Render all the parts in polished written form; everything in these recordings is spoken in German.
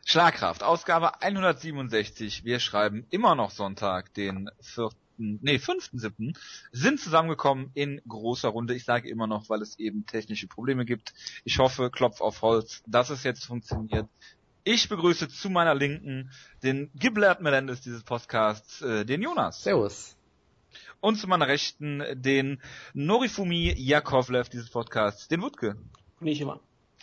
Schlagkraft, Ausgabe 167. Wir schreiben immer noch Sonntag, den 5.7. Sind zusammengekommen in großer Runde. Ich sage immer noch, weil es eben technische Probleme gibt. Ich hoffe, Klopf auf Holz, dass es jetzt funktioniert. Ich begrüße zu meiner Linken den Gilbert Melendez dieses Podcasts, den Jonas. Servus. Und zu meiner Rechten den Norifumi Yakovlev dieses Podcasts, den Wutke. Nicht immer.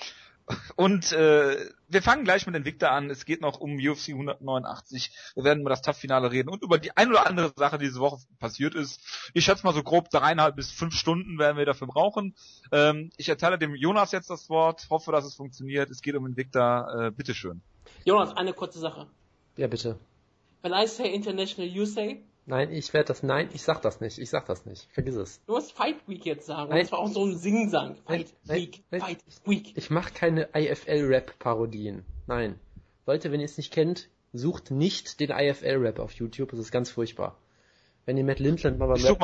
Und wir fangen gleich mit Invicta an. Es geht noch um UFC 189. Wir werden über das TUF-Finale reden und über die ein oder andere Sache, die diese Woche passiert ist. Ich schätze mal so grob 3,5 bis 5 Stunden werden wir dafür brauchen. Ich erteile dem Jonas jetzt das Wort. Hoffe, dass es funktioniert. Es geht um Invicta. Bitteschön. Jonas, eine kurze Sache. Ja, bitte. When I say international, you say? Ich sag das nicht. Vergiss es. Du musst Fight Week jetzt sagen. Nein. Das war auch so ein Singsang. Fight Week. Ich mache keine IFL-Rap-Parodien. Nein. Leute, wenn ihr es nicht kennt, sucht nicht den IFL-Rap auf YouTube. Das ist ganz furchtbar. Wenn ihr Matt Lindland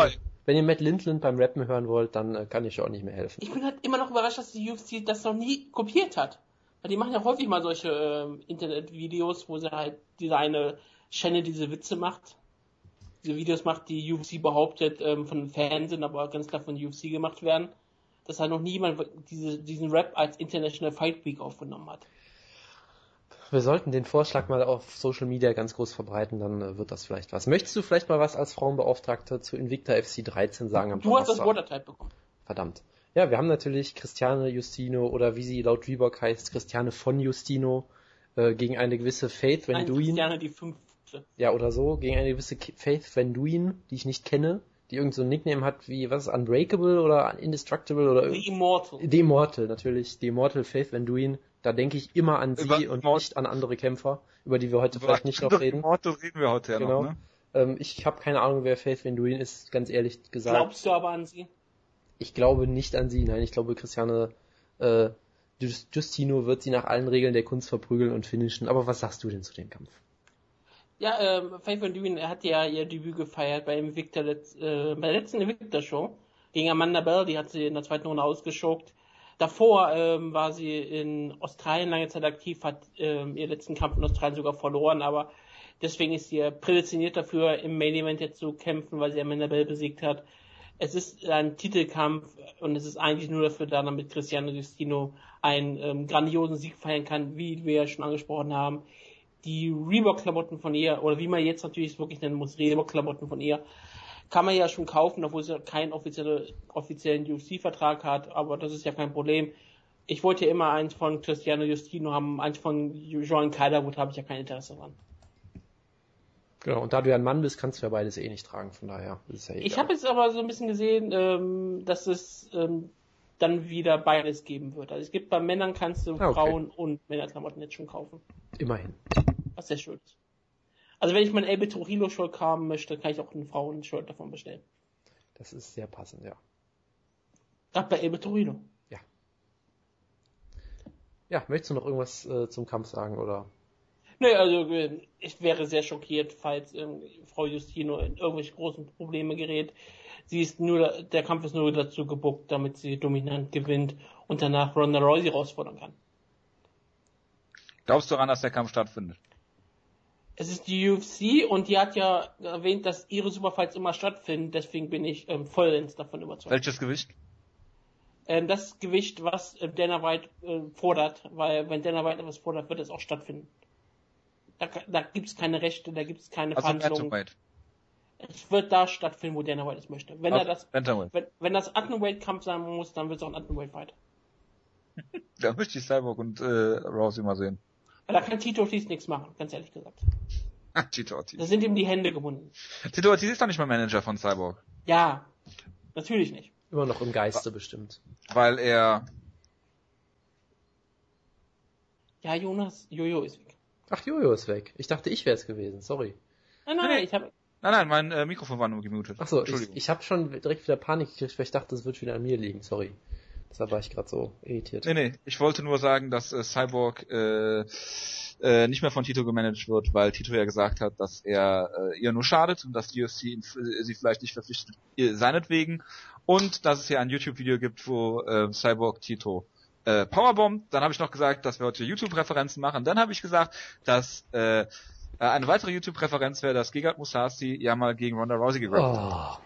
beim Rappen hören wollt, dann kann ich euch auch nicht mehr helfen. Ich bin halt immer noch überrascht, dass die UFC das noch nie kopiert hat. Weil die machen ja häufig mal solche Internetvideos, wo sie halt diese eine Channel diese Witze macht. Diese Videos macht, die UFC behauptet, von Fans sind, aber ganz klar von UFC gemacht werden, dass halt noch niemand diesen Rap als International Fight Week aufgenommen hat. Wir sollten den Vorschlag mal auf Social Media ganz groß verbreiten, dann wird das vielleicht was. Möchtest du vielleicht mal was als Frauenbeauftragte zu Invicta FC 13 sagen? Du hast das Watertype bekommen. Verdammt. Ja, wir haben natürlich Christiane Justino, oder wie sie laut Reebok heißt, Christiane von Justino, gegen eine gewisse Faith Van Duyn. Christiane die 5. Ja, oder so, gegen eine gewisse Faith Van Duyn, die ich nicht kenne, die irgend so ein Nickname hat wie, was, Unbreakable oder Indestructible oder The Immortal. The Immortal, natürlich. The Immortal Faith Van Duyn. Da denke ich immer an sie und nicht an andere Kämpfer, über die wir heute vielleicht nicht noch reden. Immortal reden wir heute ja genau. noch, ne? Ich habe keine Ahnung, wer Faith Van Duyn ist, ganz ehrlich gesagt. Glaubst du aber an sie? Ich glaube nicht an sie, nein, ich glaube Christiane Justino wird sie nach allen Regeln der Kunst verprügeln und finishen. Aber was sagst du denn zu dem Kampf? Ja, Faith Van Duyn hat ja ihr Debüt gefeiert bei der letzten Invicta-Show gegen Amanda Bell, die hat sie in der zweiten Runde ausgeschokt. Davor war sie in Australien lange Zeit aktiv, hat ihren letzten Kampf in Australien sogar verloren, aber deswegen ist sie prädestiniert dafür, im Main Event jetzt zu kämpfen, weil sie Amanda Bell besiegt hat. Es ist ein Titelkampf und es ist eigentlich nur dafür da, damit Christiane Justino einen grandiosen Sieg feiern kann, wie wir ja schon angesprochen haben. Die Reebok-Klamotten von ihr, oder wie man jetzt natürlich wirklich nennen muss, Reebok-Klamotten von ihr, kann man ja schon kaufen, obwohl sie keinen offiziellen UFC-Vertrag hat, aber das ist ja kein Problem. Ich wollte ja immer eins von Cristiano Justino haben, eins von Joan Calderwood, habe ich ja kein Interesse dran. Genau, und da du ja ein Mann bist, kannst du ja beides eh nicht tragen, von daher ist es ja egal. Ich habe jetzt aber so ein bisschen gesehen, dass es dann wieder beides geben wird. Also es gibt bei Männern kannst du Frauen- und Männerklamotten jetzt schon kaufen. Immerhin. Was sehr schön ist. Also wenn ich mein El Trujillo-Shirt haben möchte, kann ich auch ein Frauen-Shirt davon bestellen. Das ist sehr passend, ja. Gerade bei El Trujillo. Ja. Ja, möchtest du noch irgendwas zum Kampf sagen, oder? Nee, also ich wäre sehr schockiert, falls Frau Justino in irgendwelche großen Probleme gerät. Der Kampf ist nur dazu gebuckt, damit sie dominant gewinnt und danach Ronda Rousey herausfordern kann. Glaubst du daran, dass der Kampf stattfindet? Es ist die UFC und die hat ja erwähnt, dass ihre Superfights immer stattfinden, deswegen bin ich vollends davon überzeugt. Welches Gewicht? Das Gewicht, was Dana White fordert, weil wenn Dana White etwas fordert, wird es auch stattfinden. Da gibt's keine Rechte, da gibt's keine Verhandlungen. Es wird da stattfinden, wo Dana White es möchte. Wenn das Attenweight-Kampf sein muss, dann wird es auch ein Attenweight-Fight. Da möchte ich Cyborg und Rousey mal sehen. Da kann Tito Ortiz nichts machen, ganz ehrlich gesagt. Tito Ortiz. Da sind ihm die Hände gebunden. Tito Ortiz ist doch nicht mal Manager von Cyborg. Ja, natürlich nicht. Immer noch im Geiste bestimmt. Weil er... Ja, Jonas, Jojo ist weg. Ach, Jojo ist weg. Ich dachte, ich wäre es gewesen, sorry. Nein, mein Mikrofon war nur gemutet. Ach so, ich habe schon direkt wieder Panik gekriegt, weil ich dachte, es wird wieder an mir liegen, sorry. Deshalb war ich gerade so irritiert. Nee, ich wollte nur sagen, dass Cyborg nicht mehr von Tito gemanagt wird, weil Tito ja gesagt hat, dass er ihr nur schadet und dass die UFC sie vielleicht nicht verpflichtet seinetwegen und dass es ja ein YouTube-Video gibt, wo Cyborg Tito Powerbomb. Dann habe ich noch gesagt, dass wir heute YouTube-Referenzen machen. Dann habe ich gesagt, dass eine weitere YouTube-Referenz wäre, dass Gegard Mousasi ja mal gegen Ronda Rousey gegrappelt hat.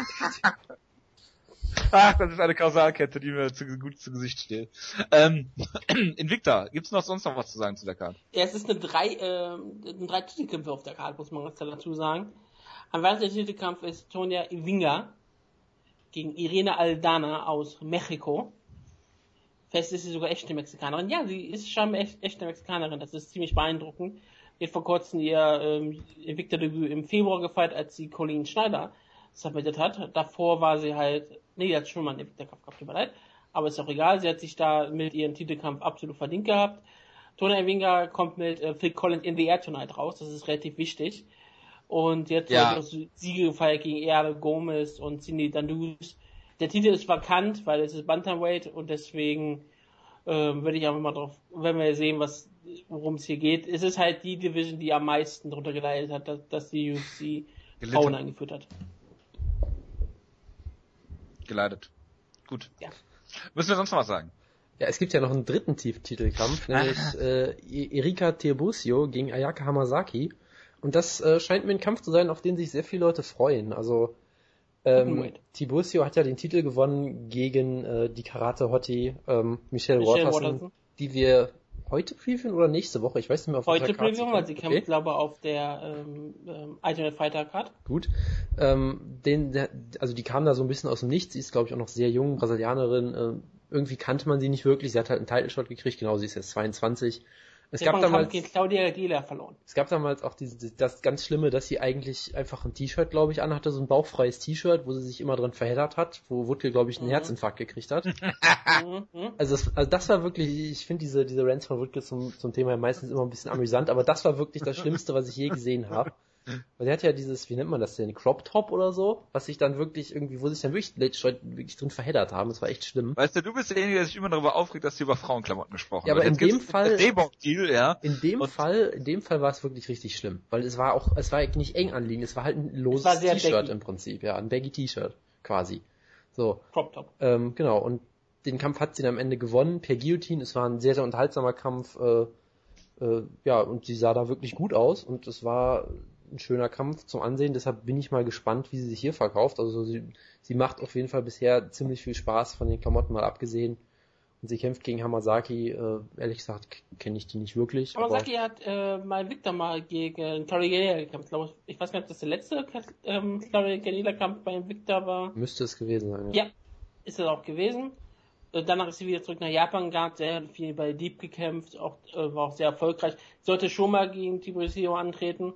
Ach, das ist eine Kausalkette, die mir gut zu Gesicht steht. Invicta, gibt's sonst noch was zu sagen zu der Karte? Ja, es ist eine drei Titelkämpfe auf der Karte, muss man ganz klar dazu sagen. Am weiteren Titelkampf ist Tonya Evinga gegen Irene Aldana aus Mexiko. Fest ist sie sogar echte Mexikanerin. Ja, sie ist schon echte Mexikanerin. Das ist ziemlich beeindruckend. Sie hat vor kurzem ihr Invicta-Debüt im Februar gefeiert, als sie Colleen Schneider submitted hat. Davor war sie die hat schon mal einen Invicta-Kampf gehabt, tut mir leid. Aber ist auch egal. Sie hat sich da mit ihrem Titelkampf absolut verdient gehabt. Tonya Evinga kommt mit Phil Collins in the Air Tonight raus. Das ist relativ wichtig. Und jetzt auch Siege gefeiert gegen Erle Gomez und Cindy Dandus. Der Titel ist vakant, weil es ist Bantamweight und deswegen würde ich einfach mal drauf, wenn wir sehen, worum es hier geht. Es ist halt die Division, die am meisten darunter geleitet hat, dass die UFC Frauen eingeführt hat. Geleitet. Gut. Ja. Müssen wir sonst noch was sagen? Ja, es gibt ja noch einen dritten Titelkampf, nämlich Erika Tiburcio gegen Ayaka Hamasaki. Und das scheint mir ein Kampf zu sein, auf den sich sehr viele Leute freuen. Also Tiburcio hat ja den Titel gewonnen gegen die Karate-Hottie Michelle Waterson, die wir heute previewen oder nächste Woche? Ich weiß nicht mehr. Heute previewen, weil sie kämpft, glaube ich, auf der Ultimate Fighter Card. Gut. Also die kam da so ein bisschen aus dem Nichts. Sie ist, glaube ich, auch noch sehr jung, Brasilianerin. Irgendwie kannte man sie nicht wirklich. Sie hat halt einen Title-Shot gekriegt. Genau, sie ist jetzt 22. Es gab damals gegen Claudia Gila verloren. Es gab damals auch das ganz Schlimme, dass sie eigentlich einfach ein T-Shirt, glaube ich, anhatte, so ein bauchfreies T-Shirt, wo sie sich immer drin verheddert hat, wo Woodke, glaube ich, einen Herzinfarkt gekriegt hat. Also das war wirklich, ich finde diese Rants von Woodke zum Thema ja meistens immer ein bisschen amüsant, aber das war wirklich das Schlimmste, was ich je gesehen habe. Weil der hat ja dieses, wie nennt man das denn, Crop Top oder so, was sich dann wirklich irgendwie, wo sich dann wirklich drin verheddert haben. Das war echt schlimm. Weißt du bist derjenige, der sich immer darüber aufregt, dass hier über Frauenklamotten gesprochen wird. Ja, aber in dem Fall, in dem Fall war es wirklich richtig schlimm, weil es war nicht eng anliegend, es war halt ein loses T-Shirt im Prinzip, ja, ein baggy T-Shirt quasi. So. Crop Top. Genau. Und den Kampf hat sie dann am Ende gewonnen per Guillotine. Es war ein sehr, sehr unterhaltsamer Kampf. Und sie sah da wirklich gut aus und es war ein schöner Kampf zum Ansehen, deshalb bin ich mal gespannt, wie sie sich hier verkauft. Also sie macht auf jeden Fall bisher ziemlich viel Spaß, von den Klamotten mal abgesehen. Und sie kämpft gegen Hamasaki, ehrlich gesagt kenne ich die nicht wirklich. Hamasaki hat mal Victor mal gegen Tori Ganila gekämpft, glaube ich. Ich weiß gar nicht, ob das der letzte Tori Ganila Kampf bei Victor war. Müsste es gewesen sein, ja. Ja, ist es auch gewesen. Danach ist sie wieder zurück nach Japan gegangen, sehr viel bei Deep gekämpft, war auch sehr erfolgreich. Sollte schon mal gegen Tiburcio antreten.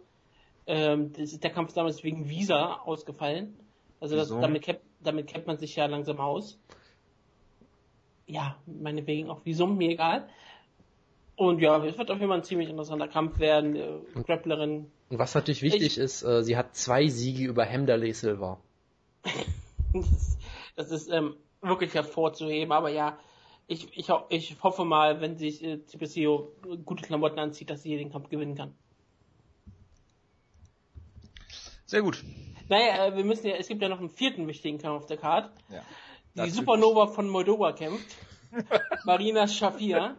Der Kampf ist damals wegen Visa ausgefallen. Also damit kennt man sich ja langsam aus. Ja, meinetwegen auch Visum, mir egal. Und ja, es wird auf jeden Fall ein ziemlich interessanter Kampf werden. Grapplerin. Und was natürlich wichtig ist, sie hat 2 Siege über Hamderley Silva. das ist wirklich hervorzuheben, aber ja, ich hoffe mal, wenn sich Tiburcio gute Klamotten anzieht, dass sie den Kampf gewinnen kann. Sehr gut. Naja, es gibt ja noch einen 4. wichtigen Kampf auf der Card. Ja, die Supernova von Moldova kämpft. Marina Shafir.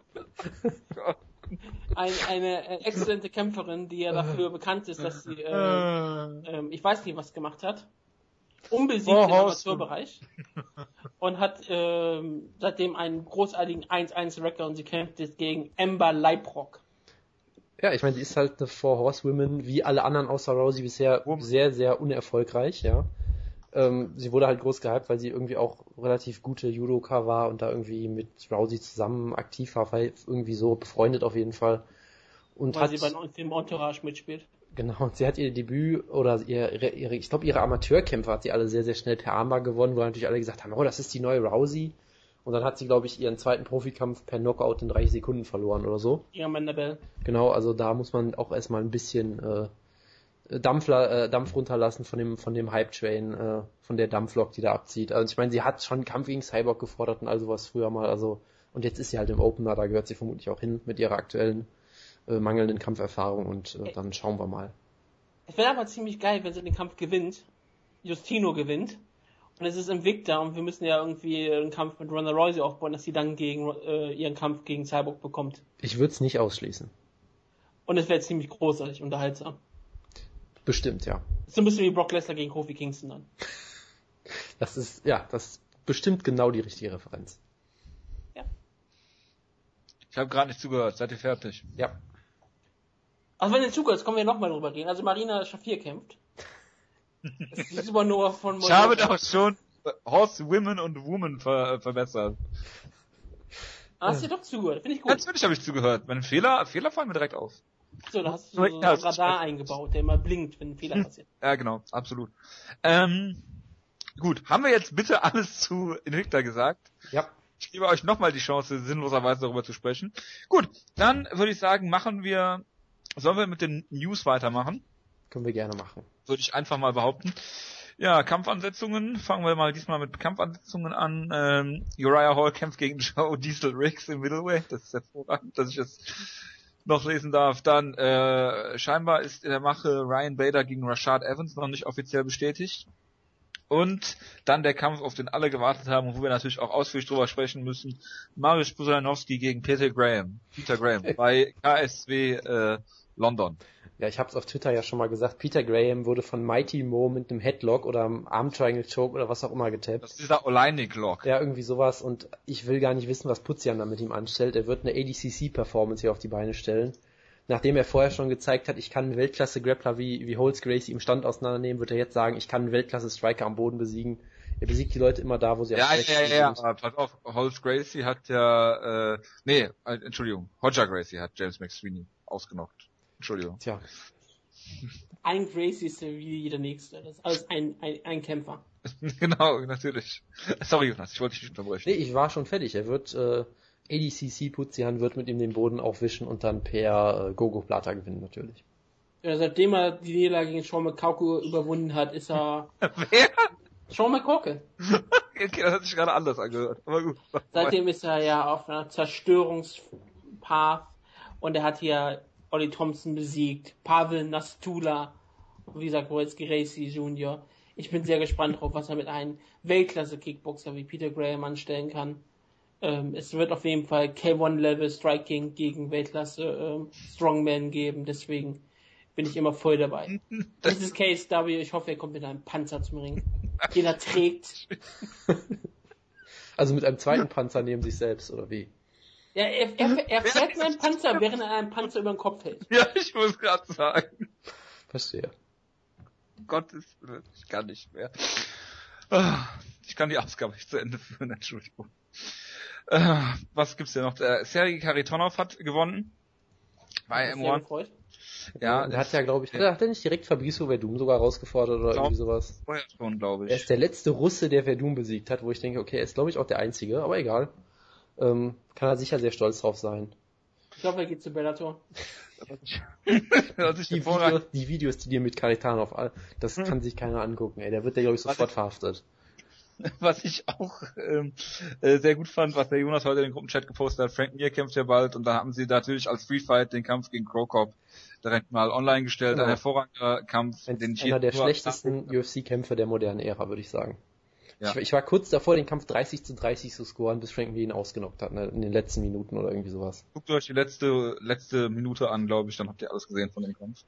Eine exzellente Kämpferin, die ja dafür bekannt ist, dass sie, ich weiß nicht, was gemacht hat. Unbesiegt im Amateurbereich. Und hat seitdem einen großartigen 1-1-Record und sie kämpft jetzt gegen Amber Leibrock. Ja, ich meine, die ist halt eine Four Horsewomen, wie alle anderen außer Rousey bisher sehr, sehr unerfolgreich, ja. Sie wurde halt groß gehypt, weil sie irgendwie auch relativ gute Judoka war und da irgendwie mit Rousey zusammen aktiv war, weil irgendwie so befreundet auf jeden Fall. Und weil sie beim Film Entourage mitspielt. Genau, und sie hat ihr Debüt oder ich glaube ihre Amateurkämpfe hat sie alle sehr, sehr schnell per Armbar gewonnen, wo natürlich alle gesagt haben, oh, das ist die neue Rousey. Und dann hat sie, glaube ich, ihren zweiten Profikampf per Knockout in 30 Sekunden verloren oder so. Ja, Amanda Bell. Genau, also da muss man auch erstmal ein bisschen Dampf runterlassen von dem Hype-Train, von der Dampflok, die da abzieht. Also ich meine, sie hat schon Kampf gegen Cyborg gefordert und all sowas früher mal, also und jetzt ist sie halt im Opener, da gehört sie vermutlich auch hin mit ihrer aktuellen mangelnden Kampferfahrung und dann schauen wir mal. Es wäre aber ziemlich geil, wenn sie den Kampf gewinnt, Justino gewinnt Und es ist Invicta und wir müssen ja irgendwie einen Kampf mit Ronda Rousey aufbauen, dass sie dann ihren Kampf gegen Cyborg bekommt. Ich würde es nicht ausschließen. Und es wäre ziemlich großartig, unterhaltsam. Bestimmt, ja. So ein bisschen wie Brock Lesnar gegen Kofi Kingston dann. Das ist bestimmt genau die richtige Referenz. Ja. Ich habe gerade nicht zugehört. Seid ihr fertig? Ja. Also wenn ihr zugehört, können wir nochmal drüber reden. Also Marina Shafir kämpft. Das ist die Supernova von Ich habe doch schon Horse, Women und Woman verbessert. Hast du doch zugehört? Finde ich gut. Natürlich habe ich zugehört. Meine Fehler fallen mir direkt auf. So, da hast du so ein Radar eingebaut, der immer blinkt, wenn ein Fehler passiert. Ja, genau. Absolut. Gut. Haben wir jetzt bitte alles zu Invicta gesagt? Ja. Ich gebe euch nochmal die Chance, sinnloserweise darüber zu sprechen. Gut. Dann würde ich sagen, sollen wir mit den News weitermachen? Können wir gerne machen. Würde ich einfach mal behaupten. Ja, Kampfansetzungen. Fangen wir mal diesmal mit Kampfansetzungen an. Uriah Hall kämpft gegen Joe Diesel Riggs im Middleweight. Das ist hervorragend, dass ich das noch lesen darf. Dann scheinbar ist in der Mache Ryan Bader gegen Rashad Evans noch nicht offiziell bestätigt. Und dann der Kampf, auf den alle gewartet haben und wo wir natürlich auch ausführlich drüber sprechen müssen. Mariusz Pudzianowski gegen Peter Graham bei KSW London. Ja, ich habe es auf Twitter ja schon mal gesagt, Peter Graham wurde von Mighty Mo mit einem Headlock oder einem Arm Triangle Choke oder was auch immer getappt. Das ist dieser Oleinik-Lock. Ja, irgendwie sowas und ich will gar nicht wissen, was Pudzian da mit ihm anstellt. Er wird eine ADCC-Performance hier auf die Beine stellen. Nachdem er vorher schon gezeigt hat, ich kann einen Weltklasse-Grappler wie Holtz Gracie im Stand auseinandernehmen, wird er jetzt sagen, ich kann einen Weltklasse-Striker am Boden besiegen. Er besiegt die Leute immer da, wo sie am stärksten sind. Ja, aber pass auf, Holtz Gracie hat ja, Roger Gracie hat James McSweeney ausgenockt. Entschuldigung. Tja. Ein Gracie ist wie jeder Nächste. Das ist alles ein Kämpfer. Genau, natürlich. Sorry, Jonas, ich wollte dich nicht unterbrechen. Nee, ich war schon fertig. Er wird, ADCC Pudzian wird mit ihm den Boden aufwischen und dann per Gogo Plata gewinnen, natürlich. Ja, seitdem er die Niederlage gegen Sean McCorkle überwunden hat, ist er... Wer? Sean McCorkle. Okay, das hat sich gerade anders angehört. Aber gut. Seitdem ist er ja auf einer Zerstörungspath und er hat hier Ollie Thompson besiegt, Pavel Nastula und wie gesagt, Royce Gracie Jr. Ich bin sehr gespannt drauf, was er mit einem Weltklasse-Kickboxer wie Peter Graham anstellen kann. Es wird auf jeden Fall K1-Level Striking gegen Weltklasse Strongman geben, deswegen bin ich immer voll dabei. Das ist KSW, ich hoffe, er kommt mit einem Panzer zum Ring. Jeder trägt. Also mit einem zweiten Panzer neben sich selbst, oder wie? Ja, er fährt mit einem Panzer, während er einen Panzer über den Kopf hält. Ja, ich muss gerade sagen. Verstehe. Gottes Willen, ich kann nicht mehr. Ich kann die Ausgabe nicht zu Ende führen, Entschuldigung. Was gibt's denn noch? Sergei Kharitonov hat gewonnen. Bei M1. Ja, er hat ja, glaube ich, hat er nicht direkt Fabrizio Verdum sogar rausgefordert oder irgendwie sowas? Vorher schon, glaube ich. Er ist der letzte Russe, der Verdum besiegt hat, wo ich denke, okay, er ist, glaube ich, auch der Einzige, aber egal. Kann er sicher sehr stolz drauf sein. Ich glaube, er geht zu Bellator. Die Videos, die dir mit Kharitonov, das kann sich keiner angucken, ey. Der wird ja, glaube ich, sofort verhaftet. Was ich auch sehr gut fand, was der Jonas heute in den Gruppenchat gepostet hat, Frank Mir kämpft ja bald und da haben sie natürlich als Free Fight den Kampf gegen Krokop direkt mal online gestellt. Genau. Ein hervorragender Kampf. Einer der schlechtesten UFC-Kämpfe der modernen Ära, würde ich sagen. Ja. Ich war kurz davor, den Kampf 30-30 zu scoren, bis Frank Mir ihn ausgenockt hat, ne, in den letzten Minuten oder irgendwie sowas. Guckt euch die letzte Minute an, glaube ich, dann habt ihr alles gesehen von dem Kampf.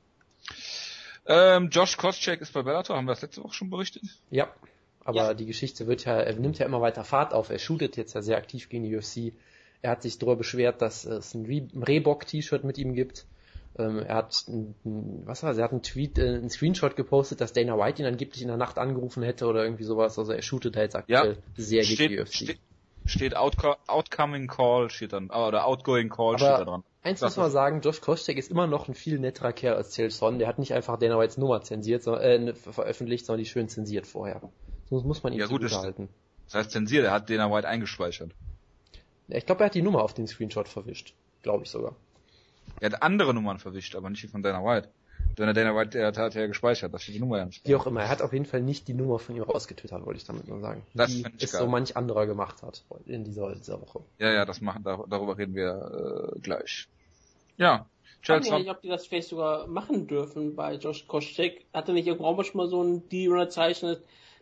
Josh Koscheck ist bei Bellator, haben wir das letzte Woche schon berichtet? Ja. Aber die Geschichte er nimmt ja immer weiter Fahrt auf. Er shootet jetzt ja sehr aktiv gegen die UFC. Er hat sich darüber beschwert, dass es ein Reebok-T-Shirt mit ihm gibt. Er hat einen Tweet, einen Screenshot gepostet, dass Dana White ihn angeblich in der Nacht angerufen hätte oder irgendwie sowas. Also er shootet halt aktuell sehr gegen die UFC. Steht Outgoing Call, steht dann steht da dran. Eins muss man sagen, Josh Koscheck ist immer noch ein viel netterer Kerl als Chael Sonnen. Der hat nicht einfach Dana Whites Nummer veröffentlicht, sondern die schön zensiert vorher. Das muss man ihm zugutehalten. Das heißt zensiert, er hat Dana White eingespeichert. Ja, ich glaube, er hat die Nummer auf den Screenshot verwischt. Glaube ich sogar. Er hat andere Nummern verwischt, aber nicht die von Dana White. Wenn er Dana White hat er gespeichert, da steht die Nummer ja nicht. Wie auch immer, er hat auf jeden Fall nicht die Nummer von ihm rausgetwittert, wollte ich damit nur sagen. Das die es so manch anderer gemacht hat in dieser Woche. Ja, darüber reden wir gleich. Ja. Ich weiß nicht, ob die das vielleicht sogar machen dürfen bei Josh Koscheck. Hat er nicht irgendwann schon mal so einen Deal unterzeichnet,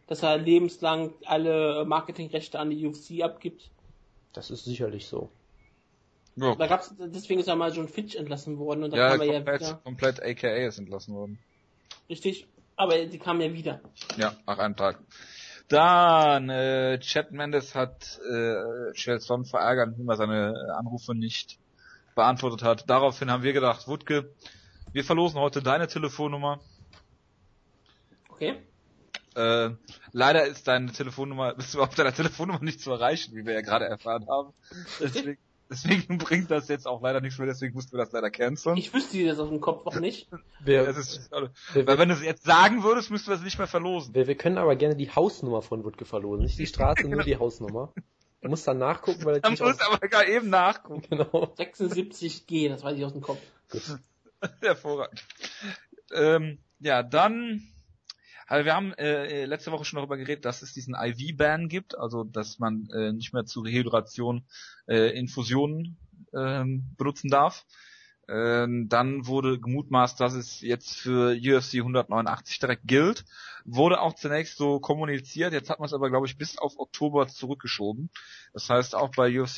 dass er lebenslang alle Marketingrechte an die UFC abgibt. Das ist sicherlich so. Ja. Deswegen ist ja mal John Fitch entlassen worden und da kam er ja wieder. Komplett AKA ist entlassen worden. Richtig, aber die kamen ja wieder. Ja, nach einem Tag. Dann, Chad Mendes hat Chael Sonnen verärgert, indem er seine Anrufe nicht beantwortet hat. Daraufhin haben wir gedacht, Wutke, wir verlosen heute deine Telefonnummer. Okay. Leider ist bist du auf deiner Telefonnummer nicht zu erreichen, wie wir ja gerade erfahren haben. Deswegen bringt das jetzt auch leider nichts mehr, deswegen mussten wir das leider canceln. Ich wüsste das aus dem Kopf auch nicht. Weil wenn du es jetzt sagen würdest, müssten wir es nicht mehr verlosen. Wir können aber gerne die Hausnummer von Wutke verlosen. Nicht die Straße, nur die Hausnummer. Du musst dann nachgucken, weil er muss aber gar eben nachgucken. Genau. 76G, das weiß ich aus dem Kopf. Hervorragend. Ja, dann... Also wir haben letzte Woche schon darüber geredet, dass es diesen IV-Ban gibt, also dass man nicht mehr zur Rehydration Infusionen benutzen darf. Dann wurde gemutmaßt, dass es jetzt für UFC 189 direkt gilt. Wurde auch zunächst so kommuniziert, jetzt hat man es aber, glaube ich, bis auf Oktober zurückgeschoben. Das heißt, auch bei UFC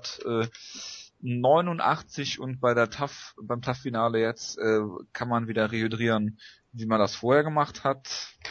189 und beim TAF-Finale jetzt kann man wieder rehydrieren, wie man das vorher gemacht hat.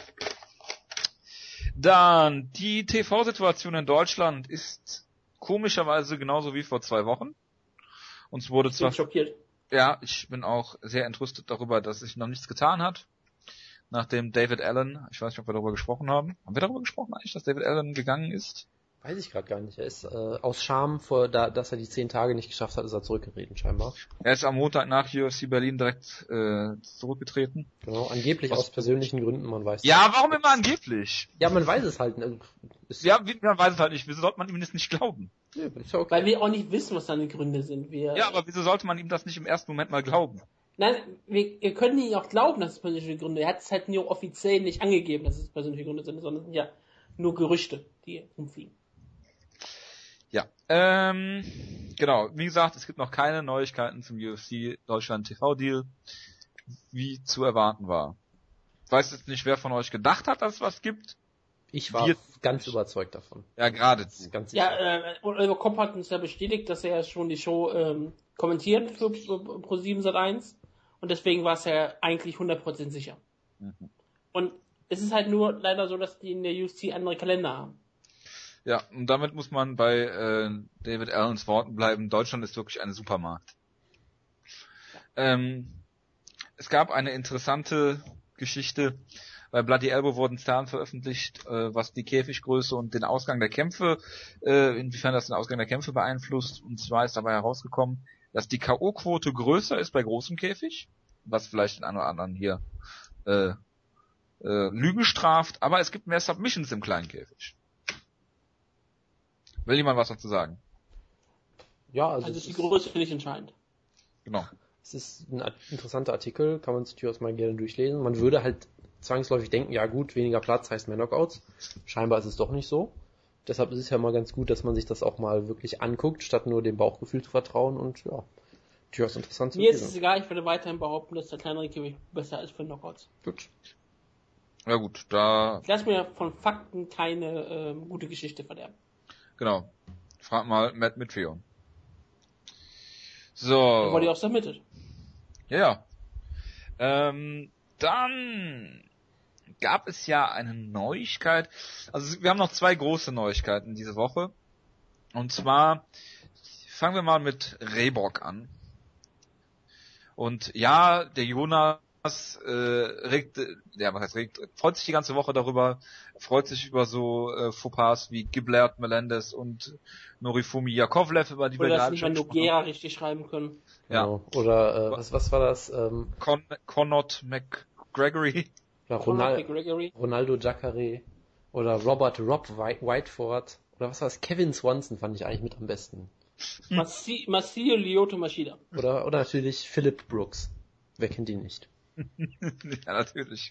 Dann, die TV-Situation in Deutschland ist komischerweise genauso wie vor 2 Wochen. Uns wurde Ich bin schockiert. Ja, ich bin auch sehr entrüstet darüber, dass sich noch nichts getan hat. Nachdem David Allen, ich weiß nicht, ob wir darüber gesprochen haben. Haben wir darüber gesprochen eigentlich, dass David Allen gegangen ist? Weiß ich gerade gar nicht. Er ist aus Scham, dass er die 10 Tage nicht geschafft hat, ist er zurückgetreten scheinbar. Er ist am Montag nach UFC Berlin direkt zurückgetreten. Genau, angeblich aus persönlichen Gründen, man weiß Ja, warum immer angeblich? Ja, man weiß es halt. Man weiß es halt nicht. Wieso sollte man ihm das nicht glauben? Ja, ist ja okay. Weil wir auch nicht wissen, was seine Gründe sind. Ja, aber wieso sollte man ihm das nicht im ersten Moment mal glauben? Nein, wir können ihn auch glauben, dass es persönliche Gründe. Er hat es halt nur offiziell nicht angegeben, dass es persönliche Gründe sind, sondern es sind ja nur Gerüchte, die rumfliegen. Ja, genau. Wie gesagt, es gibt noch keine Neuigkeiten zum UFC Deutschland TV-Deal, wie zu erwarten war. Ich weiß jetzt nicht, wer von euch gedacht hat, dass es was gibt. Ich war ganz überzeugt davon. Ja, gerade. Ganz sicher. Ja, Oliver Kopp hat uns ja bestätigt, dass er schon die Show kommentiert für Pro7 Sat.1 und deswegen war es ja eigentlich 100% sicher. Mhm. Und es ist halt nur leider so, dass die in der UFC andere Kalender haben. Ja, und damit muss man bei David Allens Worten bleiben. Deutschland ist wirklich ein Supermarkt. Es gab eine interessante Geschichte. Bei Bloody Elbow wurden Zahlen veröffentlicht, was die Käfiggröße und den Ausgang der Kämpfe, inwiefern das den Ausgang der Kämpfe beeinflusst. Und zwar ist dabei herausgekommen, dass die K.O.-Quote größer ist bei großem Käfig, was vielleicht den einen oder anderen hier Lügen straft, aber es gibt mehr Submissions im kleinen Käfig. Will jemand was dazu sagen? Ja, also ist die Größe nicht entscheidend. Genau. Es ist ein interessanter Artikel, kann man sich durchaus mal gerne durchlesen. Man würde halt zwangsläufig denken, ja gut, weniger Platz heißt mehr Knockouts. Scheinbar ist es doch nicht so. Deshalb ist es ja mal ganz gut, dass man sich das auch mal wirklich anguckt, statt nur dem Bauchgefühl zu vertrauen und ja, durchaus interessant zu lesen. Mir ist es egal, ich würde weiterhin behaupten, dass der kleinere Käfig besser ist für Knockouts. Gut. Ja gut, da... Ich lasse mir von Fakten keine gute Geschichte verderben. Genau. Frag mal Matt Mitrione. So. Dann wurde ich auch submitted. Ja. Dann gab es ja eine Neuigkeit. Also wir haben noch 2 große Neuigkeiten diese Woche. Und zwar fangen wir mal mit Rehbock an. Und ja, der Jonas freut sich die ganze Woche darüber, freut sich über so Fauxpas wie Giblert, Melendez und Norifumi Yakovlev, über die wir gerade schon gesprochen haben. Oder dass wir richtig schreiben können. Ja. Genau. Oder was war das? Connaught McGregory. Ja, Ronaldo Jacare oder Rob Whiteford oder was war das? Kevin Swanson fand ich eigentlich mit am besten. Masio Lyoto Machida. Oder natürlich Philip Brooks. Wer kennt ihn nicht? Ja, natürlich.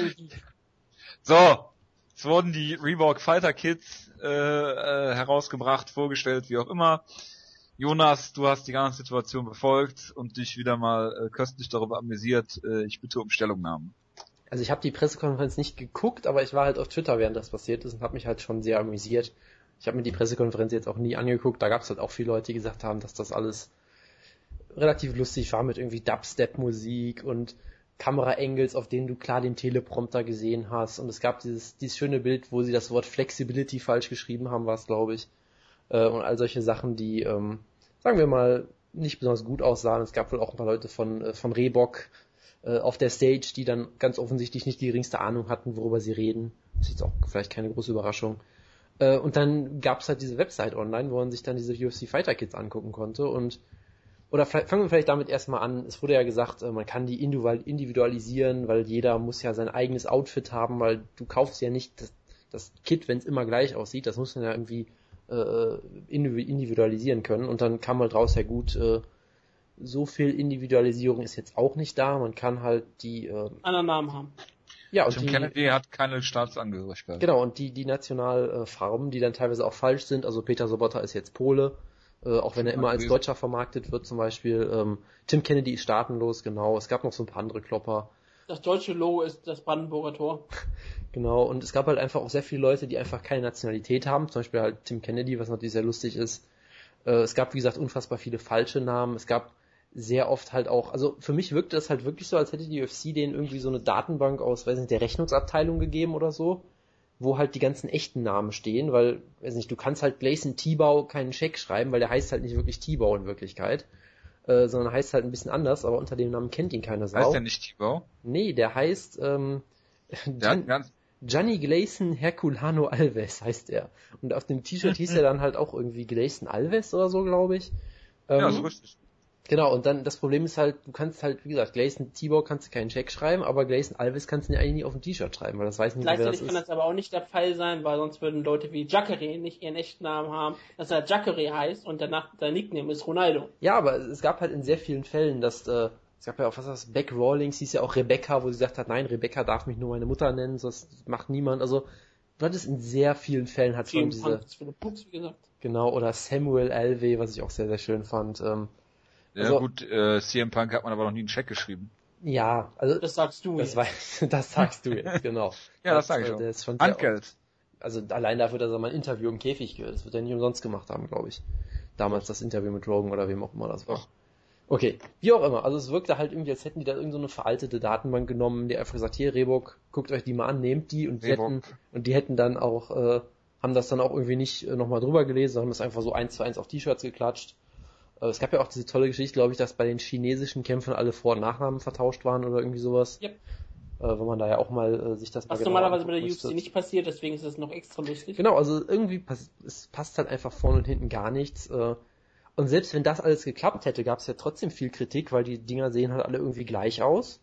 So, es wurden die Reebok Fighter Kits herausgebracht, vorgestellt, wie auch immer. Jonas, du hast die ganze Situation befolgt und dich wieder mal köstlich darüber amüsiert. Ich bitte um Stellungnahmen. Also ich habe die Pressekonferenz nicht geguckt, aber ich war halt auf Twitter, während das passiert ist und habe mich halt schon sehr amüsiert. Ich habe mir die Pressekonferenz jetzt auch nie angeguckt, da gab es halt auch viele Leute, die gesagt haben, dass das alles relativ lustig war mit irgendwie Dubstep-Musik und Kameraangles, auf denen du klar den Teleprompter gesehen hast, und es gab dieses schöne Bild, wo sie das Wort Flexibility falsch geschrieben haben, war es, glaube ich, und all solche Sachen, die, sagen wir mal, nicht besonders gut aussahen. Es gab wohl auch ein paar Leute von Reebok auf der Stage, die dann ganz offensichtlich nicht die geringste Ahnung hatten, worüber sie reden. Das ist jetzt auch vielleicht keine große Überraschung. Und dann gab es halt diese Website online, wo man sich dann diese UFC Fighter Kits angucken konnte, oder fangen wir vielleicht damit erstmal an. Es wurde ja gesagt, man kann die individualisieren, weil jeder muss ja sein eigenes Outfit haben, weil du kaufst ja nicht das Kit, wenn es immer gleich aussieht. Das muss man ja irgendwie individualisieren können. Und dann kam halt raus, ja gut, so viel Individualisierung ist jetzt auch nicht da. Man kann halt die anderen Namen haben. Ja, und Tim Kennedy hat keine Staatsangehörigkeit. Genau, und die Nationalfarben, die dann teilweise auch falsch sind. Also Peter Sobotta ist jetzt Pole. Auch wenn er immer als Deutscher vermarktet wird, zum Beispiel. Tim Kennedy ist staatenlos, genau. Es gab noch so ein paar andere Klopper. Das deutsche Logo ist das Brandenburger Tor. Genau, und es gab halt einfach auch sehr viele Leute, die einfach keine Nationalität haben. Zum Beispiel halt Tim Kennedy, was natürlich sehr lustig ist. Es gab, wie gesagt, unfassbar viele falsche Namen. Es gab sehr oft halt auch, also für mich wirkte das halt wirklich so, als hätte die UFC denen irgendwie so eine Datenbank aus, weiß nicht, der Rechnungsabteilung gegeben oder so, wo halt die ganzen echten Namen stehen, weil, weiß nicht, du kannst halt Gleison Tibau keinen Scheck schreiben, weil der heißt halt nicht wirklich Tibau in Wirklichkeit, sondern heißt halt ein bisschen anders, aber unter dem Namen kennt ihn keine Sau. Heißt der nicht Tibau? Nee, der heißt Gianni Gleison Herculano Alves heißt er. Und auf dem T-Shirt hieß er dann halt auch irgendwie Gleison Alves oder so, glaube ich. Ja, so richtig. Genau, und dann das Problem ist halt, du kannst halt, wie gesagt, Gleison Tibau kannst du keinen Check schreiben, aber Gleison Alves kannst du ja eigentlich nie auf dem T-Shirt schreiben, weil das weiß nicht, wer das ist. Gleichzeitig kann das aber auch nicht der Fall sein, weil sonst würden Leute wie Jacare nicht ihren echten Namen haben, dass er Jacare heißt und danach sein Nickname ist Ronaldo. Ja, aber es gab halt in sehr vielen Fällen, dass, es gab ja auch, was das, Beck Rawlings hieß ja auch Rebecca, wo sie gesagt hat, nein, Rebecca darf mich nur meine Mutter nennen, das macht niemand, also, du hattest in sehr vielen Fällen halt schon diese, Pucks, wie gesagt. Genau, oder Samuel Alve, was ich auch sehr, sehr schön fand, ja also, gut, CM Punk hat man aber noch nie einen Check geschrieben. Ja, also das sagst du jetzt. Das sagst du jetzt, genau. Ja, das sage ich schon. Handgeld. Also allein dafür, dass er mal ein Interview im Käfig gehört, das wird er nicht umsonst gemacht haben, glaube ich. Damals das Interview mit Rogan oder wem auch immer das war. Okay, wie auch immer. Also es wirkte halt irgendwie, als hätten die da irgend so eine veraltete Datenbank genommen, die einfach gesagt, hier Reebok, guckt euch die mal an, nehmt die, und die hätten dann auch, haben das dann auch irgendwie nicht nochmal drüber gelesen, sondern das einfach so 1:1 auf T-Shirts geklatscht. Es gab ja auch diese tolle Geschichte, glaube ich, dass bei den chinesischen Kämpfern alle Vor- und Nachnamen vertauscht waren oder irgendwie sowas. Yep. Wenn man da ja auch mal sich das mal genau normalerweise bei der UFC nicht passiert, deswegen ist es noch extra lustig. Genau, also irgendwie es passt halt einfach vorne und hinten gar nichts. Und selbst wenn das alles geklappt hätte, gab es ja trotzdem viel Kritik, weil die Dinger sehen halt alle irgendwie gleich aus.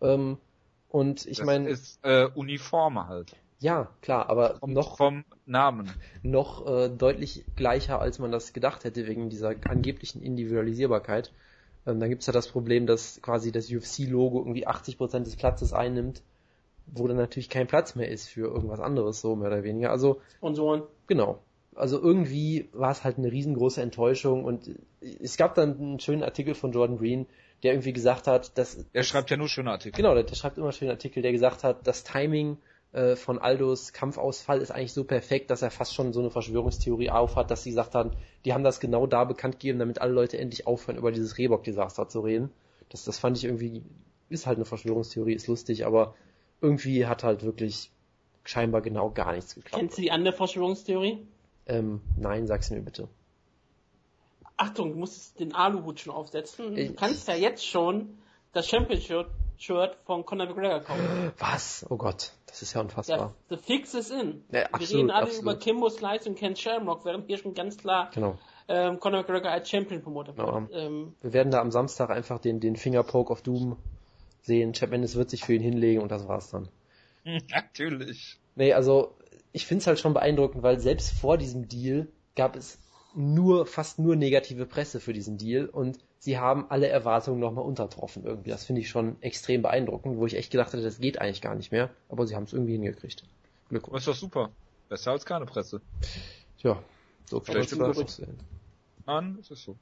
Und ich meine... Das ist Uniforme halt. Ja, klar, aber noch vom Namen noch deutlich gleicher, als man das gedacht hätte, wegen dieser angeblichen Individualisierbarkeit. Dann gibt's ja das Problem, dass quasi das UFC-Logo irgendwie 80% des Platzes einnimmt, wo dann natürlich kein Platz mehr ist für irgendwas anderes, so mehr oder weniger. Also Sponsoren. Genau. Also irgendwie war es halt eine riesengroße Enttäuschung, und es gab dann einen schönen Artikel von Jordan Green, der irgendwie gesagt hat, dass... Er schreibt ja nur schöne Artikel. Genau, der schreibt immer schöne Artikel, der gesagt hat, das Timing von Aldos Kampfausfall ist eigentlich so perfekt, dass er fast schon so eine Verschwörungstheorie aufhat, dass sie gesagt haben, die haben das genau da bekannt gegeben, damit alle Leute endlich aufhören, über dieses Reebok-Desaster zu reden. Das fand ich irgendwie, ist halt eine Verschwörungstheorie, ist lustig, aber irgendwie hat halt wirklich scheinbar genau gar nichts geklappt. Kennst du die andere Verschwörungstheorie? Nein, sag's mir bitte. Achtung, du musst den Aluhut schon aufsetzen. Du kannst ja jetzt schon das Championship-Shirt von Conor McGregor kaufen. Was? Oh Gott, das ist ja unfassbar. The fix is in. Ja, wir absolut, reden alle absolut. über Kimbo Slice und Ken Shamrock, während hier schon ganz klar Conor McGregor als Champion promotet wird. Wir werden da am Samstag einfach den Fingerpoke of Doom sehen. Chad Mendes wird sich für ihn hinlegen und das war's dann. Natürlich. Nee, also ich find's halt schon beeindruckend, weil selbst vor diesem Deal gab es fast nur negative Presse für diesen Deal, und sie haben alle Erwartungen nochmal untertroffen irgendwie. Das finde ich schon extrem beeindruckend, wo ich echt gedacht hätte, das geht eigentlich gar nicht mehr, aber sie haben es irgendwie hingekriegt. Glückwunsch. Das ist doch super. Besser als keine Presse. Tja, so kann man es auch sehen. Mann, das ist so.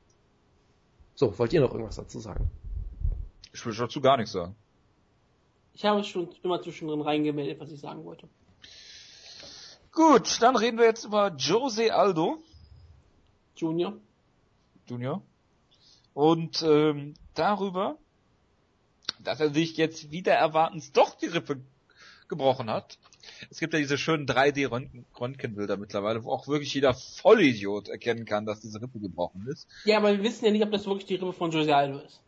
So, wollt ihr noch irgendwas dazu sagen? Ich will dazu gar nichts sagen. Ich habe schon immer zwischendrin reingemeldet, was ich sagen wollte. Gut, dann reden wir jetzt über Jose Aldo Junior. Und darüber, dass er sich jetzt wieder erwartens doch die Rippe gebrochen hat. Es gibt ja diese schönen 3D-Röntgenbilder mittlerweile, wo auch wirklich jeder Vollidiot erkennen kann, dass diese Rippe gebrochen ist. Ja, aber wir wissen ja nicht, ob das wirklich die Rippe von Jose Aldo ist.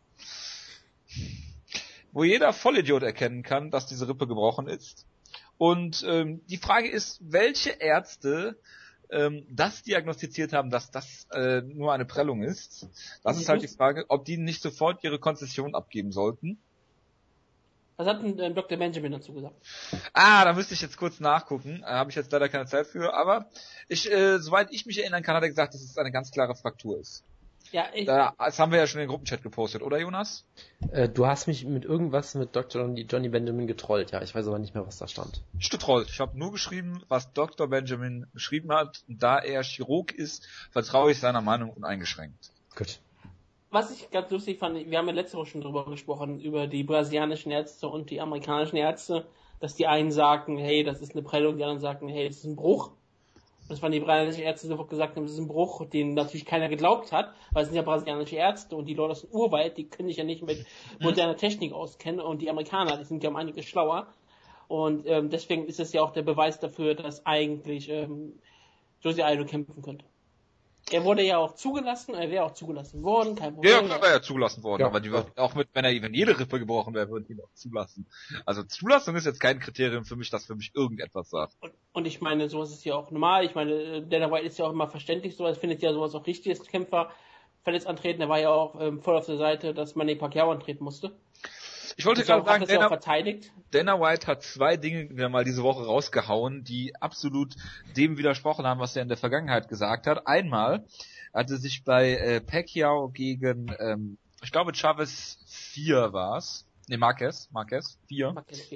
Wo jeder Vollidiot erkennen kann, dass diese Rippe gebrochen ist. Und die Frage ist, welche Ärzte das diagnostiziert haben, dass das nur eine Prellung ist. Das ist halt die Frage, ob die nicht sofort ihre Konzession abgeben sollten. Was hat denn Dr. Benjamin dazu gesagt? Da müsste ich jetzt kurz nachgucken. Habe ich jetzt leider keine Zeit für. Aber soweit ich mich erinnern kann, hat er gesagt, dass es eine ganz klare Fraktur ist. Ja, das haben wir ja schon in den Gruppenchat gepostet, oder Jonas? Du hast mich mit irgendwas mit Dr. Johnny Benjamin getrollt, ja. Ich weiß aber nicht mehr, was da stand. Nicht getrollt. Ich habe nur geschrieben, was Dr. Benjamin geschrieben hat. Und da er Chirurg ist, vertraue ich seiner Meinung uneingeschränkt. Gut. Was ich ganz lustig fand, wir haben ja letzte Woche schon drüber gesprochen, über die brasilianischen Ärzte und die amerikanischen Ärzte, dass die einen sagten, hey, das ist eine Prellung, die anderen sagten, hey, das ist ein Bruch. Das waren die brasilianischen Ärzte, die sofort gesagt haben, das ist ein Bruch, den natürlich keiner geglaubt hat, weil es sind ja brasilianische Ärzte und die Leute aus dem Urwald, die können sich ja nicht mit moderner Technik auskennen und die Amerikaner, die sind ja um einiges schlauer. Und deswegen ist es ja auch der Beweis dafür, dass eigentlich Jose Aldo kämpfen könnte. Er wurde ja auch zugelassen, er wäre auch zugelassen worden, kein Problem. Ja, wäre ja zugelassen worden, aber die wird auch wenn jede Rippe gebrochen wäre, würden die ihn auch zulassen. Also Zulassung ist jetzt kein Kriterium für mich, das für mich irgendetwas sagt. Und ich meine, sowas ist ja auch normal. Ich meine, Dana White ist ja auch immer verständlich, sowas findet ja sowas auch richtig, dass Kämpfer verletzt antreten. Er war ja auch voll auf der Seite, dass Manny Pacquiao antreten musste. Ich wollte gerade sagen, Dana White hat 2 Dinge wieder mal diese Woche rausgehauen, die absolut dem widersprochen haben, was er in der Vergangenheit gesagt hat. Einmal hat er sich bei Pacquiao gegen, ich glaube Chavez 4 war's. Ne, Marquez 4.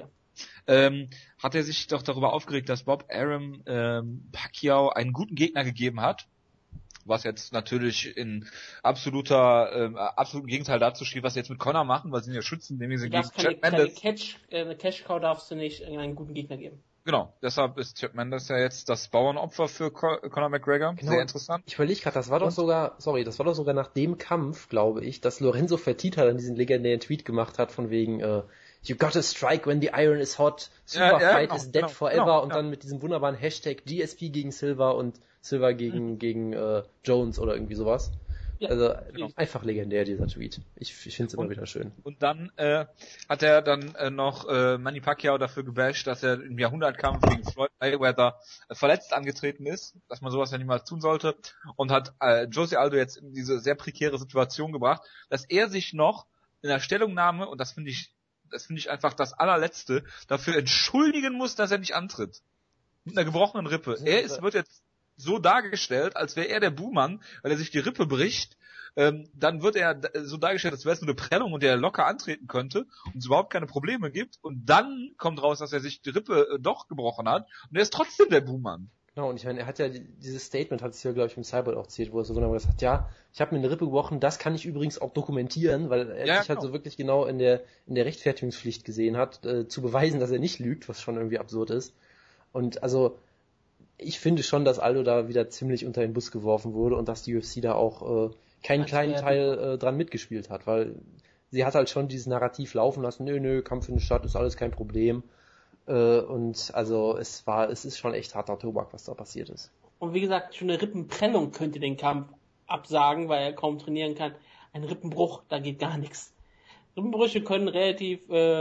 Hat er sich doch darüber aufgeregt, dass Bob Arum Pacquiao einen guten Gegner gegeben hat. Was jetzt natürlich in absoluten Gegenteil dazu steht, was sie jetzt mit Conor machen, weil sie sind ja Schützen, indem sie gegen Chad Mendes... Eine Cash-Cow darfst du nicht einen guten Gegner geben. Genau, deshalb ist Chad Mendes ja jetzt das Bauernopfer für Conor McGregor. Genau. Sehr interessant. Ich überlege gerade, das war doch sogar nach dem Kampf, glaube ich, dass Lorenzo Fertitta dann diesen legendären Tweet gemacht hat, von wegen, you gotta strike when the iron is hot, super fight is dead forever, und dann mit diesem wunderbaren Hashtag GSP gegen Silver und Silver gegen Jones oder irgendwie sowas. Ja, also einfach legendär, dieser Tweet. Ich finde es immer wieder schön. Und dann hat er dann noch Manny Pacquiao dafür gebasht, dass er im Jahrhundertkampf gegen Floyd Mayweather verletzt angetreten ist, dass man sowas ja niemals tun sollte, und hat Jose Aldo jetzt in diese sehr prekäre Situation gebracht, dass er sich noch in der Stellungnahme, und das finde ich einfach das allerletzte, dafür entschuldigen muss, dass er nicht antritt. Mit einer gebrochenen Rippe. Wird jetzt so dargestellt, als wäre er der Buhmann, weil er sich die Rippe bricht. Dann wird er so dargestellt, als wäre es nur eine Prellung und er locker antreten könnte und es überhaupt keine Probleme gibt. Und dann kommt raus, dass er sich die Rippe doch gebrochen hat und er ist trotzdem der Buhmann. Genau, und ich meine, er hat ja dieses Statement, hat es ja, glaube ich, im Cyborg auch erzählt, wo er so wunderbar gesagt hat, ja, ich habe mir eine Rippe gebrochen, das kann ich übrigens auch dokumentieren, weil er sich halt so wirklich genau in der Rechtfertigungspflicht gesehen hat, zu beweisen, dass er nicht lügt, was schon irgendwie absurd ist. Und also, ich finde schon, dass Aldo da wieder ziemlich unter den Bus geworfen wurde und dass die UFC da auch keinen kleinen Teil dran mitgespielt hat, weil sie hat halt schon dieses Narrativ laufen lassen, nö, Kampf in der Stadt ist alles kein Problem. Und also es ist schon echt harter Tobak, was da passiert ist. Und wie gesagt, schon eine Rippenprellung könnte den Kampf absagen, weil er kaum trainieren kann. Ein Rippenbruch, da geht gar nichts. Rippenbrüche können relativ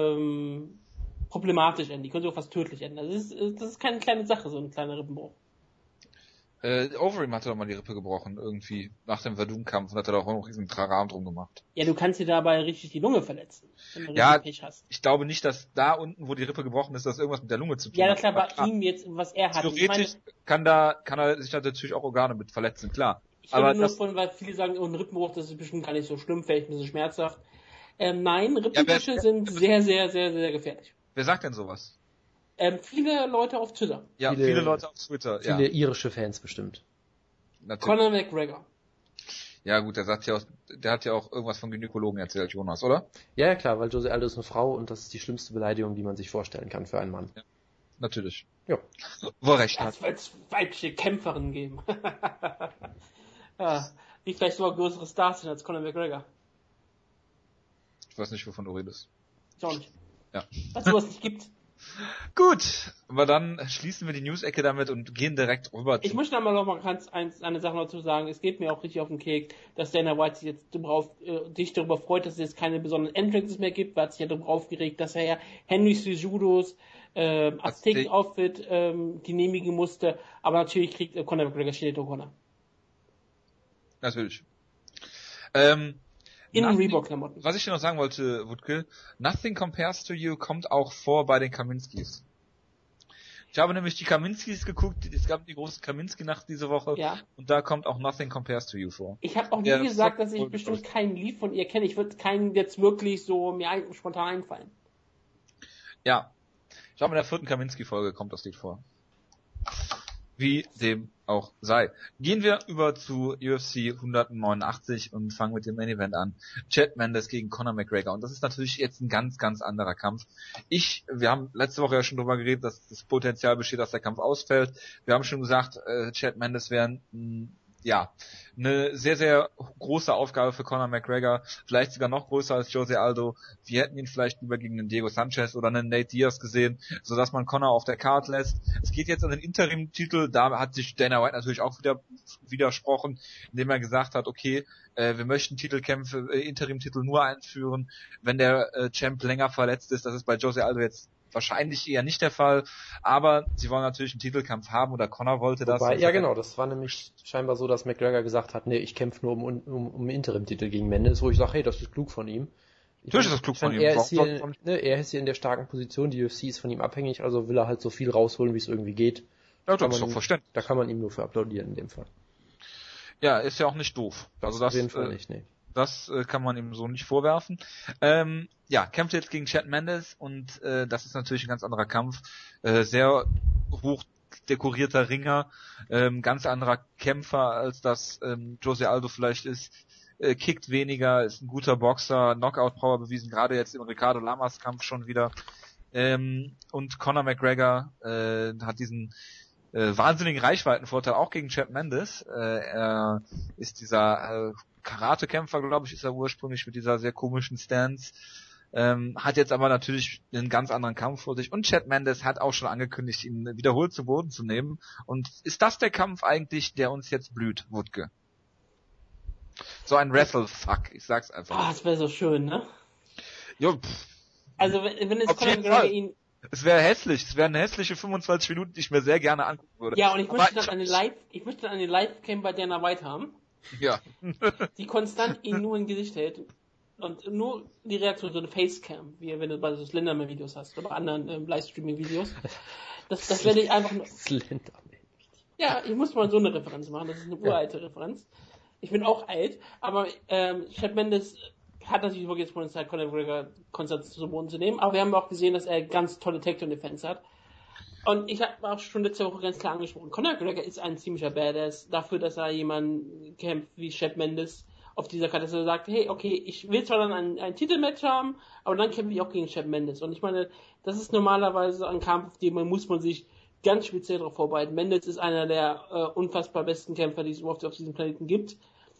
problematisch enden, die können sogar fast tödlich enden. Das ist keine kleine Sache, so ein kleiner Rippenbruch. Overeem hatte doch mal die Rippe gebrochen, irgendwie, nach dem Verdun-Kampf, und hat er doch auch noch einen riesen Trarahm drum gemacht. Ja, du kannst dir dabei richtig die Lunge verletzen, wenn du Pech hast. Ich glaube nicht, dass da unten, wo die Rippe gebrochen ist, das irgendwas mit der Lunge zu tun hat. Ja, klar, bei ihm jetzt, was er hat. Theoretisch kann er sich da natürlich auch Organe mit verletzen, klar. Ich rede nur von, weil viele sagen, ein Rippenbruch, das ist bestimmt gar nicht so schlimm, vielleicht ein bisschen schmerzhaft. Nein, Rippenbrüche sind sehr, sehr, sehr, sehr gefährlich. Wer sagt denn sowas? Viele Leute auf Twitter. Ja, viele Leute auf Twitter, Viele irische Fans bestimmt. Natürlich. Conor McGregor. Ja gut, der hat ja auch irgendwas von Gynäkologen erzählt, Jonas, oder? Ja, klar, weil Jose Aldo ist eine Frau und das ist die schlimmste Beleidigung, die man sich vorstellen kann für einen Mann. Ja, natürlich. Ja. Wo er recht hat. Es wird weibliche Kämpferin geben. Ja, die vielleicht sogar größere Stars sind als Conor McGregor. Ich weiß nicht, wovon du redest. Ich auch nicht. Ja. Was sowas nicht gibt. Gut, aber dann schließen wir die News-Ecke damit und gehen direkt rüber Ich möchte aber noch mal ganz eine Sache dazu sagen. Es geht mir auch richtig auf den Keks, dass Dana White sich jetzt dich darüber freut, dass es jetzt keine besonderen Entrances mehr gibt, weil er sich ja darüber aufgeregt, dass er ja Henry Cejudos Azteken-Outfit genehmigen musste, aber natürlich kriegt Conor McGregor Shinny O'Connor. Natürlich. In Reebok-Klamotten. Was ich dir noch sagen wollte, Wutke, Nothing Compares to You kommt auch vor bei den Kaminskis. Ich habe nämlich die Kaminskis geguckt, es gab die große Kaminski-Nacht diese Woche, ja. Und da kommt auch Nothing Compares to You vor. Ich habe auch nie gesagt, dass ich bestimmt keinen Lied von ihr kenne. Ich würde keinen jetzt wirklich so mir spontan einfallen. Ja, ich glaube in der 4. Kaminski-Folge kommt das Lied vor. Wie dem auch sei. Gehen wir über zu UFC 189 und fangen mit dem Main Event an. Chad Mendes gegen Conor McGregor. Und das ist natürlich jetzt ein ganz, ganz anderer Kampf. Wir haben letzte Woche ja schon drüber geredet, dass das Potenzial besteht, dass der Kampf ausfällt. Wir haben schon gesagt, Chad Mendes wäre eine sehr, sehr große Aufgabe für Conor McGregor, vielleicht sogar noch größer als Jose Aldo. Wir hätten ihn vielleicht lieber gegen einen Diego Sanchez oder einen Nate Diaz gesehen, sodass man Conor auf der Card lässt. Es geht jetzt an den Interim-Titel, da hat sich Dana White natürlich auch wieder widersprochen, indem er gesagt hat, okay, wir möchten Interim-Titel nur einführen, wenn der Champ länger verletzt ist. Das ist bei Jose Aldo jetzt wahrscheinlich eher nicht der Fall, aber sie wollen natürlich einen Titelkampf haben oder Conor wollte das. Ja genau, das war nämlich scheinbar so, dass McGregor gesagt hat, nee, ich kämpfe nur um Interim-Titel gegen Mendes, wo ich sage, hey, das ist klug von ihm. Natürlich ist das klug von ihm. Er ist hier in der starken Position, die UFC ist von ihm abhängig, also will er halt so viel rausholen, wie es irgendwie geht. Ja, das ist doch verständlich. Da kann man ihm nur für applaudieren in dem Fall. Ja, ist ja auch nicht doof. Also das auf jeden Fall nicht, nee. Das kann man ihm so nicht vorwerfen. Kämpft jetzt gegen Chad Mendes und das ist natürlich ein ganz anderer Kampf. Sehr hoch dekorierter Ringer, ganz anderer Kämpfer als das Jose Aldo vielleicht ist. Kickt weniger, ist ein guter Boxer, Knockout-Power bewiesen, gerade jetzt im Ricardo Lamas Kampf schon wieder. Und Conor McGregor hat diesen wahnsinnigen Reichweitenvorteil auch gegen Chad Mendes. Er ist dieser Karatekämpfer, glaube ich, ist er ursprünglich mit dieser sehr komischen Stance. Hat jetzt aber natürlich einen ganz anderen Kampf vor sich. Und Chad Mendes hat auch schon angekündigt, ihn wiederholt zu Boden zu nehmen. Und ist das der Kampf eigentlich, der uns jetzt blüht, Wutke? So ein Wrestle-Fuck, ich sag's einfach. Ah, das wäre so schön, ne? Jo, also wenn es Conor McGregor ihn... Es wäre hässlich, es wären hässliche 25 Minuten, die ich mir sehr gerne angucken würde. Ja, und ich möchte dann eine Live-Cam bei Dana White haben. Ja. Die konstant ihn nur im Gesicht hält. Und nur die Reaktion, so eine Facecam, wie wenn du bei so Slenderman-Videos hast oder bei anderen Livestreaming-Videos. Das werde ich einfach nur... Slenderman. Ja, ich muss mal so eine Referenz machen, das ist eine uralte Referenz. Ich bin auch alt, aber Chad Mendes hat natürlich wirklich jetzt Potenzial, Conor McGregor konstant zu Boden zu nehmen, aber wir haben auch gesehen, dass er ganz tolle Takedown-Defense hat. Und ich habe auch schon letzte Woche ganz klar angesprochen, Conor McGregor ist ein ziemlicher Badass dafür, dass er jemanden kämpft wie Chad Mendes auf dieser Karte, dass er sagt, hey, okay, ich will zwar dann ein Titelmatch haben, aber dann kämpfe ich auch gegen Chad Mendes. Und ich meine, das ist normalerweise ein Kampf, auf den muss man sich ganz speziell darauf vorbereiten. Mendes ist einer der unfassbar besten Kämpfer, die es überhaupt auf diesem Planeten gibt.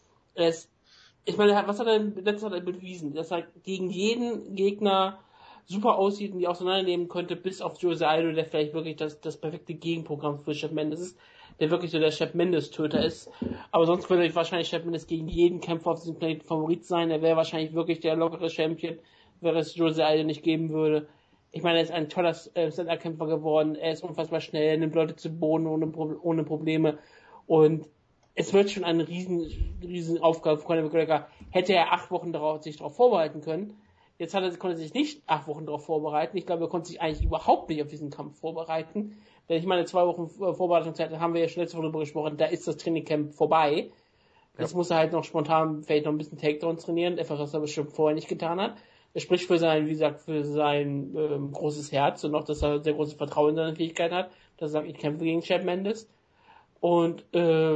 Ich meine, was hat er letztes Mal bewiesen? Dass er gegen jeden Gegner super aussieht und die auseinandernehmen könnte, bis auf Jose Aldo, der vielleicht wirklich das perfekte Gegenprogramm für Chad Mendes ist, der wirklich so der Chad Mendes-Töter ist. Aber sonst würde wahrscheinlich Chad Mendes gegen jeden Kämpfer auf diesem Planeten Favorit sein. Er wäre wahrscheinlich wirklich der lockere Champion, wäre es Jose Aldo nicht geben würde. Ich meine, er ist ein toller Stand-Up-Kämpfer geworden, er ist unfassbar schnell, er nimmt Leute zu Boden ohne Probleme und es wird schon eine riesen Aufgabe für Conor McGregor. Hätte er 8 Wochen sich darauf vorbereiten können. Jetzt konnte er sich nicht 8 Wochen darauf vorbereiten. Ich glaube, er konnte sich eigentlich überhaupt nicht auf diesen Kampf vorbereiten. Denn ich meine, 2 Wochen Vorbereitungszeit, da haben wir ja schon letzte Woche darüber gesprochen, da ist das Trainingcamp vorbei. Jetzt muss er halt noch spontan vielleicht noch ein bisschen Takedown trainieren, etwas, was er bestimmt vorher nicht getan hat. Er spricht für sein großes Herz und auch, dass er sehr großes Vertrauen in seine Fähigkeit hat, dass er sagt, ich kämpfe gegen Chad Mendes. Und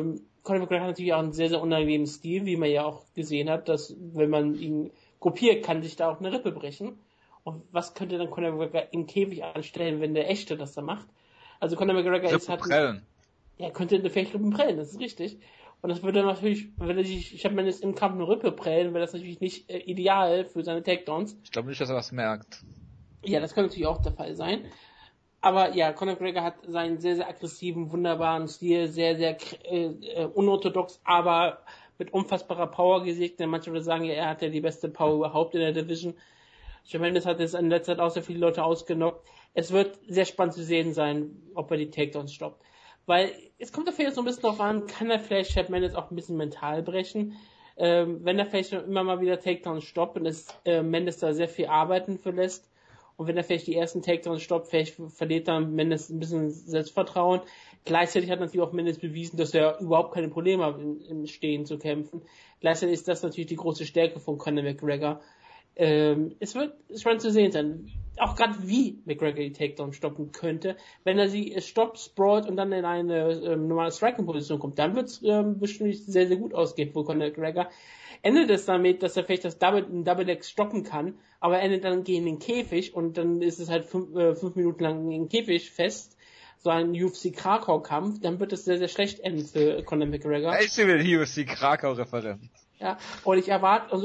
Conor McGregor hat natürlich auch einen sehr, sehr unangenehmen Stil, wie man ja auch gesehen hat, dass wenn man ihn kopiert, kann sich da auch eine Rippe brechen. Und was könnte dann Conor McGregor im Käfig anstellen, wenn der Echte das da macht? Also Conor McGregor könnte eine Fechtlippe prellen, das ist richtig. Und das würde natürlich, wenn er sich, ich habe mir das im Kampf eine Rippe prellen, wäre das natürlich nicht ideal für seine Takedowns. Ich glaube nicht, dass er das merkt. Ja, das könnte natürlich auch der Fall sein. Aber ja, Conor McGregor hat seinen sehr, sehr aggressiven, wunderbaren Stil, sehr, sehr unorthodox, aber mit unfassbarer Power gesegnet. Manche würden sagen, ja, er hat ja die beste Power überhaupt in der Division. Shawn Mendes hat jetzt in letzter Zeit auch sehr viele Leute ausgenockt. Es wird sehr spannend zu sehen sein, ob er die Takedowns stoppt. Weil es kommt dafür jetzt so ein bisschen drauf an, kann er vielleicht Shawn Mendes auch ein bisschen mental brechen. Wenn er vielleicht immer mal wieder Takedowns stoppt und es Mendes da sehr viel arbeiten für lässt, und wenn er vielleicht die ersten Takedowns stoppt, vielleicht verliert dann Mendes ein bisschen Selbstvertrauen. Gleichzeitig hat natürlich auch Mendes bewiesen, dass er überhaupt keine Probleme hat, im Stehen zu kämpfen. Gleichzeitig ist das natürlich die große Stärke von Conor McGregor. Es wird spannend zu sehen sein, auch gerade wie McGregor die Takedowns stoppen könnte. Wenn er sie stoppt, sprawlt und dann in eine normale Striking-Position kommt, dann wird es bestimmt sehr, sehr gut ausgehen für Conor McGregor. Endet es damit, dass er vielleicht das Double Leg stoppen kann, aber endet dann gegen den Käfig und dann ist es halt 5 Minuten lang in den Käfig fest, so ein UFC-Krakau-Kampf, dann wird es sehr, sehr schlecht enden für Conor McGregor. Ich bin der UFC-Krakau-Referent. Ja, und ich erwarte,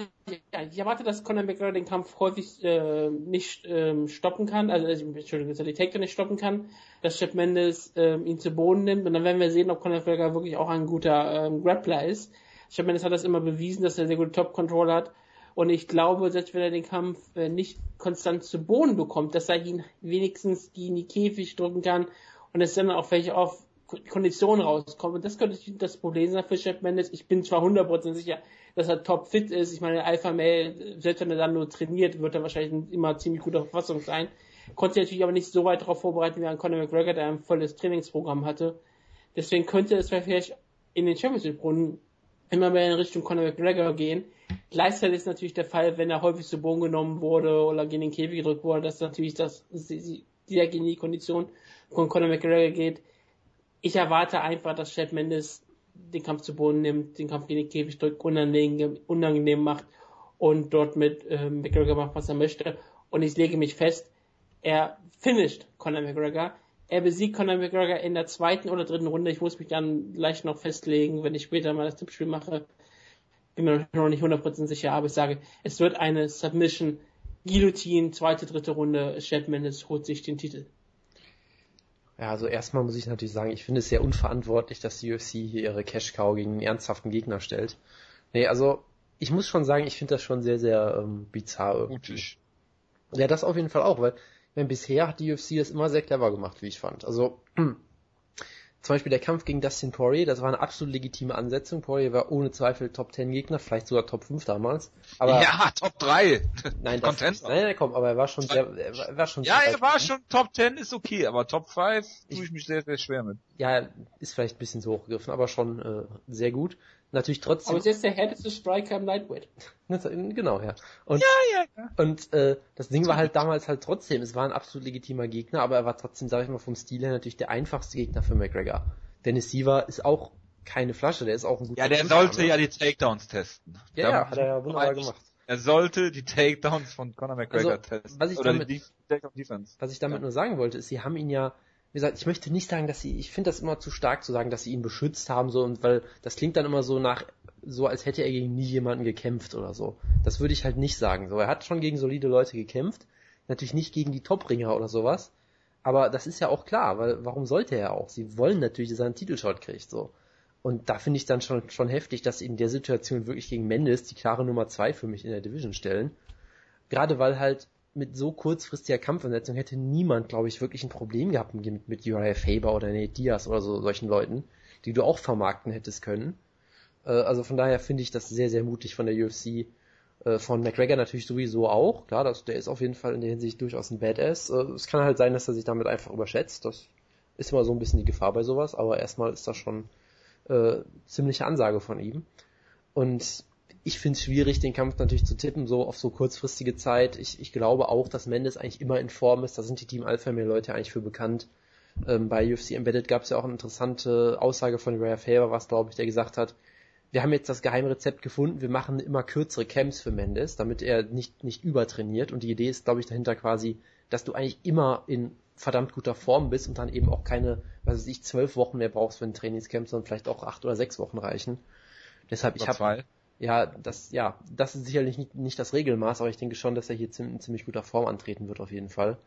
dass Conor McGregor den Kampf häufig nicht stoppen kann, Entschuldigung, dass er die Takedown nicht stoppen kann, dass Chad Mendes ihn zu Boden nimmt und dann werden wir sehen, ob Conor McGregor wirklich auch ein guter Grappler ist. Chad Mendes hat das immer bewiesen, dass er sehr gute Top-Control hat und ich glaube, selbst wenn er den Kampf nicht konstant zu Boden bekommt, dass er ihn wenigstens gegen die Käfig drücken kann und es dann auch vielleicht auf Konditionen rauskommen. Und das könnte das Problem sein für Chad Mendes. Ich bin zwar 100% sicher, dass er top fit ist. Ich meine, Alpha Male, selbst wenn er dann nur trainiert, wird er wahrscheinlich immer ziemlich guter Verfassung sein. Konnte sich natürlich aber nicht so weit darauf vorbereiten wie ein Conor McGregor, der ein volles Trainingsprogramm hatte. Deswegen könnte es vielleicht in den Championship-Runden immer mehr in Richtung Conor McGregor gehen. Gleichzeitig ist natürlich der Fall, wenn er häufig zu Boden genommen wurde oder gegen den Käfig gedrückt wurde, dass natürlich sehr gegen die Kondition von Conor McGregor geht. Ich erwarte einfach, dass Chad Mendes den Kampf zu Boden nimmt, den Kampf gegen den Käfig drückt, unangenehm macht und dort mit McGregor macht, was er möchte. Und ich lege mich fest, er finisht Conor McGregor. Er besiegt Conor McGregor in der 2. oder 3. Runde. Ich muss mich dann gleich noch festlegen, wenn ich später mal das Tippspiel mache. Bin mir noch nicht 100% sicher, aber ich sage, es wird eine Submission, Guillotine, 2., 3. Runde. Chad Mendes holt sich den Titel. Ja, also erstmal muss ich natürlich sagen, ich finde es sehr unverantwortlich, dass die UFC hier ihre Cash-Cow gegen einen ernsthaften Gegner stellt. Nee, also ich muss schon sagen, ich finde das schon sehr, sehr bizarr irgendwie. Mutig. Ja, das auf jeden Fall auch, weil bisher hat die UFC das immer sehr clever gemacht, wie ich fand. Also zum Beispiel der Kampf gegen Dustin Poirier, das war eine absolut legitime Ansetzung. Poirier war ohne Zweifel Top 10 Gegner, vielleicht sogar Top 5 damals. Aber ja, Top 3. Nein, komm, aber er war schon er war schon Top 10, ist okay, aber Top 5 tue ich mich sehr, sehr schwer mit. Ja, ist vielleicht ein bisschen so hochgegriffen, aber schon sehr gut. Natürlich trotzdem. Aber es ist der härteste Striker im Lightweight. Genau, ja. Und, ja. Und das Ding war halt damals halt trotzdem, es war ein absolut legitimer Gegner, aber er war trotzdem, sag ich mal, vom Stil her natürlich der einfachste Gegner für McGregor. Dennis Siver ist auch keine Flasche, der ist auch ein guter Ja, der sollte ja die Takedowns testen. Ja, hat er ja wunderbar gemacht. Er sollte die Takedowns von Conor McGregor testen. Was ich damit nur sagen wollte, ist, sie haben ihn ja, wie gesagt, ich möchte nicht sagen, ich finde das immer zu stark zu sagen, dass sie ihn beschützt haben, so, und weil das klingt dann immer so als hätte er gegen nie jemanden gekämpft oder so. Das würde ich halt nicht sagen. So, er hat schon gegen solide Leute gekämpft, natürlich nicht gegen die Top-Ringer oder sowas, aber das ist ja auch klar, weil warum sollte er auch? Sie wollen natürlich, dass er einen Titelshot kriegt, so. Und da finde ich dann schon heftig, dass sie in der Situation wirklich gegen Mendes die klare Nummer 2 für mich in der Division stellen. Gerade weil halt mit so kurzfristiger Kampfansetzung hätte niemand, glaube ich, wirklich ein Problem gehabt mit Uriah Faber oder Nate Diaz oder so solchen Leuten, die du auch vermarkten hättest können. Also von daher finde ich das sehr, sehr mutig von der UFC. Von McGregor natürlich sowieso auch. Klar, der ist auf jeden Fall in der Hinsicht durchaus ein Badass. Es kann halt sein, dass er sich damit einfach überschätzt. Das ist immer so ein bisschen die Gefahr bei sowas. Aber erstmal ist das schon ziemliche Ansage von ihm. Und ich finde es schwierig, den Kampf natürlich zu tippen, so auf so kurzfristige Zeit. Ich glaube auch, dass Mendes eigentlich immer in Form ist. Da sind die Team Alpha Male Leute eigentlich für bekannt. Bei UFC Embedded gab es ja auch eine interessante Aussage von Ray Faber, was glaube ich, der gesagt hat, wir haben jetzt das Geheimrezept gefunden, wir machen immer kürzere Camps für Mendes, damit er nicht übertrainiert, und die Idee ist, glaube ich, dahinter quasi, dass du eigentlich immer in verdammt guter Form bist und dann eben auch keine, 12 Wochen mehr brauchst für ein Trainingscamp, sondern vielleicht auch 8 oder 6 Wochen reichen. Deshalb, das ist sicherlich nicht das Regelmaß, aber ich denke schon, dass er hier in ziemlich guter Form antreten wird, auf jeden Fall.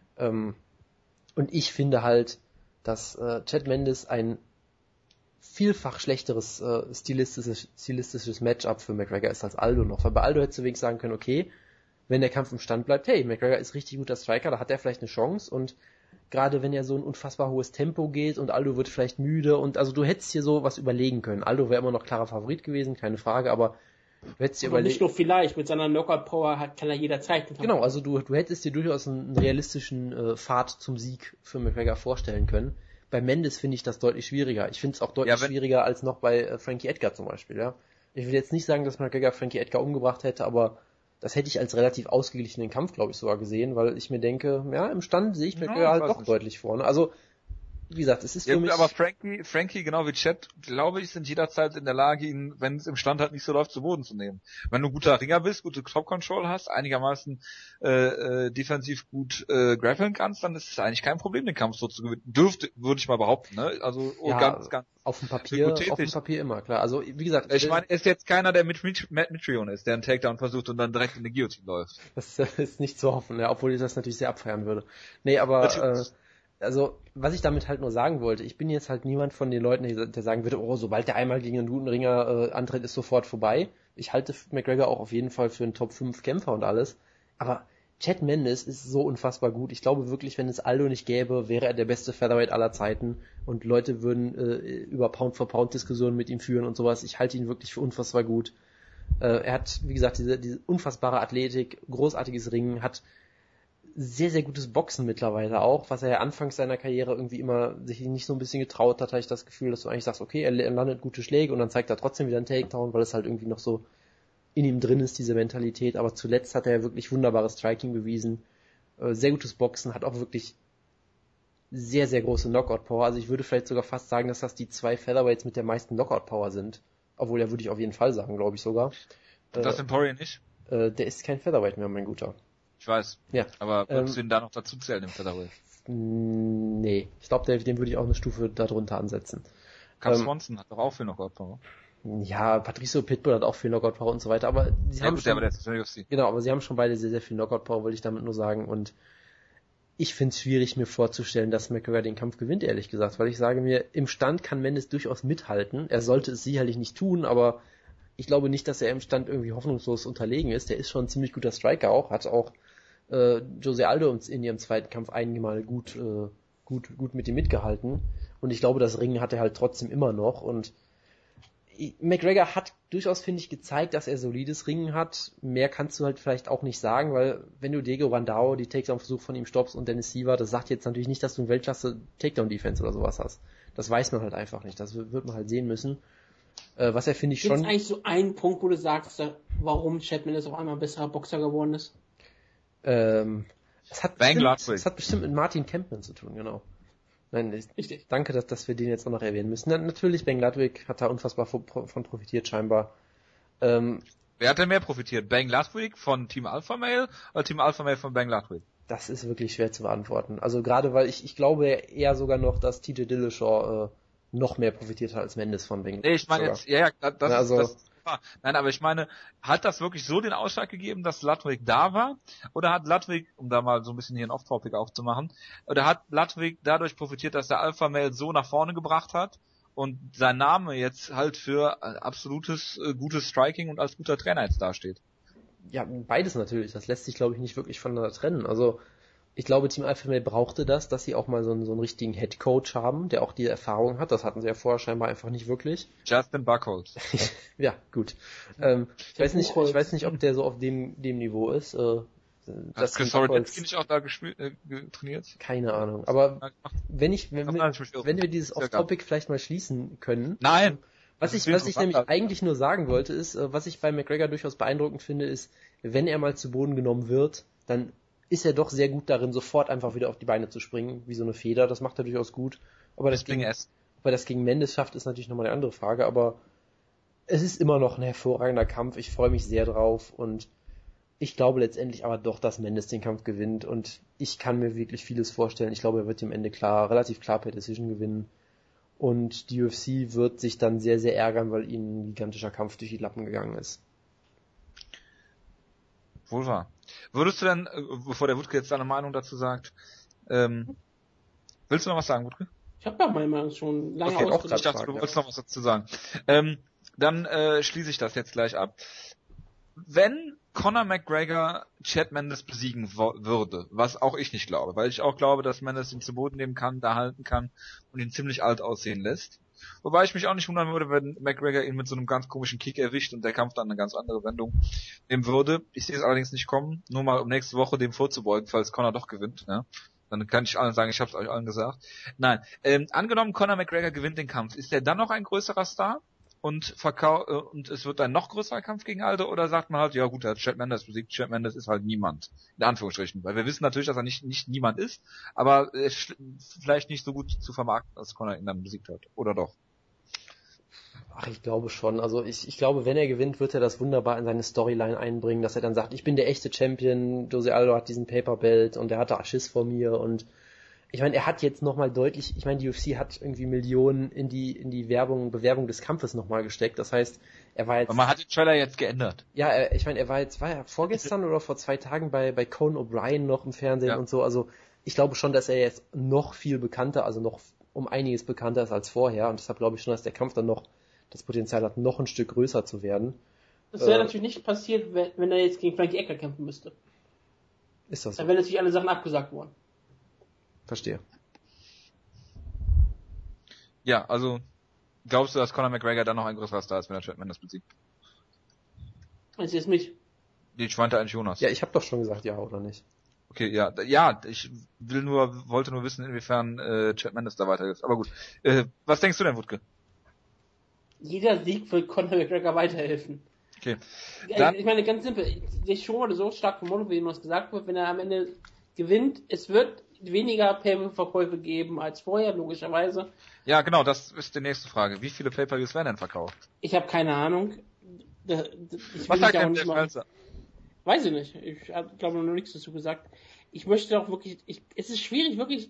Und ich finde halt, dass Chad Mendes ein vielfach schlechteres stilistisches Matchup für McGregor ist als Aldo noch. Weil bei Aldo hättest du wenigstens sagen können, okay, wenn der Kampf im Stand bleibt, hey, McGregor ist richtig guter Striker, da hat er vielleicht eine Chance, und gerade wenn er so ein unfassbar hohes Tempo geht und Aldo wird vielleicht müde, und also du hättest hier so was überlegen können. Aldo wäre immer noch klarer Favorit gewesen, keine Frage, aber du hättest dir überlegt. Nicht nur vielleicht, mit seiner Knockout-Power kann er jederzeit. Genau, also du hättest dir durchaus einen realistischen Pfad zum Sieg für McGregor vorstellen können. Bei Mendes finde ich das deutlich schwieriger. Ich finde es auch deutlich schwieriger als noch bei Frankie Edgar zum Beispiel, ja. Ich will jetzt nicht sagen, dass McGregor Frankie Edgar umgebracht hätte, aber das hätte ich als relativ ausgeglichenen Kampf, glaube ich, sogar gesehen, weil ich mir denke, ja, im Stand sehe ich McGregor halt doch deutlich vorne. Also, wie gesagt, es ist für mich... Aber Frankie, genau wie Chad, glaube ich, sind jederzeit in der Lage, ihn, wenn es im Stand halt nicht so läuft, zu Boden zu nehmen. Wenn du guter Ringer bist, gute Top-Control hast, einigermaßen defensiv gut grappeln kannst, dann ist es eigentlich kein Problem, den Kampf so zu gewinnen. Würde ich mal behaupten, ne? Also ganz auf dem Papier immer, klar. Also, wie gesagt... Ich meine, er ist jetzt keiner, der mit Matt Mitrione ist, der einen Takedown versucht und dann direkt in die Guillotine läuft. Das ist nicht zu hoffen, ja, obwohl ich das natürlich sehr abfeiern würde. Nee, aber... Also, was ich damit halt nur sagen wollte, ich bin jetzt halt niemand von den Leuten, der sagen würde, oh, sobald der einmal gegen einen guten Ringer antritt, ist sofort vorbei. Ich halte McGregor auch auf jeden Fall für einen Top-5-Kämpfer und alles. Aber Chad Mendes ist so unfassbar gut. Ich glaube wirklich, wenn es Aldo nicht gäbe, wäre er der beste Featherweight aller Zeiten und Leute würden über Pound-for-Pound-Diskussionen mit ihm führen und sowas. Ich halte ihn wirklich für unfassbar gut. Er hat, wie gesagt, diese unfassbare Athletik, großartiges Ringen, hat sehr, sehr gutes Boxen mittlerweile auch, was er ja anfangs seiner Karriere irgendwie immer sich nicht so ein bisschen getraut hat, hatte ich das Gefühl, dass du eigentlich sagst, okay, er landet gute Schläge und dann zeigt er trotzdem wieder einen Takedown, weil es halt irgendwie noch so in ihm drin ist, diese Mentalität, aber zuletzt hat er ja wirklich wunderbares Striking bewiesen, sehr gutes Boxen, hat auch wirklich sehr, sehr große Knockout-Power, also ich würde vielleicht sogar fast sagen, dass das die 2 Featherweights mit der meisten Knockout-Power sind, obwohl, ja, würde ich auf jeden Fall sagen, glaube ich sogar. Das in Poirier nicht? Der ist kein Featherweight mehr, mein Guter. Ich weiß. Ja. Aber würdest du ihn da noch dazu zählen im Featherweight? Nee. Ich glaube, den würde ich auch eine Stufe darunter ansetzen. Cub Swanson hat doch auch viel Knockout-Power. Ja, Patricio Pitbull hat auch viel Knockout-Power und so weiter, aber sie haben schon... aber der ist in der UFC. Genau, aber sie haben schon beide sehr, sehr viel Knockout-Power, wollte ich damit nur sagen, und ich finde es schwierig, mir vorzustellen, dass McGregor den Kampf gewinnt, ehrlich gesagt, weil ich sage mir, im Stand kann Mendes durchaus mithalten. Er sollte es sicherlich nicht tun, aber ich glaube nicht, dass er im Stand irgendwie hoffnungslos unterlegen ist. Der ist schon ein ziemlich guter Striker auch, hat auch Jose Aldo in ihrem zweiten Kampf einmal gut mit ihm mitgehalten. Und ich glaube, das Ringen hat er halt trotzdem immer noch. Und McGregor hat durchaus, finde ich, gezeigt, dass er solides Ringen hat. Mehr kannst du halt vielleicht auch nicht sagen, weil wenn du Diego Brandao die Takedown-Versuch von ihm stoppst und Dennis Siver, das sagt jetzt natürlich nicht, dass du eine Weltklasse-Takedown-Defense oder sowas hast. Das weiß man halt einfach nicht. Das wird man halt sehen müssen. Was er, finde ich, schon... Gibt es eigentlich so einen Punkt, wo du sagst, warum Chad Mendes auf einmal ein besserer Boxer geworden ist? Es hat bestimmt mit Martin Kempman zu tun, genau. Nein, danke, dass wir den jetzt auch noch erwähnen müssen. Natürlich, Bang Ludwig hat da unfassbar von profitiert scheinbar. Wer hat denn mehr profitiert? Bang Ludwig von Team Alpha Male oder Team Alpha Male von Bang Ludwig? Das ist wirklich schwer zu beantworten. Also gerade, weil ich glaube eher sogar noch, dass TJ Dillashaw noch mehr profitiert hat als Mendes von Bang. Nee, ich meine jetzt, das nein, aber ich meine, hat das wirklich so den Ausschlag gegeben, dass Ludwig da war? Oder hat Ludwig, um da mal so ein bisschen hier ein Off-Topic aufzumachen, oder hat Ludwig dadurch profitiert, dass der Alpha Male so nach vorne gebracht hat und sein Name jetzt halt für absolutes gutes Striking und als guter Trainer jetzt dasteht? Ja, beides natürlich. Das lässt sich, glaube ich, nicht wirklich voneinander trennen. Also ich glaube, Team Alpha Male brauchte das, dass sie auch mal so einen richtigen Head-Coach haben, der auch die Erfahrung hat. Das hatten sie ja vorher scheinbar einfach nicht wirklich. Justin Buchholz. Ja, gut. Ich weiß nicht, ob der so auf dem Niveau ist. Hat Chris Horodetsky nicht auch da trainiert? Keine Ahnung. Aber wenn wir dieses Off-Topic vielleicht mal schließen können. Nein! Was ich nämlich eigentlich nur sagen wollte, ist, was ich bei McGregor durchaus beeindruckend finde, ist, wenn er mal zu Boden genommen wird, dann ist er doch sehr gut darin, sofort einfach wieder auf die Beine zu springen, wie so eine Feder. Das macht er durchaus gut. Aber das gegen Mendes schafft, ist natürlich nochmal eine andere Frage. Aber es ist immer noch ein hervorragender Kampf. Ich freue mich sehr drauf und ich glaube letztendlich aber doch, dass Mendes den Kampf gewinnt und ich kann mir wirklich vieles vorstellen. Ich glaube, er wird am Ende relativ klar per Decision gewinnen und die UFC wird sich dann sehr, sehr ärgern, weil ihnen ein gigantischer Kampf durch die Lappen gegangen ist. Wohl wahr. Würdest du denn, bevor der Wutke jetzt seine Meinung dazu sagt, willst du noch was sagen, Wutke? Ich habe ja meine Meinung schon lange ausgedrückt. Ich dachte, du wolltest noch was dazu sagen. Dann schließe ich das jetzt gleich ab. Wenn Conor McGregor Chad Mendes besiegen würde, was auch ich nicht glaube, weil ich auch glaube, dass Mendes ihn zu Boden nehmen kann, da halten kann und ihn ziemlich alt aussehen lässt. Wobei ich mich auch nicht wundern würde, wenn McGregor ihn mit so einem ganz komischen Kick erwischt und der Kampf dann eine ganz andere Wendung nehmen würde. Ich sehe es allerdings nicht kommen, nur mal um nächste Woche dem vorzubeugen, falls Conor doch gewinnt. Ja? Dann kann ich allen sagen, ich habe es euch allen gesagt. Nein, angenommen Conor McGregor gewinnt den Kampf, ist der dann noch ein größerer Star? Und es wird ein noch größerer Kampf gegen Aldo, oder sagt man halt, ja gut, er hat Chad Mendes besiegt, Chad Mendes ist halt niemand. In Anführungsstrichen. Weil wir wissen natürlich, dass er nicht niemand ist, aber er ist vielleicht nicht so gut zu vermarkten, als Conor ihn dann besiegt hat. Oder doch? Ach, ich glaube schon. Also ich glaube, wenn er gewinnt, wird er das wunderbar in seine Storyline einbringen, dass er dann sagt, ich bin der echte Champion, Jose Aldo hat diesen Paper-Belt und er hatte Schiss vor mir und ich meine, er hat jetzt nochmal deutlich, ich meine, die UFC hat irgendwie Millionen in die Bewerbung des Kampfes nochmal gesteckt. Das heißt, er war jetzt... Aber man hat den Trailer jetzt geändert. Ja, ich meine, war er vorgestern oder vor 2 Tagen bei Conan O'Brien noch im Fernsehen und so. Also ich glaube schon, dass er jetzt noch viel bekannter, also noch um einiges bekannter ist als vorher. Und deshalb glaube ich schon, dass der Kampf dann noch das Potenzial hat, noch ein Stück größer zu werden. Das wäre natürlich nicht passiert, wenn er jetzt gegen Frankie Edgar kämpfen müsste. Ist das so? Dann wären natürlich alle Sachen abgesagt worden. Verstehe. Ja, also glaubst du, dass Conor McGregor dann noch ein größerer Star ist, wenn er Chad Mendes besiegt? Meinst du jetzt mich? Ich meinte eigentlich Jonas. Ja, ich habe doch schon gesagt, ja oder nicht. Okay, ja, ich wollte nur wissen, inwiefern Chad Mendes da weiter ist. Aber gut. Was denkst du denn, Wutke? Jeder Sieg wird Conor McGregor weiterhelfen. Okay. Dann, ich meine, ganz simpel, der Show wurde so stark promotet, wie immer es gesagt wird, wenn er am Ende gewinnt, es wird weniger Pay-Per-View-Verkäufe geben als vorher, logischerweise. Ja, genau, das ist die nächste Frage. Wie viele Pay-Per-Views werden denn verkauft? Ich habe keine Ahnung. Was sagt denn der Schmelzer? Weiß ich nicht. Ich habe, glaube noch nichts dazu gesagt. Ich möchte auch wirklich, es ist schwierig, wirklich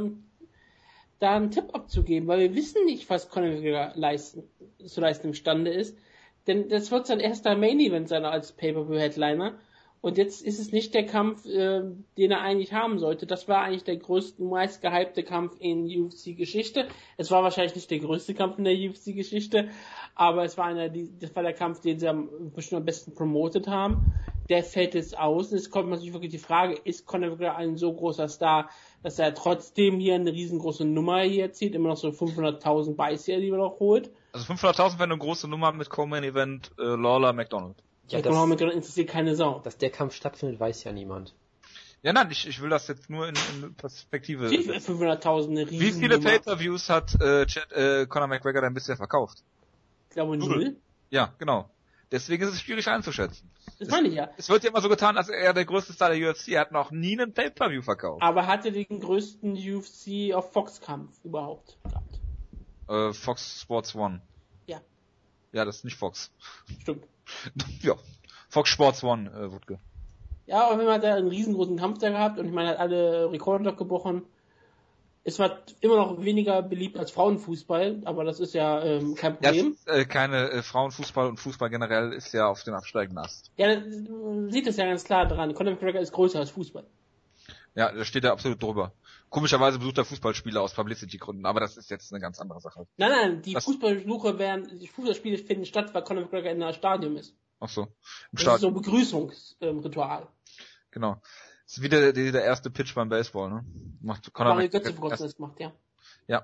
da einen Tipp abzugeben, weil wir wissen nicht, was Conor McGregor zu leisten imstande ist. Denn das wird sein erster Main-Event sein als Pay-Per-View-Headliner. Und jetzt ist es nicht der Kampf, den er eigentlich haben sollte. Das war eigentlich der größte, meist gehypte Kampf in UFC-Geschichte. Es war wahrscheinlich nicht der größte Kampf in der UFC-Geschichte, aber es war das war der Kampf, den sie bestimmt am besten promotet haben. Der fällt jetzt aus. Und es kommt natürlich wirklich die Frage, ist Conor McGregor ein so großer Star, dass er trotzdem hier eine riesengroße Nummer hier erzielt, immer noch so 500.000 Beißer, die man noch holt. Also 500.000 wäre eine große Nummer mit Co-Main-Event Lawler McDonald. Ja, Conor McGregor interessiert keine Sau. Dass der Kampf stattfindet, weiß ja niemand. Ja, nein, ich will das jetzt nur in Perspektive. 500.000 eine riesen Wie viele Pay-Per-Views hat Conor McGregor denn bisher verkauft? Ich glaube 0. Ja, genau. Deswegen ist es schwierig einzuschätzen. Das meine ich ja. Es wird ja immer so getan, als er der größte Star der UFC. Er hat noch nie einen Pay-Per-View verkauft. Aber hatte den größten UFC auf Fox-Kampf überhaupt gehabt. Fox Sports 1. Ja. Ja, das ist nicht Fox. Stimmt. Ja. Fox Sports 1, Wutke. Ja, auf jeden Fall hat er einen riesengroßen Kampf da gehabt und ich meine, er hat alle Rekorde gebrochen. Es war immer noch weniger beliebt als Frauenfußball, aber das ist ja kein Problem. Ja, Frauenfußball und Fußball generell ist ja auf dem absteigenden Ast. Ja, man sieht es ja ganz klar dran. Conor McGregor ist größer als Fußball. Ja, da steht er absolut drüber. Komischerweise besucht er Fußballspiele aus Publicity-Gründen, aber das ist jetzt eine ganz andere Sache. Nein, die Fußballspiele finden statt, weil Conor McGregor in einem Stadion ist. Ach so. Das ist so ein Begrüßungsritual. Genau. Das ist wieder der erste Pitch beim Baseball, ne? Macht Conor Mario Götze vor kurzem das gemacht, ja. Ja.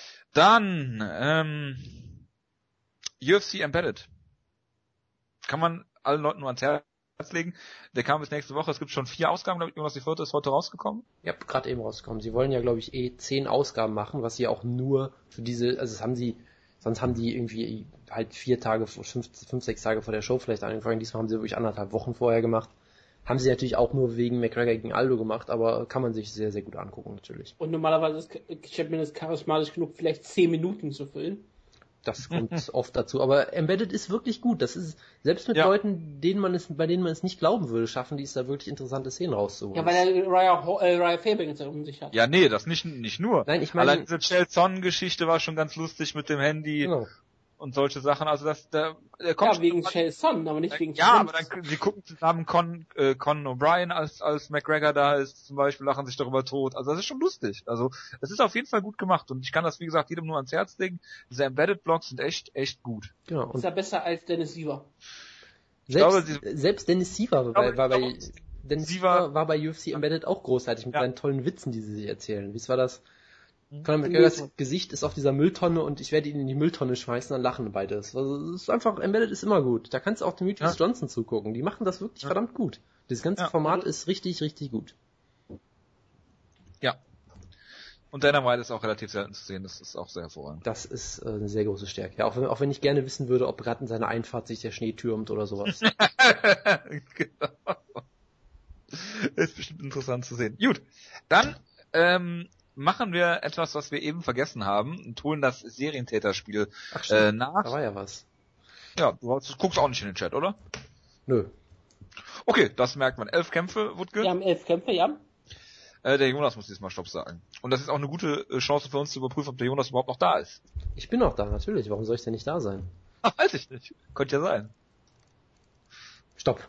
Dann, UFC Embedded. Kann man allen Leuten nur ans Herz legen. Der Kampf ist nächste Woche. Es gibt schon 4 Ausgaben, glaube ich. Jonas, die 4. ist heute rausgekommen. Ja, gerade eben rausgekommen. Sie wollen ja, glaube ich, 10 Ausgaben machen, was sie auch nur für diese, also sonst haben die irgendwie halt 4 Tage, 5, 6 Tage vor der Show vielleicht angefangen. Diesmal haben sie wirklich 1,5 Wochen vorher gemacht. Haben sie natürlich auch nur wegen McGregor gegen Aldo gemacht, aber kann man sich sehr, sehr gut angucken, natürlich. Und normalerweise ist Chapman ist charismatisch genug, vielleicht 10 Minuten zu füllen. Das kommt oft dazu, aber Embedded ist wirklich gut. Das ist, selbst mit Leuten, bei denen man es nicht glauben würde, schaffen die es da wirklich interessante Szenen rauszuholen. Ja, weil er Raya Fairbanks um sich hat. Ja, nee, das nicht nur. Nein, ich meine... Allein diese Chael-Sonnen-Geschichte war schon ganz lustig mit dem Handy. Genau. Und solche Sachen, also der kommt ja, wegen Chael-Sonnen, aber nicht wegen Ja, aber dann, sie gucken zusammen Conan O'Brien als McGregor da ist, zum Beispiel, lachen sich darüber tot. Also das ist schon lustig. Also, es ist auf jeden Fall gut gemacht und ich kann das, wie gesagt, jedem nur ans Herz legen. Diese Embedded-Blogs sind echt gut. Genau. Ist ja besser als Dennis Siever. Selbst Dennis Siever war bei UFC Embedded auch großartig mit seinen tollen Witzen, die sie sich erzählen. Wie war das? Conor McGregors Gesicht ist auf dieser Mülltonne und ich werde ihn in die Mülltonne schmeißen, dann lachen beide. Also, es ist einfach, Embedded ist immer gut. Da kannst du auch Demetrius Johnson zugucken. Die machen das wirklich verdammt gut. Das ganze Format ist richtig, richtig gut. Ja. Und Dana White ist auch relativ selten zu sehen. Das ist auch sehr hervorragend. Das ist eine sehr große Stärke. Ja, auch wenn ich gerne wissen würde, ob gerade in seiner Einfahrt sich der Schnee türmt oder sowas. Genau. Ist bestimmt interessant zu sehen. Gut. Dann, machen wir etwas, was wir eben vergessen haben und holen das Serientäterspiel nach. Da war ja was. Ja, du guckst auch nicht in den Chat, oder? Nö. Okay, das merkt man. 11 Kämpfe, Wutke? Wir haben 11 Kämpfe, ja. Der Jonas muss diesmal Stopp sagen. Und das ist auch eine gute Chance für uns zu überprüfen, ob der Jonas überhaupt noch da ist. Ich bin noch da, natürlich. Warum soll ich denn nicht da sein? Ach, weiß ich nicht. Könnte ja sein. Stopp.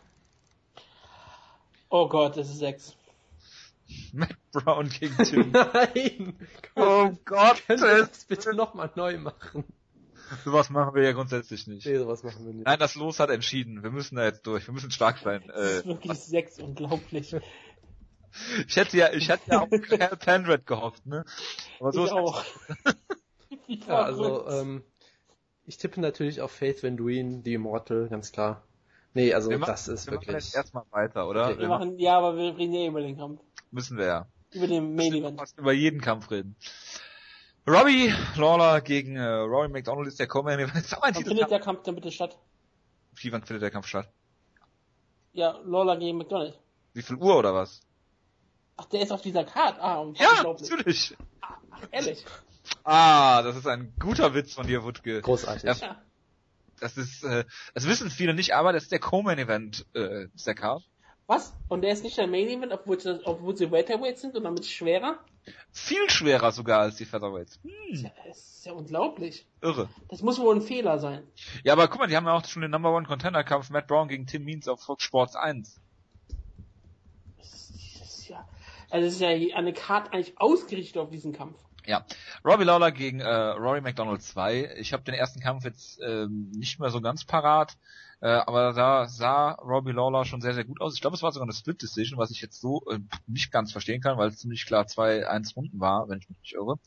Oh Gott, es ist 6. Matt Brown gegen Tim. Nein! Oh Gott! Können wir das bitte nochmal neu machen? Sowas machen wir ja grundsätzlich nicht. Nee, sowas machen wir nicht. Nein, das Los hat entschieden. Wir müssen da jetzt durch. Wir müssen stark sein. Das ist wirklich 6, unglaublich. Ich hätte ja auf Cal Penrith gehofft, ne? Aber so ich auch. Ja, also, ich tippe natürlich auf Faith Van Duyn, die Immortal, ganz klar. Nee, also das ist wirklich... Wir machen jetzt erstmal weiter, oder? Okay, aber wir reden ja über den Kampf. Müssen wir ja. Über den Main Event. Fast über jeden Kampf reden. Robbie Lawler gegen Rory McDonald ist der Co-Main Event. Wann findet der Kampf denn bitte statt? Wann findet der Kampf statt? Ja, Lawler gegen McDonald. Wie viel Uhr oder was? Ach, der ist auf dieser Card. Ja, natürlich. Ach, ehrlich. Das ist ein guter Witz von dir, Wutke. Großartig. Ja. Das wissen viele nicht, aber das ist der Co-Main Event der Card. Was? Und der ist nicht der Main Event, obwohl sie Welterweights sind und damit schwerer? Viel schwerer sogar als die Featherweights. Das ist ja unglaublich. Irre. Das muss wohl ein Fehler sein. Ja, aber guck mal, die haben ja auch schon den Number One Contender Kampf Matt Brown gegen Tim Means auf Fox Sports 1. Das ist ja eine Card eigentlich ausgerichtet auf diesen Kampf. Ja, Robbie Lawler gegen Rory McDonald 2. Ich habe den ersten Kampf jetzt nicht mehr so ganz parat, aber da sah Robbie Lawler schon sehr, sehr gut aus. Ich glaube, es war sogar eine Split Decision, was ich jetzt so nicht ganz verstehen kann, weil es ziemlich klar 2-1 Runden war, wenn ich mich nicht irre.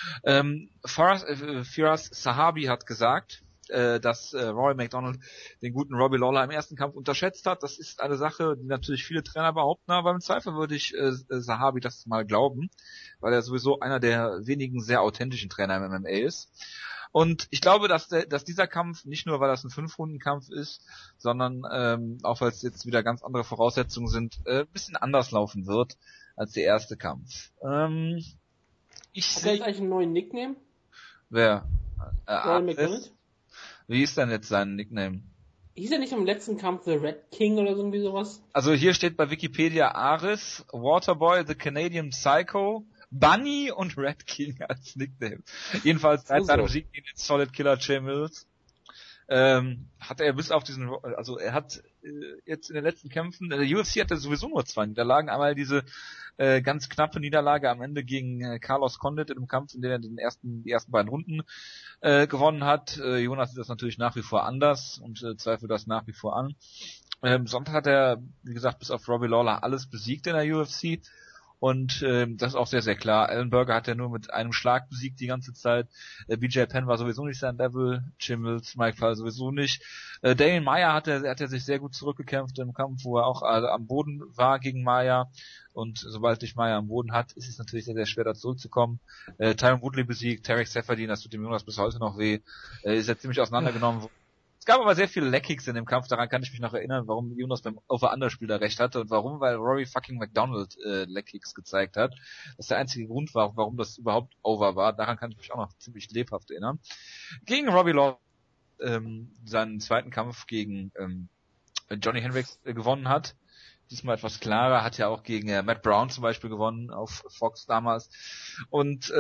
Firas Sahabi hat gesagt, dass Rory McDonald den guten Robbie Lawler im ersten Kampf unterschätzt hat. Das ist eine Sache, die natürlich viele Trainer behaupten, aber im Zweifel würde ich Sahabi das mal glauben, weil er sowieso einer der wenigen sehr authentischen Trainer im MMA ist. Und ich glaube, dass dieser Kampf, nicht nur weil das ein 5-Runden-Kampf ist, sondern auch weil es jetzt wieder ganz andere Voraussetzungen sind, ein bisschen anders laufen wird als der erste Kampf. Hat er jetzt eigentlich einen neuen Nickname? Wer? Rory McDonald? Wie ist denn jetzt sein Nickname? Hieß er nicht im letzten Kampf The Red King oder so irgendwie sowas? Also hier steht bei Wikipedia Aris, Waterboy, The Canadian Psycho, Bunny und Red King als Nickname. Jedenfalls seit seinem Sieg gegen den Solid Killer Jay Mills hat er bis auf diesen, also er hat jetzt in den letzten Kämpfen, der UFC hatte sowieso nur 2 Niederlagen, einmal diese ganz knappe Niederlage am Ende gegen Carlos Condit in einem Kampf, in dem er die ersten beiden Runden gewonnen hat. Jonas sieht das natürlich nach wie vor anders und zweifelt das nach wie vor an. Sonst hat er, wie gesagt, bis auf Robbie Lawler alles besiegt in der UFC. Und das ist auch sehr, sehr klar. Alan Berger hat ja nur mit einem Schlag besiegt die ganze Zeit. BJ Penn war sowieso nicht sein Level. Jim Mills, Mike Fall sowieso nicht. Daniel Maia hat er sich sehr gut zurückgekämpft im Kampf, wo er auch am Boden war gegen Maia. Und sobald dich Maia am Boden hat, ist es natürlich sehr, sehr schwer, da zurückzukommen. Tyron Woodley besiegt, Tarek Seferdin, das tut dem Jonas bis heute noch weh. Ist ja ziemlich auseinandergenommen worden. gab aber sehr viele Leg-Kicks in dem Kampf, daran kann ich mich noch erinnern, warum Jonas beim Over-Under-Spiel da recht hatte und warum, weil Rory fucking McDonald Leg-Kicks gezeigt hat. Das ist der einzige Grund war, warum das überhaupt over war. Daran kann ich mich auch noch ziemlich lebhaft erinnern. Gegen Robbie Lawler seinen zweiten Kampf gegen Johnny Hendricks gewonnen hat. Diesmal etwas klarer, hat ja auch gegen Matt Brown zum Beispiel gewonnen auf Fox damals. Und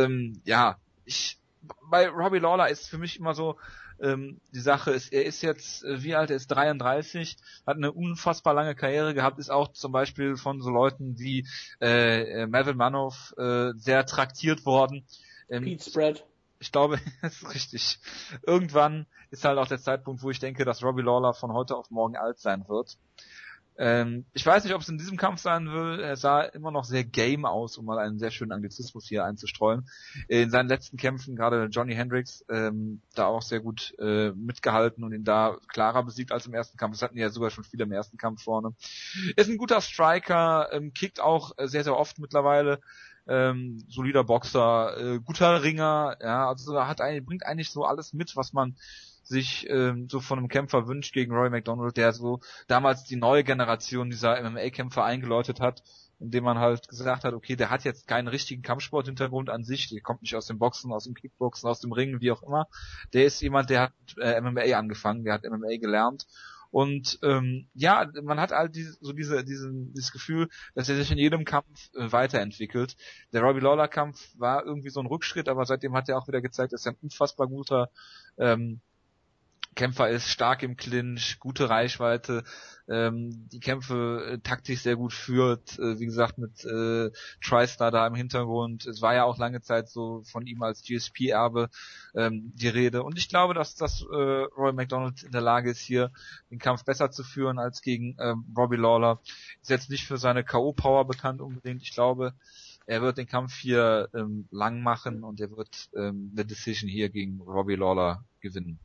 bei Robbie Lawler ist für mich immer so die Sache ist, er ist jetzt, wie alt, er ist 33, hat eine unfassbar lange Karriere gehabt, ist auch zum Beispiel von so Leuten wie Melvin Manoff sehr traktiert worden. Pete Spread. Ich glaube, das ist richtig. Irgendwann ist halt auch der Zeitpunkt, wo ich denke, dass Robbie Lawler von heute auf morgen alt sein wird. Ich weiß nicht, ob es in diesem Kampf sein will. Er sah immer noch sehr game aus, um mal einen sehr schönen Anglizismus hier einzustreuen. In seinen letzten Kämpfen, gerade Johnny Hendricks, da auch sehr gut mitgehalten und ihn da klarer besiegt als im ersten Kampf. Das hatten ja sogar schon viele im ersten Kampf vorne. Ist ein guter Striker, kickt auch sehr, sehr oft mittlerweile. Solider Boxer, guter Ringer, ja, also bringt eigentlich so alles mit, was man sich so von einem Kämpfer wünscht gegen Rory McDonald, der so damals die neue Generation dieser MMA-Kämpfer eingeläutet hat, indem man halt gesagt hat, okay, der hat jetzt keinen richtigen Kampfsport-Hintergrund an sich, der kommt nicht aus dem Boxen, aus dem Kickboxen, aus dem Ringen, wie auch immer. Der ist jemand, der hat MMA angefangen, der hat MMA gelernt. Und man hat halt dieses Gefühl, dass er sich in jedem Kampf weiterentwickelt. Der Robbie Lawler Kampf war irgendwie so ein Rückschritt, aber seitdem hat er auch wieder gezeigt, dass er ein unfassbar guter Kämpfer ist, stark im Clinch, gute Reichweite, die Kämpfe taktisch sehr gut führt, wie gesagt mit TriStar da im Hintergrund. Es war ja auch lange Zeit so von ihm als GSP-Erbe die Rede. Und ich glaube, dass Rory McDonald in der Lage ist, hier den Kampf besser zu führen als gegen Robbie Lawler. Ist jetzt nicht für seine K.O.-Power bekannt unbedingt. Ich glaube, er wird den Kampf hier lang machen und er wird eine Decision hier gegen Robbie Lawler gewinnen.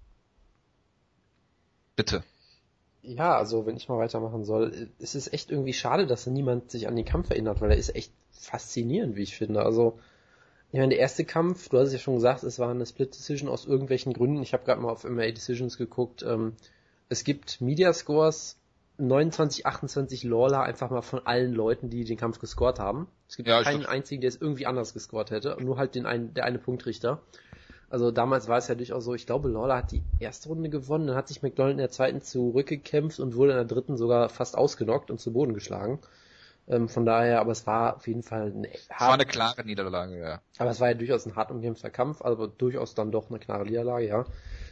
Bitte. Ja, also wenn ich mal weitermachen soll, es ist echt irgendwie schade, dass niemand sich an den Kampf erinnert, weil er ist echt faszinierend, wie ich finde. Also, ich meine, der erste Kampf, du hast es ja schon gesagt, es war eine Split Decision aus irgendwelchen Gründen. Ich habe gerade mal auf MMA Decisions geguckt. Es gibt Media Scores 29-28 Lawler einfach mal von allen Leuten, die den Kampf gescored haben. Es gibt keinen einzigen, der es irgendwie anders gescored hätte, nur halt der eine Punktrichter. Also damals war es ja durchaus so, ich glaube, Lawler hat die erste Runde gewonnen, dann hat sich McDonald in der zweiten zurückgekämpft und wurde in der dritten sogar fast ausgenockt und zu Boden geschlagen. Von daher, aber es war auf jeden Fall eine klare Niederlage, ja. Aber es war ja durchaus ein hart umkämpfter Kampf, aber durchaus dann doch eine klare Niederlage, ja.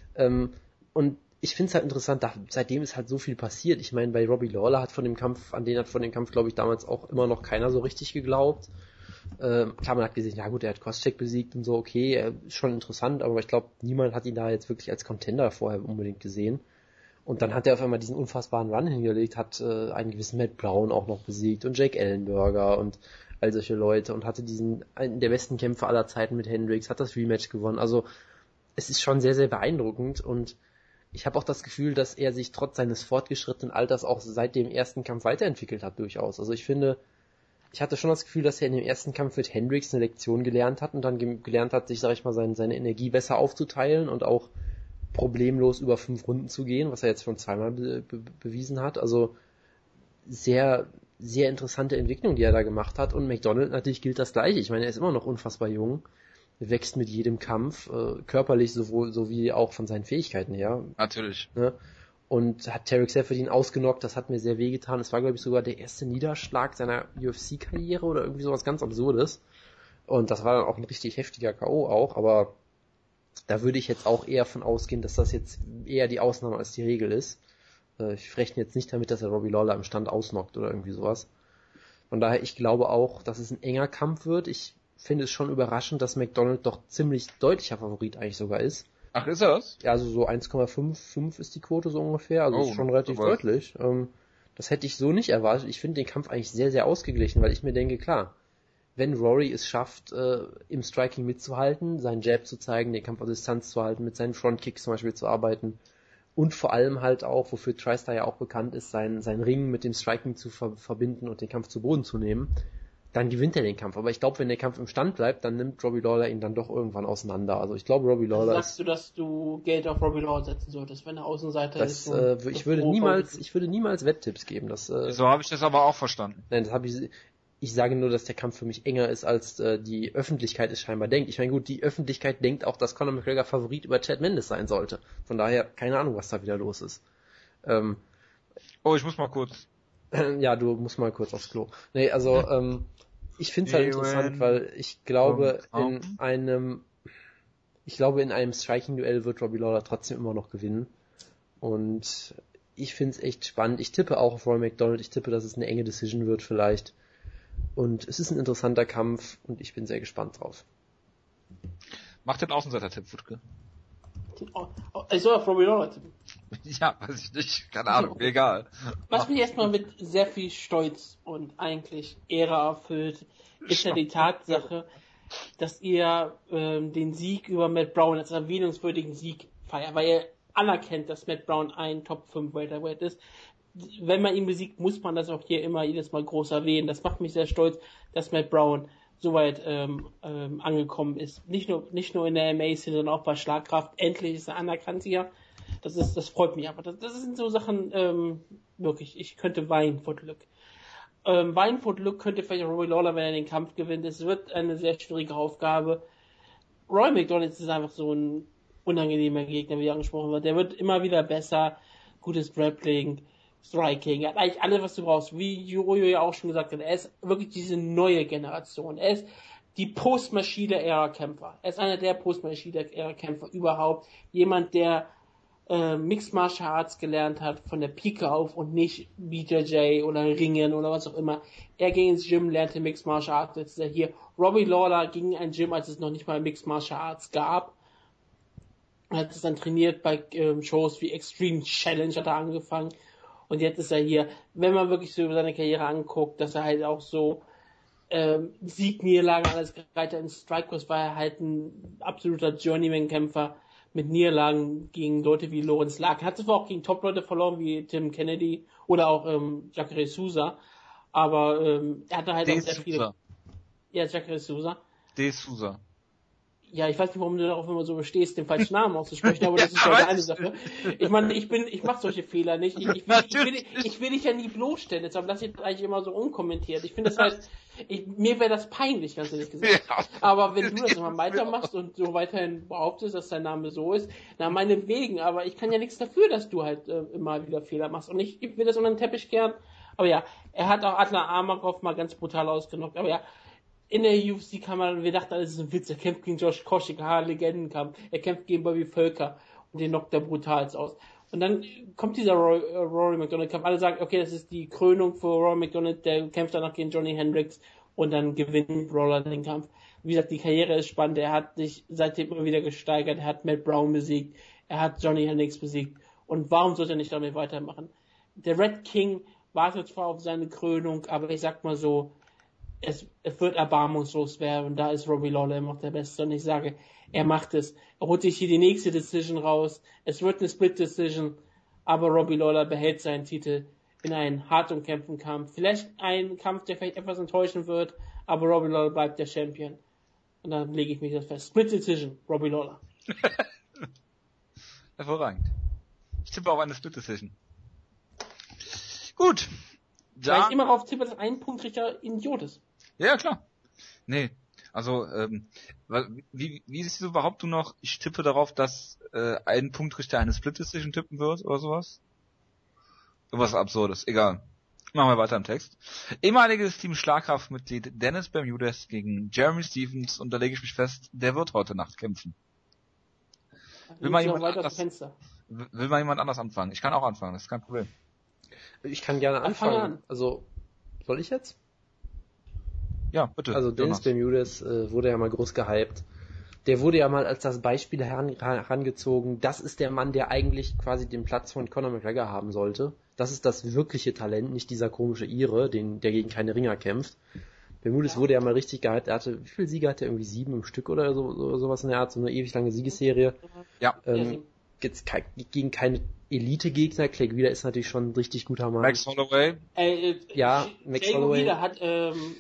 Und ich finde es halt interessant, seitdem ist halt so viel passiert. Ich meine, bei Robbie Lawler hat von dem Kampf, glaube ich, damals auch immer noch keiner so richtig geglaubt. Klar, man hat gesehen, ja gut, er hat Koscheck besiegt und so, okay, ist schon interessant, aber ich glaube, niemand hat ihn da jetzt wirklich als Contender vorher unbedingt gesehen. Und dann hat er auf einmal diesen unfassbaren Run hingelegt, hat einen gewissen Matt Brown auch noch besiegt und Jake Ellenberger und all solche Leute und hatte einen der besten Kämpfer aller Zeiten mit Hendricks, hat das Rematch gewonnen. Also es ist schon sehr, sehr beeindruckend und ich habe auch das Gefühl, dass er sich trotz seines fortgeschrittenen Alters auch seit dem ersten Kampf weiterentwickelt hat durchaus. Also ich finde, ich hatte schon das Gefühl, dass er in dem ersten Kampf mit Hendricks eine Lektion gelernt hat und dann gelernt hat, sich, sag ich mal, seine Energie besser aufzuteilen und auch problemlos über 5 Runden zu gehen, was er jetzt schon zweimal bewiesen hat. Also sehr, sehr interessante Entwicklung, die er da gemacht hat. Und McDonald natürlich gilt das Gleiche. Ich meine, er ist immer noch unfassbar jung, wächst mit jedem Kampf, körperlich sowie auch von seinen Fähigkeiten her. Natürlich. Ne? Und hat Tarek Seferdin ausgenockt, das hat mir sehr wehgetan. Es war, glaube ich, sogar der erste Niederschlag seiner UFC-Karriere oder irgendwie sowas ganz Absurdes. Und das war dann auch ein richtig heftiger K.O. auch, aber da würde ich jetzt auch eher von ausgehen, dass das jetzt eher die Ausnahme als die Regel ist. Ich rechne jetzt nicht damit, dass er Robbie Lawler im Stand ausnockt oder irgendwie sowas. Von daher, ich glaube auch, dass es ein enger Kampf wird. Ich finde es schon überraschend, dass McDonald doch ziemlich deutlicher Favorit eigentlich sogar ist. Ach, ist er das? Ja, also so 1,55 ist die Quote so ungefähr, also ist schon relativ deutlich. Das hätte ich so nicht erwartet. Ich finde den Kampf eigentlich sehr, sehr ausgeglichen, weil ich mir denke, klar, wenn Rory es schafft, im Striking mitzuhalten, seinen Jab zu zeigen, den Kampf auf Distanz zu halten, mit seinen Frontkicks zum Beispiel zu arbeiten und vor allem halt auch, wofür TriStar ja auch bekannt ist, sein Ringen mit dem Striking zu verbinden und den Kampf zu Boden zu nehmen, dann gewinnt er den Kampf. Aber ich glaube, wenn der Kampf im Stand bleibt, dann nimmt Robbie Lawler ihn dann doch irgendwann auseinander. Also ich glaube, Robbie Lawler sagst du, dass du Geld auf Robbie Lawler setzen solltest, wenn der Außenseiter ist? Ich würde niemals Wetttipps geben. So habe ich das aber auch verstanden. Nein, ich sage nur, dass der Kampf für mich enger ist, als die Öffentlichkeit es scheinbar denkt. Ich meine, gut, die Öffentlichkeit denkt auch, dass Conor McGregor Favorit über Chad Mendes sein sollte. Von daher, keine Ahnung, was da wieder los ist. Ich muss mal kurz. Ja, du musst mal kurz aufs Klo. Nee, also, ich finde es halt interessant, weil ich glaube, in einem Striking-Duell wird Robbie Lawler trotzdem immer noch gewinnen. Und ich finde es echt spannend. Ich tippe auch auf Roy McDonald. Ich tippe, dass es eine enge Decision wird vielleicht. Und es ist ein interessanter Kampf und ich bin sehr gespannt drauf. Mach den Außenseiter-Tipp, Wutke. Ich soll auf Robbie Lawler tippen. Ja, weiß ich nicht. Keine Ahnung, egal. Was mich erstmal mit sehr viel Stolz und eigentlich Ehre erfüllt, ist ja die Tatsache, dass ihr den Sieg über Matt Brown als erwähnungswürdigen Sieg feiert, weil ihr anerkennt, dass Matt Brown ein Top 5 Welterweight ist. Wenn man ihn besiegt, muss man das auch hier immer jedes Mal groß erwähnen. Das macht mich sehr stolz, dass Matt Brown so weit angekommen ist. Nicht nur in der MMA-Szene, sondern auch bei Schlagkraft. Endlich ist er anerkannt hier. Das freut mich aber. Das sind so Sachen, wirklich, ich könnte weinen vor Glück. Weinen vor Glück könnte vielleicht Robbie Lawler, wenn er den Kampf gewinnt. Es wird eine sehr schwierige Aufgabe. Roy McDonald ist einfach so ein unangenehmer Gegner, wie angesprochen wird. Der wird immer wieder besser. Gutes Grappling, Striking. Er hat eigentlich alles, was du brauchst. Wie Jojo ja auch schon gesagt hat, er ist wirklich diese neue Generation. Er ist die Post-Machida-Ära-Kämpfer. Er ist einer der Post-Machida-Ära-Kämpfer überhaupt. Jemand, der Mixed Martial Arts gelernt hat, von der Pike auf und nicht BJJ oder Ringen oder was auch immer. Er ging ins Gym, lernte Mixed Martial Arts, jetzt ist er hier. Robbie Lawler ging in ein Gym, als es noch nicht mal Mixed Martial Arts gab. Er hat es dann trainiert bei Shows wie Extreme Challenge, hat er angefangen. Und jetzt ist er hier. Wenn man wirklich so über seine Karriere anguckt, dass er halt auch so Sieg, Niederlagen, alles weiter in Strikeforce war, er halt ein absoluter Journeyman-Kämpfer mit Niederlagen gegen Leute wie Lawrence Larkin. Hat zwar auch gegen Top-Leute verloren, wie Tim Kennedy oder auch Jacare Souza, aber er hatte halt auch sehr viele... Ja, Jacare Souza. De Souza. Ja, ich weiß nicht, warum du darauf immer so bestehst, den falschen Namen auszusprechen, aber das ist ja eine Sache. Ich meine, ich mache solche Fehler nicht. Ich will dich ja nie bloßstellen, deshalb lasse ich das eigentlich immer so unkommentiert. Ich finde das halt, mir wäre das peinlich, ganz ehrlich gesagt. Ja. Aber wenn du das immer weitermachst und so weiterhin behauptest, dass dein Name so ist, na meinetwegen, aber ich kann ja nichts dafür, dass du halt immer wieder Fehler machst. Und ich will das unter den Teppich kehren. Aber ja, er hat auch Adler Amakov mal ganz brutal ausgenockt. Aber ja, in der UFC wir dachten, das ist ein Witz, er kämpft gegen Josh Koscheck, Legendenkampf, er kämpft gegen Bobby Völker und den knockt er brutal aus. Und dann kommt dieser Rory McDonald Kampf, alle sagen, okay, das ist die Krönung für Rory McDonald, der kämpft danach gegen Johnny Hendricks und dann gewinnt Roller den Kampf. Wie gesagt, die Karriere ist spannend, er hat sich seitdem immer wieder gesteigert, er hat Matt Brown besiegt, er hat Johnny Hendricks besiegt und warum sollte er nicht damit weitermachen? Der Red King wartet zwar auf seine Krönung, aber ich sag mal so, es wird erbarmungslos werden und da ist Robbie Lawler immer noch der Beste und ich sage, er macht es. Er holt sich hier die nächste Decision raus. Es wird eine Split Decision, aber Robbie Lawler behält seinen Titel in einem hart umkämpften Kampf. Vielleicht ein Kampf, der vielleicht etwas enttäuschen wird, aber Robbie Lawler bleibt der Champion. Und dann lege ich mich das fest. Split Decision, Robbie Lawler. Hervorragend. Ich tippe auf eine Split Decision. Gut. Weil ich immer darauf tippe, dass ein Punktrichter ein Idiot ist. Ja, klar. Nee, also, wie siehst du überhaupt noch, ich tippe darauf, dass ein Punktrichter eine Split Decision tippen wird oder sowas? Irgendwas Absurdes, egal. Machen wir weiter im Text. Ehemaliges Team Schlagkraftmitglied Dennis Bermudez gegen Jeremy Stephens und da lege ich mich fest, der wird heute Nacht kämpfen. Will mal jemand anders anfangen? Ich kann auch anfangen, das ist kein Problem. Ich kann gerne anfangen. Also, soll ich jetzt? Ja, bitte. Also Dennis Bermudez wurde ja mal groß gehypt. Der wurde ja mal als das Beispiel herangezogen. Das ist der Mann, der eigentlich quasi den Platz von Conor McGregor haben sollte. Das ist das wirkliche Talent, nicht dieser komische Ire, der gegen keine Ringer kämpft. Bermudez wurde ja mal richtig gehypt. Er hatte, wie viele Siege hatte er? Irgendwie 7 im Stück oder sowas in der Art. So eine ewig lange Siegesserie. Ja. Jetzt gegen keine Elite-Gegner. Clay Guida ist natürlich schon ein richtig guter Mann. Max Holloway. Max Holloway. Guida hat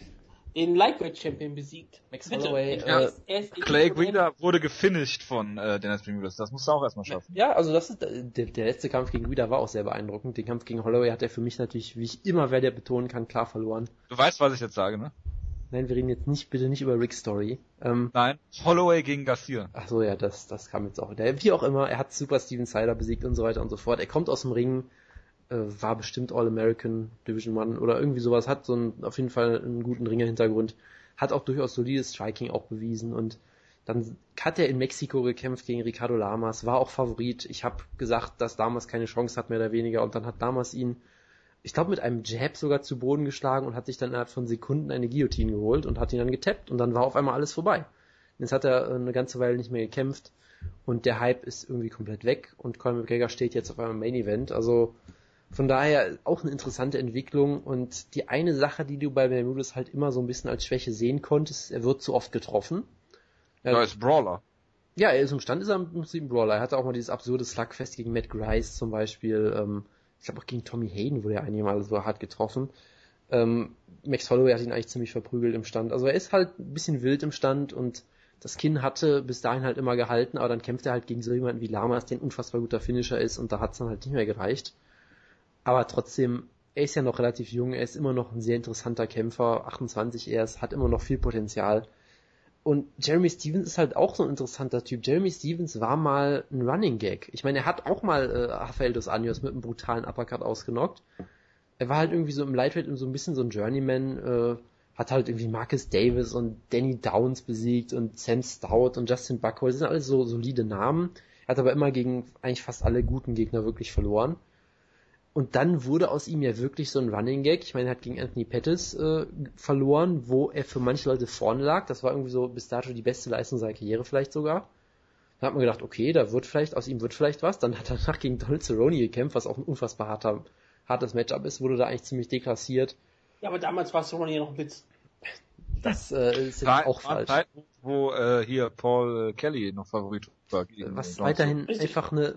den Lightweight Champion besiegt. Max Holloway, Clay Guida wurde gefinisht von Dennis Bermudez. Das musst du auch erstmal schaffen. Ja, also das ist der letzte Kampf gegen Guida war auch sehr beeindruckend. Den Kampf gegen Holloway hat er für mich natürlich, wie ich immer werde betonen kann, klar verloren. Du weißt, was ich jetzt sage, ne? Nein, wir reden jetzt bitte nicht über Rick's Story. Nein, Holloway gegen Garcia. Ach so, ja, das kam jetzt auch. Wie auch immer, er hat Super Steven Sider besiegt und so weiter und so fort. Er kommt aus dem Ring, war bestimmt All-American Division 1 oder irgendwie sowas, hat auf jeden Fall einen guten Ringer-Hintergrund, hat auch durchaus solides Striking auch bewiesen und dann hat er in Mexiko gekämpft gegen Ricardo Lamas, war auch Favorit. Ich habe gesagt, dass Lamas keine Chance hat, mehr oder weniger, und dann hat Lamas ihn, ich glaube, mit einem Jab sogar zu Boden geschlagen und hat sich dann innerhalb von Sekunden eine Guillotine geholt und hat ihn dann getappt und dann war auf einmal alles vorbei. Jetzt hat er eine ganze Weile nicht mehr gekämpft und der Hype ist irgendwie komplett weg und Conor McGregor steht jetzt auf einmal im Main Event, also von daher auch eine interessante Entwicklung und die eine Sache, die du bei Bermudez halt immer so ein bisschen als Schwäche sehen konntest, er wird zu oft getroffen. Er ist Brawler. Ja, er ist im Stand, ist er im Prinzip ein Brawler. Er hatte auch mal dieses absurde Slugfest gegen Matt Grice zum Beispiel. Ich glaube auch gegen Tommy Hayden wurde er einige Mal so hart getroffen. Max Holloway hat ihn eigentlich ziemlich verprügelt im Stand. Also er ist halt ein bisschen wild im Stand und das Kinn hatte bis dahin halt immer gehalten, aber dann kämpft er halt gegen so jemanden wie Lamas, der ein unfassbar guter Finisher ist und da hat es dann halt nicht mehr gereicht. Aber trotzdem, er ist ja noch relativ jung, er ist immer noch ein sehr interessanter Kämpfer, 28 erst, hat immer noch viel Potenzial. Und Jeremy Stephens ist halt auch so ein interessanter Typ. Jeremy Stephens war mal ein Running Gag. Ich meine, er hat auch mal Rafael dos Anjos mit einem brutalen Uppercut ausgenockt. Er war halt irgendwie so im Lightweight so ein bisschen so ein Journeyman, hat halt irgendwie Marcus Davis und Danny Downs besiegt und Sam Stout und Justin Buchholz, das sind alles so solide Namen. Er hat aber immer gegen eigentlich fast alle guten Gegner wirklich verloren. Und dann wurde aus ihm ja wirklich so ein Running Gag. Ich meine, er hat gegen Anthony Pettis verloren, wo er für manche Leute vorne lag. Das war irgendwie so bis dato die beste Leistung seiner Karriere vielleicht sogar. Da hat man gedacht, okay, aus ihm wird vielleicht was. Dann hat er danach gegen Donald Cerrone gekämpft, was auch ein unfassbar hartes Matchup ist, wurde da eigentlich ziemlich deklassiert. Ja, aber damals war Cerrone ja noch ein Witz. Das ist jetzt auch falsch. Zeit, wo hier Paul Kelly noch Favorit war. Was weiterhin einfach eine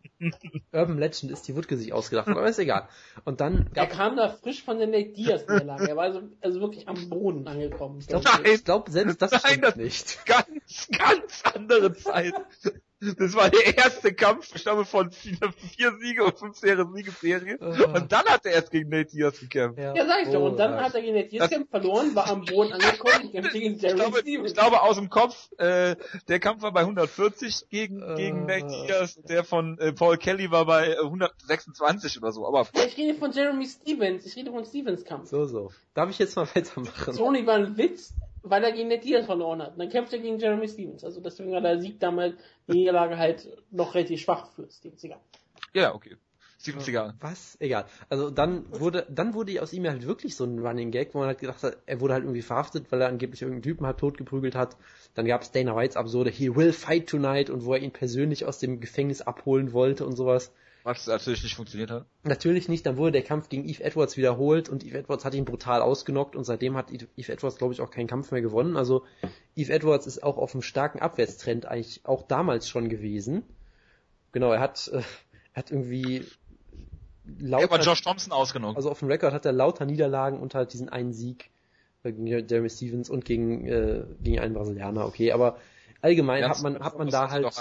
Urban Legend ist, die Wutke sich ausgedacht hat, aber ist egal. Und dann er kam da frisch von der Nate Diaz-Niederlage. Er war also wirklich am Boden angekommen. Ich glaube, selbst das stimmt nicht. Ganz andere Zeit. Das war der erste Kampf, ich glaube, von 4 Siege und 5 Siegesserie. Und dann hat er erst gegen Nate Diaz gekämpft. Ja, sag ich doch. Und dann hat er gegen Nate Diaz verloren, war am Boden angekommen, kämpfte gegen Jeremy Stephens. Ich glaube, aus dem Kopf, der Kampf war bei 140 gegen Nate Diaz, der von Paul Kelly war bei 126 oder so. Aber ja, ich rede von Jeremy Stephens, ich rede von Stephens Kampf. So. Darf ich jetzt mal weitermachen? Sony war ein Witz, weil er gegen Nate Diaz verloren hat. Und dann kämpft er gegen Jeremy Stephens. Also deswegen war der Sieg damals, die Niederlage halt noch relativ schwach für Stephens. Egal. Ja, okay. Stephens egal. Was? Egal. Also dann wurde aus ihm halt wirklich so ein Running Gag, wo man halt gedacht hat, er wurde halt irgendwie verhaftet, weil er angeblich irgendeinen Typen halt totgeprügelt hat. Dann gab es Dana Whites absurde He will fight tonight und wo er ihn persönlich aus dem Gefängnis abholen wollte und sowas. Was natürlich nicht funktioniert hat. Natürlich nicht, dann wurde der Kampf gegen Eve Edwards wiederholt und Eve Edwards hat ihn brutal ausgenockt und seitdem hat Eve Edwards, glaube ich, auch keinen Kampf mehr gewonnen. Also Eve Edwards ist auch auf einem starken Abwärtstrend eigentlich auch damals schon gewesen. Genau, er hat irgendwie lauter... Er hat Josh Thompson ausgenockt. Also auf dem Rekord hat er lauter Niederlagen und halt diesen einen Sieg gegen Jeremy Stephens und gegen einen Brasilianer, okay, aber allgemein hat man da halt...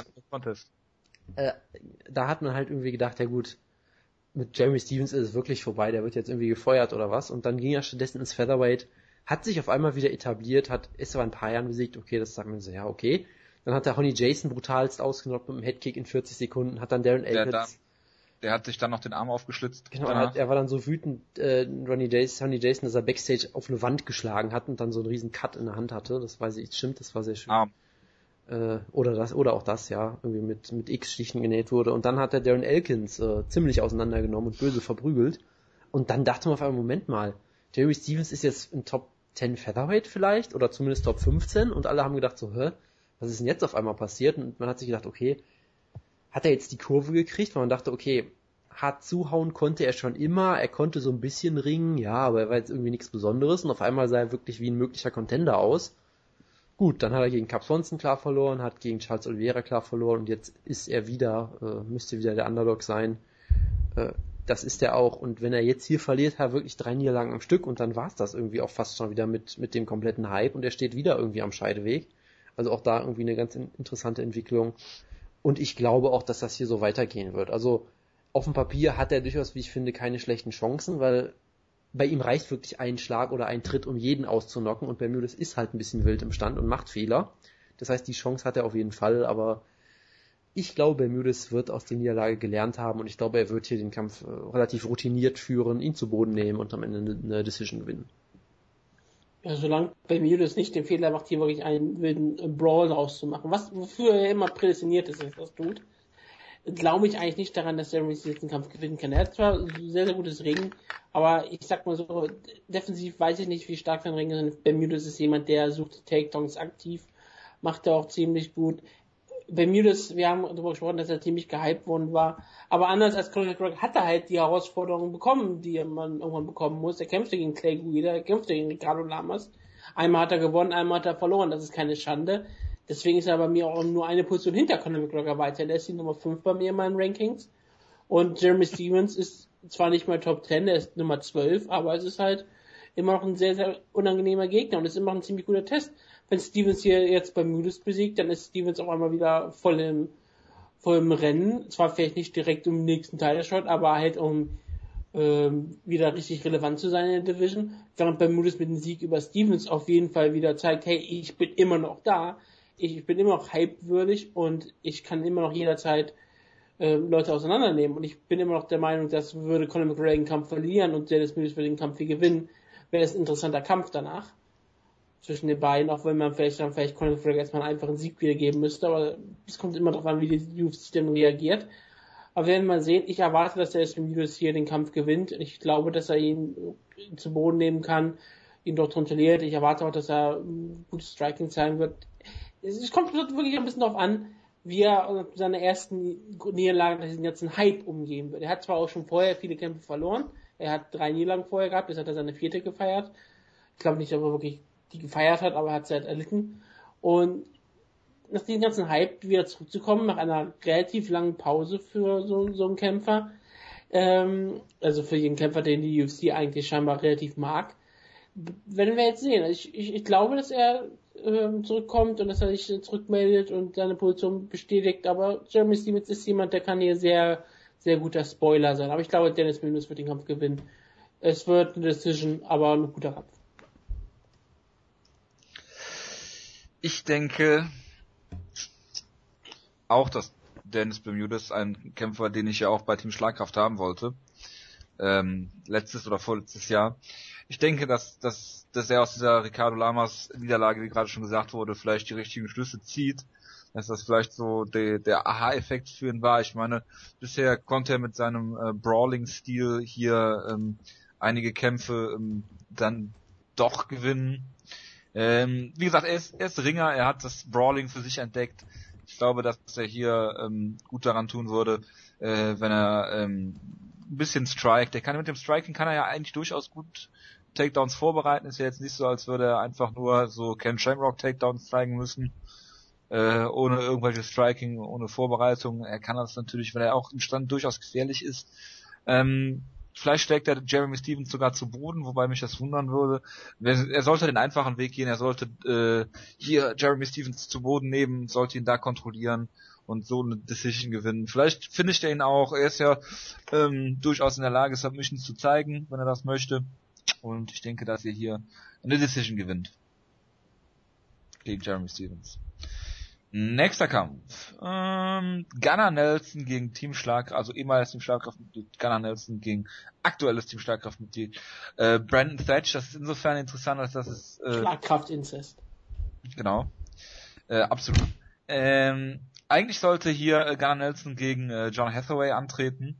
Da hat man halt irgendwie gedacht, ja gut, mit Jeremy Stephens ist es wirklich vorbei, der wird jetzt irgendwie gefeuert oder was. Und dann ging er stattdessen ins Featherweight, hat sich auf einmal wieder etabliert, ist aber ein paar Jahren besiegt, okay, das sagt man so, ja, okay. Dann hat der Honey Jason brutalst ausgenockt mit einem Headkick in 40 Sekunden, hat dann Darren Elkins... Der hat sich dann noch den Arm aufgeschlitzt. Genau, er war dann so wütend, Honey Jason, dass er Backstage auf eine Wand geschlagen hat und dann so einen riesen Cut in der Hand hatte. Das weiß ich, stimmt, das war sehr schön. Oder auch das, ja, irgendwie mit X-Stichen genäht wurde. Und dann hat der Darren Elkins ziemlich auseinandergenommen und böse verprügelt. Und dann dachte man auf einmal, Moment mal, Jeremy Stephens ist jetzt im Top 10 Featherweight vielleicht, oder zumindest Top 15, und alle haben gedacht so, was ist denn jetzt auf einmal passiert? Und man hat sich gedacht, okay, hat er jetzt die Kurve gekriegt? Weil man dachte, okay, hart zuhauen konnte er schon immer, er konnte so ein bisschen ringen, ja, aber er war jetzt irgendwie nichts Besonderes, und auf einmal sah er wirklich wie ein möglicher Contender aus. Gut, dann hat er gegen Cap Swanson klar verloren, hat gegen Charles Oliveira klar verloren und jetzt ist er müsste wieder der Underdog sein. das ist er auch. Und wenn er jetzt hier verliert, hat er wirklich 3 Niederlagen am Stück und dann war's das irgendwie auch fast schon wieder mit dem kompletten Hype und er steht wieder irgendwie am Scheideweg. Also auch da irgendwie eine ganz interessante Entwicklung. Und ich glaube auch, dass das hier so weitergehen wird. Also auf dem Papier hat er durchaus, wie ich finde, keine schlechten Chancen, weil bei ihm reicht wirklich ein Schlag oder ein Tritt, um jeden auszunocken und Bermudez ist halt ein bisschen wild im Stand und macht Fehler. Das heißt, die Chance hat er auf jeden Fall, aber ich glaube, Bermudez wird aus der Niederlage gelernt haben und ich glaube, er wird hier den Kampf relativ routiniert führen, ihn zu Boden nehmen und am Ende eine Decision gewinnen. Ja, solange Bermudez nicht den Fehler macht, hier wirklich einen wilden Brawl rauszumachen, wofür er immer prädestiniert ist, dass er das tut, glaube ich eigentlich nicht daran, dass Jeremy Stephens den Kampf gewinnen kann. Er hat zwar sehr, sehr gutes Ringen, aber ich sag mal so, defensiv weiß ich nicht, wie stark sein Ringen ist. Bermudez ist jemand, der sucht Takedowns aktiv, macht er auch ziemlich gut. Bermudez, wir haben darüber gesprochen, dass er ziemlich gehypt worden war, aber anders als Conor McGregor hat er halt die Herausforderungen bekommen, die man irgendwann bekommen muss. Er kämpfte gegen Clay Guida, er kämpfte gegen Ricardo Lamas. Einmal hat er gewonnen, einmal hat er verloren, das ist keine Schande. Deswegen ist er bei mir auch nur eine Position hinter Conor McGregor weiter. Der ist die Nummer 5 bei mir in meinen Rankings. Und Jeremy Stephens ist zwar nicht mal Top 10, der ist Nummer 12, aber es ist halt immer noch ein sehr, sehr unangenehmer Gegner und es ist immer noch ein ziemlich guter Test. Wenn Stephens hier jetzt Bermudez besiegt, dann ist Stephens auf einmal wieder voll im Rennen. Zwar vielleicht nicht direkt um den nächsten Title-Shot, aber halt um wieder richtig relevant zu sein in der Division. Während Bermudez mit dem Sieg über Stephens auf jeden Fall wieder zeigt, hey, ich bin immer noch da. Ich bin immer noch hypewürdig und ich kann immer noch jederzeit Leute auseinandernehmen. Und ich bin immer noch der Meinung, dass würde Conor McGregor den Kampf verlieren und Dennis Bermudez würde den Kampf hier gewinnen, wäre es ein interessanter Kampf danach zwischen den beiden, auch wenn man vielleicht Conor McGregor erstmal einen einfachen Sieg wiedergeben müsste, aber es kommt immer darauf an, wie die UFC dann reagiert. Aber wir werden mal sehen, ich erwarte, dass Dennis Bermudez hier den Kampf gewinnt. Ich glaube, dass er ihn zu Boden nehmen kann, ihn dort kontrolliert. Ich erwarte auch, dass er gutes Striking zeigen wird. Es kommt wirklich ein bisschen darauf an, wie er seine ersten Niederlagen, diesen ganzen Hype umgehen wird. Er hat zwar auch schon vorher viele Kämpfe verloren, er hat 3 Niederlagen vorher gehabt, jetzt hat er seine 4. gefeiert. Ich glaube nicht, ob er wirklich die gefeiert hat, aber er hat sie halt erlitten. Und nach diesem ganzen Hype wieder zurückzukommen, nach einer relativ langen Pause für so einen Kämpfer, also für jeden Kämpfer, den die UFC eigentlich scheinbar relativ mag, werden wir jetzt sehen. Ich glaube, dass er zurückkommt und dass er sich zurückmeldet und seine Position bestätigt, aber Jeremy Stephens ist jemand, der kann hier sehr, sehr guter Spoiler sein. Aber ich glaube, Dennis Bermudez wird den Kampf gewinnen. Es wird eine Decision, aber ein guter Kampf. Ich denke auch, dass Dennis Bermudez, ein Kämpfer, den ich ja auch bei Team Schlagkraft haben wollte, letztes oder vorletztes Jahr. Ich denke, dass er aus dieser Ricardo Lamas Niederlage, wie gerade schon gesagt wurde, vielleicht die richtigen Schlüsse zieht, dass das vielleicht so der Aha-Effekt für ihn war. Ich meine, bisher konnte er mit seinem Brawling-Stil hier einige Kämpfe dann doch gewinnen. Wie gesagt, er ist Ringer, er hat das Brawling für sich entdeckt. Ich glaube, dass er hier gut daran tun würde, wenn er ein bisschen strikt. Mit dem Striking kann er ja eigentlich durchaus gut Takedowns vorbereiten. Ist ja jetzt nicht so, als würde er einfach nur so Ken Shamrock Takedowns zeigen müssen, ohne irgendwelche Striking, ohne Vorbereitung. Er kann das natürlich, wenn er auch im Stand durchaus gefährlich ist. Vielleicht schlägt er Jeremy Stephens sogar zu Boden, wobei mich das wundern würde. Er sollte den einfachen Weg gehen, er sollte hier Jeremy Stephens zu Boden nehmen, sollte ihn da kontrollieren und so eine Decision gewinnen. Vielleicht finisht er ihn auch, er ist ja durchaus in der Lage, Submissions zu zeigen, wenn er das möchte. Und ich denke, dass er hier eine Decision gewinnt. Gegen Jeremy Stephens. Nächster Kampf. Gunnar Nelson gegen Team Schlagkraft, also ehemaliges Team Schlagkraftmitglied Gunnar Nelson gegen aktuelles Team Schlagkraftmitglied Brandon Thatch. Das ist insofern interessant, als das ist Schlagkraft-Inzest. Genau. Absolut. Eigentlich sollte hier Gunnar Nelson gegen John Hathaway antreten.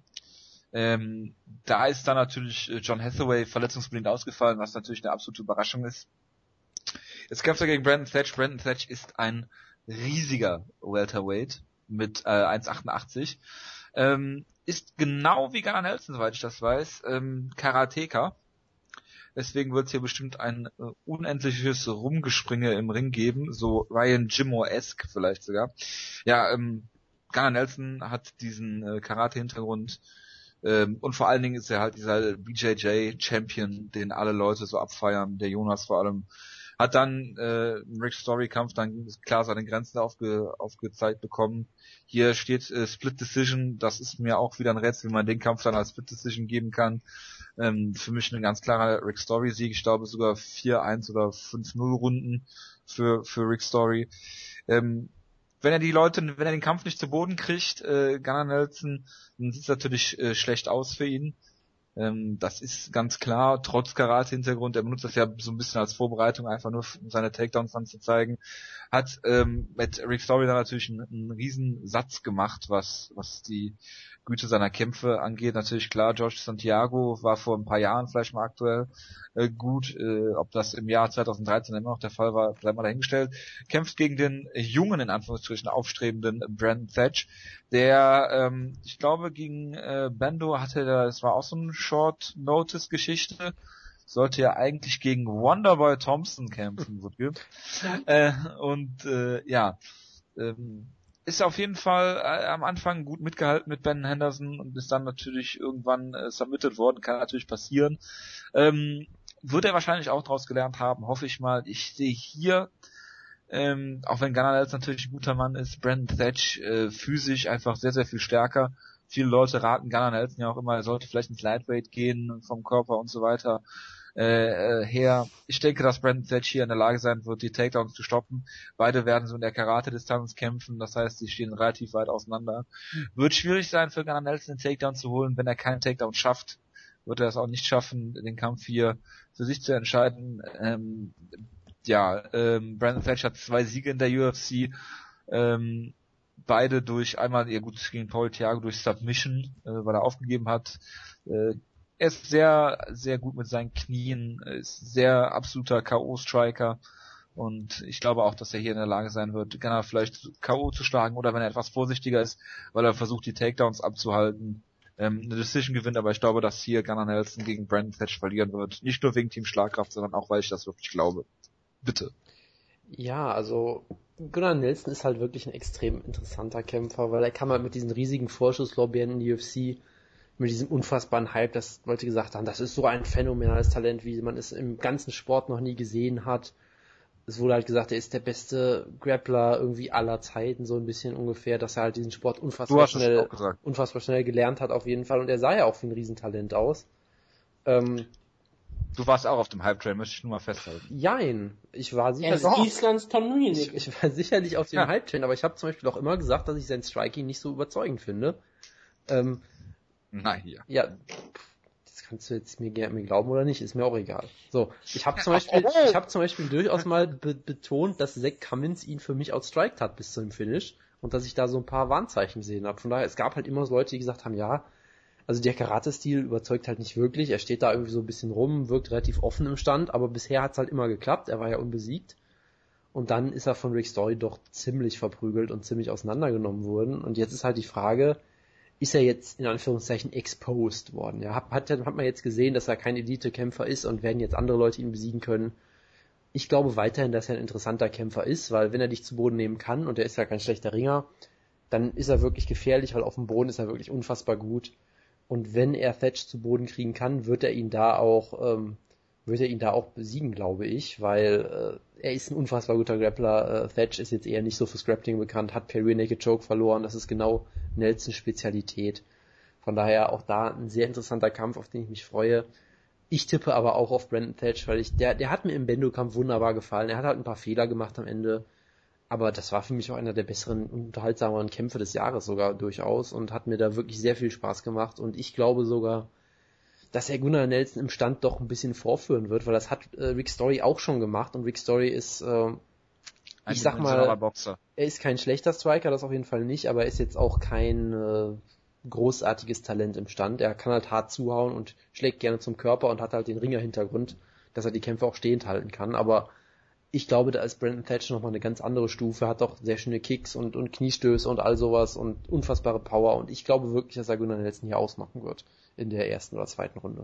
Da ist dann natürlich John Hathaway verletzungsbedingt ausgefallen, was natürlich eine absolute Überraschung ist. Jetzt kämpft er gegen Brandon Thatch. Brandon Thatch ist ein riesiger Welterweight mit 1,88. Ist genau wie Gunnar Nelson, soweit ich das weiß, Karateka. Deswegen wird es hier bestimmt ein unendliches Rumgespringe im Ring geben, so Ryan Jimmo-esque vielleicht sogar. Ja, Gunnar Nelson hat diesen Karate-Hintergrund, Und vor allen Dingen ist er halt dieser BJJ-Champion, den alle Leute so abfeiern, der Jonas vor allem. Hat dann im Rick Story-Kampf dann klar seine Grenzen aufgezeigt bekommen. Hier steht Split Decision, das ist mir auch wieder ein Rätsel, wie man den Kampf dann als Split Decision geben kann. Für mich ein ganz klarer Rick Story-Sieg, ich glaube sogar 4-1 oder 5-0 Runden für Rick Story. Wenn er den Kampf nicht zu Boden kriegt, Gunnar Nelson, dann sieht es natürlich schlecht aus für ihn. Das ist ganz klar, trotz Karate-Hintergrund, er benutzt das ja so ein bisschen als Vorbereitung, einfach nur um seine Takedowns dann zu zeigen, hat mit Rick Story dann natürlich einen riesen Satz gemacht, was die Güte seiner Kämpfe angeht. Natürlich klar, George Santiago war vor ein paar Jahren vielleicht mal aktuell gut, ob das im Jahr 2013 immer noch der Fall war, bleibt mal dahingestellt. Kämpft gegen den jungen, in Anführungsstrichen, aufstrebenden Brandon Thatch, der, ich glaube, gegen Bando das war auch so eine Short-Notice-Geschichte, sollte ja eigentlich gegen Wonderboy Thompson kämpfen, ist auf jeden Fall am Anfang gut mitgehalten mit Ben Henderson und ist dann natürlich irgendwann submitted worden, kann natürlich passieren. Wird er wahrscheinlich auch daraus gelernt haben, hoffe ich mal. Ich sehe hier, auch wenn Gunnar Nelson natürlich ein guter Mann ist, Brandon Thatch physisch einfach sehr, sehr viel stärker. Viele Leute raten Gunnar Nelson ja auch immer, er sollte vielleicht ins Lightweight gehen vom Körper und so weiter her. Ich denke, dass Brandon Thatch hier in der Lage sein wird, die Takedowns zu stoppen. Beide werden so in der Karate-Distanz kämpfen, das heißt, sie stehen relativ weit auseinander. Wird schwierig sein für Gunnar Nelson, den Takedown zu holen. Wenn er keinen Takedown schafft, wird er es auch nicht schaffen, den Kampf hier für sich zu entscheiden. Brandon Thatch hat 2 Siege in der UFC, beide durch einmal gegen Paul Thiago durch Submission, weil er aufgegeben hat. Er ist sehr, sehr gut mit seinen Knien, ist sehr absoluter K.O.-Striker und ich glaube auch, dass er hier in der Lage sein wird, Gunnar vielleicht K.O. zu schlagen oder wenn er etwas vorsichtiger ist, weil er versucht, die Takedowns abzuhalten, eine Decision gewinnt, aber ich glaube, dass hier Gunnar Nelson gegen Brandon Thatch verlieren wird. Nicht nur wegen Team Schlagkraft, sondern auch, weil ich das wirklich glaube. Bitte. Ja, also Gunnar Nelson ist halt wirklich ein extrem interessanter Kämpfer, weil er kann halt mit diesen riesigen Vorschusslorbeeren in die UFC, mit diesem unfassbaren Hype, dass Leute gesagt haben, das ist so ein phänomenales Talent, wie man es im ganzen Sport noch nie gesehen hat. Es wurde halt gesagt, er ist der beste Grappler irgendwie aller Zeiten, so ein bisschen ungefähr, dass er halt diesen Sport unfassbar schnell gelernt hat auf jeden Fall und er sah ja auch wie ein Riesentalent aus. Du warst auch auf dem Hype-Train, möchte ich nur mal festhalten. Jein, ich war sicherlich... Er ist Islands Tom Munich. Ich war sicherlich auf dem Hype-Train, aber ich habe zum Beispiel auch immer gesagt, dass ich sein Striking nicht so überzeugend finde. Hier. Ja, das kannst du jetzt mir glauben oder nicht, ist mir auch egal. So, ich habe zum Beispiel durchaus mal betont, dass Zach Cummins ihn für mich outstriked hat bis zum Finish und dass ich da so ein paar Warnzeichen gesehen habe. Von daher, es gab halt immer so Leute, die gesagt haben, ja, also der Karate-Stil überzeugt halt nicht wirklich. Er steht da irgendwie so ein bisschen rum, wirkt relativ offen im Stand, aber bisher hat's halt immer geklappt. Er war ja unbesiegt. Und dann ist er von Rick Story doch ziemlich verprügelt und ziemlich auseinandergenommen worden. Und jetzt ist halt die Frage, ist er jetzt in Anführungszeichen exposed worden? Ja, hat man jetzt gesehen, dass er kein Elite-Kämpfer ist und werden jetzt andere Leute ihn besiegen können? Ich glaube weiterhin, dass er ein interessanter Kämpfer ist, weil wenn er dich zu Boden nehmen kann, und er ist ja kein schlechter Ringer, dann ist er wirklich gefährlich, weil auf dem Boden ist er wirklich unfassbar gut. Und wenn er Thatch zu Boden kriegen kann, wird er ihn da auch besiegen, glaube ich, weil er ist ein unfassbar guter Grappler. Thatch ist jetzt eher nicht so fürs Grappling bekannt, hat per Rear Naked Choke verloren, das ist genau Nelsons Spezialität. Von daher auch da ein sehr interessanter Kampf, auf den ich mich freue. Ich tippe aber auch auf Brandon Thatch, weil der hat mir im Bendo-Kampf wunderbar gefallen. Er hat halt ein paar Fehler gemacht am Ende, aber das war für mich auch einer der besseren, unterhaltsameren Kämpfe des Jahres sogar durchaus und hat mir da wirklich sehr viel Spaß gemacht und ich glaube sogar, dass er Gunnar Nelson im Stand doch ein bisschen vorführen wird, weil das hat Rick Story auch schon gemacht und Rick Story ist, ich sag mal, er ist kein schlechter Striker, das auf jeden Fall nicht, aber er ist jetzt auch kein großartiges Talent im Stand. Er kann halt hart zuhauen und schlägt gerne zum Körper und hat halt den Ringer-Hintergrund, dass er die Kämpfe auch stehend halten kann, aber ich glaube, da ist Brandon Thatch nochmal eine ganz andere Stufe, hat auch sehr schöne Kicks und Kniestöße und all sowas und unfassbare Power und ich glaube wirklich, dass er Gunnar Nelson hier ausmachen wird in der ersten oder zweiten Runde.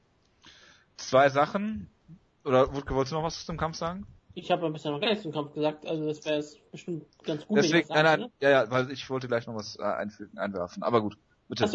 2 Sachen, oder wolltest du noch was zum Kampf sagen? Ich habe ein bisschen noch gar nichts zum Kampf gesagt, also das wäre bestimmt ganz gut. Deswegen, nein, ja, weil ich wollte gleich noch was einwerfen, aber gut, bitte. Ach so,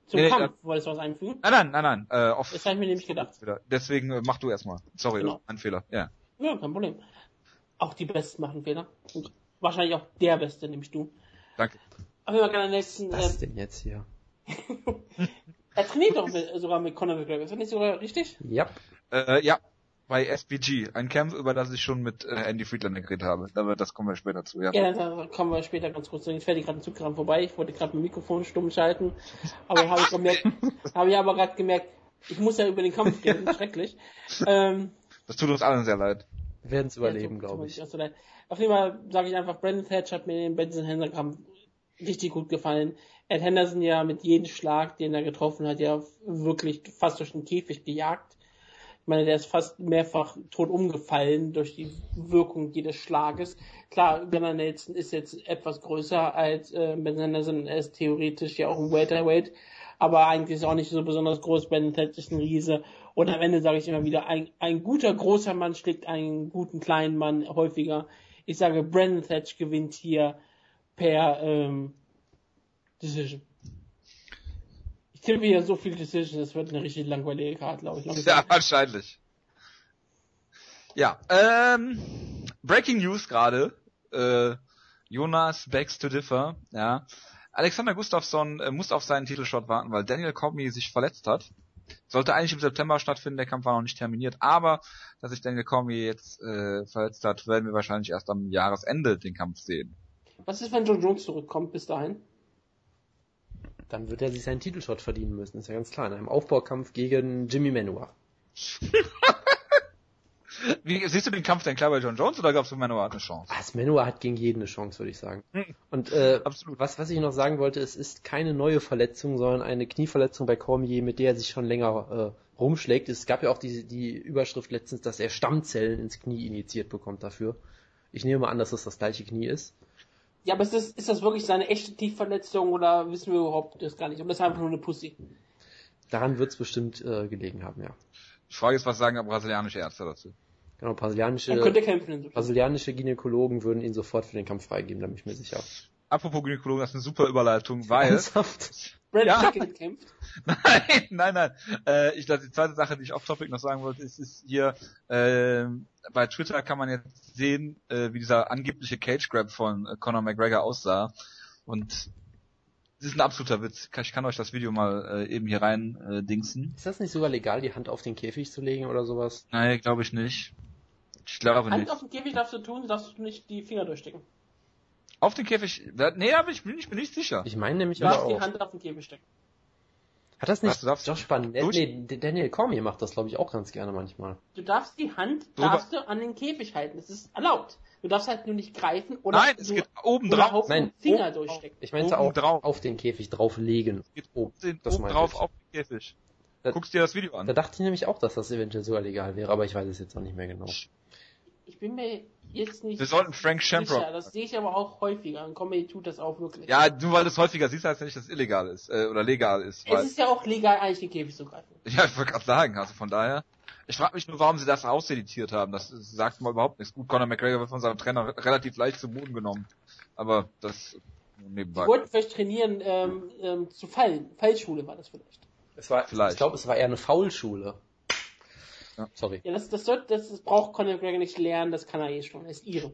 Zum Kampf, wolltest du was einfügen? Nein. Das habe ich mir nämlich gedacht. Deswegen mach du erstmal. Sorry, Genau. ein Fehler. Ja, kein Problem. Auch die Besten machen Fehler. Und wahrscheinlich auch der Beste, nämlich du. Danke. Aber wir gerne nächsten. Was denn jetzt hier? Er trainiert doch sogar mit Conor McGregor. Ist das nicht sogar richtig? Ja. Ja, bei SBG. Ein Kampf, über das ich schon mit Andy Friedland geredet habe. Das kommen wir später zu, ja. Ja, da kommen wir später ganz kurz zu. Jetzt fährt gerade ein Zug dran vorbei. Ich wollte gerade mein Mikrofon stumm schalten. Aber habe ich aber gerade gemerkt, ich muss ja über den Kampf reden. Schrecklich. Das tut uns allen sehr leid. Wir werden es überleben, glaube ich. Auf jeden Fall sage ich einfach, Brandon Thatch hat mir den Benson Henderson richtig gut gefallen. Ed Henderson ja mit jedem Schlag, den er getroffen hat, ja wirklich fast durch den Käfig gejagt. Ich meine, der ist fast mehrfach tot umgefallen durch die Wirkung jedes Schlages. Klar, Gunnar Nelson ist jetzt etwas größer als Ben Henderson. Er ist theoretisch ja auch ein Welterweight, aber eigentlich ist er auch nicht so besonders groß. Ben Thatch ist ein Riese. Und am Ende sage ich immer wieder, ein guter großer Mann schlägt einen guten kleinen Mann häufiger. Ich sage, Brandon Thatch gewinnt hier per Decision. Ich tippe hier so viel Decision, das wird eine richtig langweilige Karte, glaube ich. Ja, wahrscheinlich. Ja, Breaking News gerade. Jonas begs to differ. Ja. Alexander Gustafsson muss auf seinen Titelshot warten, weil Daniel Cormier sich verletzt hat. Sollte eigentlich im September stattfinden, der Kampf war noch nicht terminiert, aber dass sich Daniel Cormier jetzt verletzt hat, werden wir wahrscheinlich erst am Jahresende den Kampf sehen. Was ist, wenn John Jones zurückkommt bis dahin? Dann wird er sich seinen Titelshot verdienen müssen, ist ja ganz klar. In einem Aufbaukampf gegen Jimmy Manuwa. Wie siehst du den Kampf denn klar bei John Jones oder glaubst du, Manuwa hat eine Chance? Das Manuwa hat gegen jeden eine Chance, würde ich sagen. Und absolut. Was ich noch sagen wollte, es ist keine neue Verletzung, sondern eine Knieverletzung bei Cormier, mit der er sich schon länger rumschlägt. Es gab ja auch die Überschrift letztens, dass er Stammzellen ins Knie injiziert bekommt dafür. Ich nehme mal an, dass das gleiche Knie ist. Ja, aber ist das wirklich seine echte Tiefverletzung oder wissen wir überhaupt das gar nicht? Oder ist das einfach nur eine Pussy? Daran wird es bestimmt gelegen haben, ja. Die Frage ist, was sagen brasilianische Ärzte dazu? Genau, brasilianische Gynäkologen würden ihn sofort für den Kampf freigeben, da bin ich mir sicher. Apropos Gynäkologen, das ist eine super Überleitung, weil... Ernsthaft? Brad Pickett kämpft? Nein. Ich glaube, die zweite Sache, die ich off-topic noch sagen wollte, ist hier, bei Twitter kann man jetzt sehen, wie dieser angebliche Cage-Grab von Conor McGregor aussah. Und das ist ein absoluter Witz. Ich kann euch das Video mal eben hier rein dingsen. Ist das nicht sogar legal, die Hand auf den Käfig zu legen oder sowas? Nein, glaube ich nicht. Ich glaube nicht. Hand auf den Käfig darfst du nicht die Finger durchstecken. Auf den Käfig? Nee, aber ich bin nicht sicher. Ich meine nämlich Du darfst aber die auch. Hand auf den Käfig stecken. Hat das nicht Was, Josh Barnett? Nee, Daniel Cormier macht das, glaube ich, auch ganz gerne manchmal. Du darfst die Hand So, an den Käfig halten. Das ist erlaubt. Du darfst halt nur nicht greifen oder Nein, es geht oben drauf. Nein, Finger durchstecken. Ich meinte Oben auch drauf. auf den Käfig drauflegen. Es geht Oh, oben das meinte drauf ich. auf den Käfig. Da- Guckst dir das Video Da an. dachte ich nämlich auch, dass das eventuell sogar legal wäre, aber ich weiß es jetzt auch nicht mehr genau. Ich bin mir jetzt nicht Wir sollten Frank Shamrock. sicher. Das sehe ich aber auch häufiger. Und Comedy tut das auch wirklich. Ja, du, weil du es häufiger siehst, heißt ja nicht, dass es illegal ist, oder legal ist. Es Weil, ist ja auch legal, eigentlich den Käfig zu greifen. ja, ich wollte gerade sagen, also von daher. Ich frage mich nur, warum sie das auseditiert haben. Das sagt mal überhaupt nichts. Gut, Conor McGregor wird von seinem Trainer relativ leicht zu Boden genommen. Aber das nebenbei. Die wollten vielleicht trainieren, zu fallen. Fallschule war das vielleicht. Vielleicht. Ich glaube, es war eher eine Foulschule. Ja. Sorry. Ja, das braucht Conor McGregor nicht lernen, das kann er eh schon. Er ist ihre.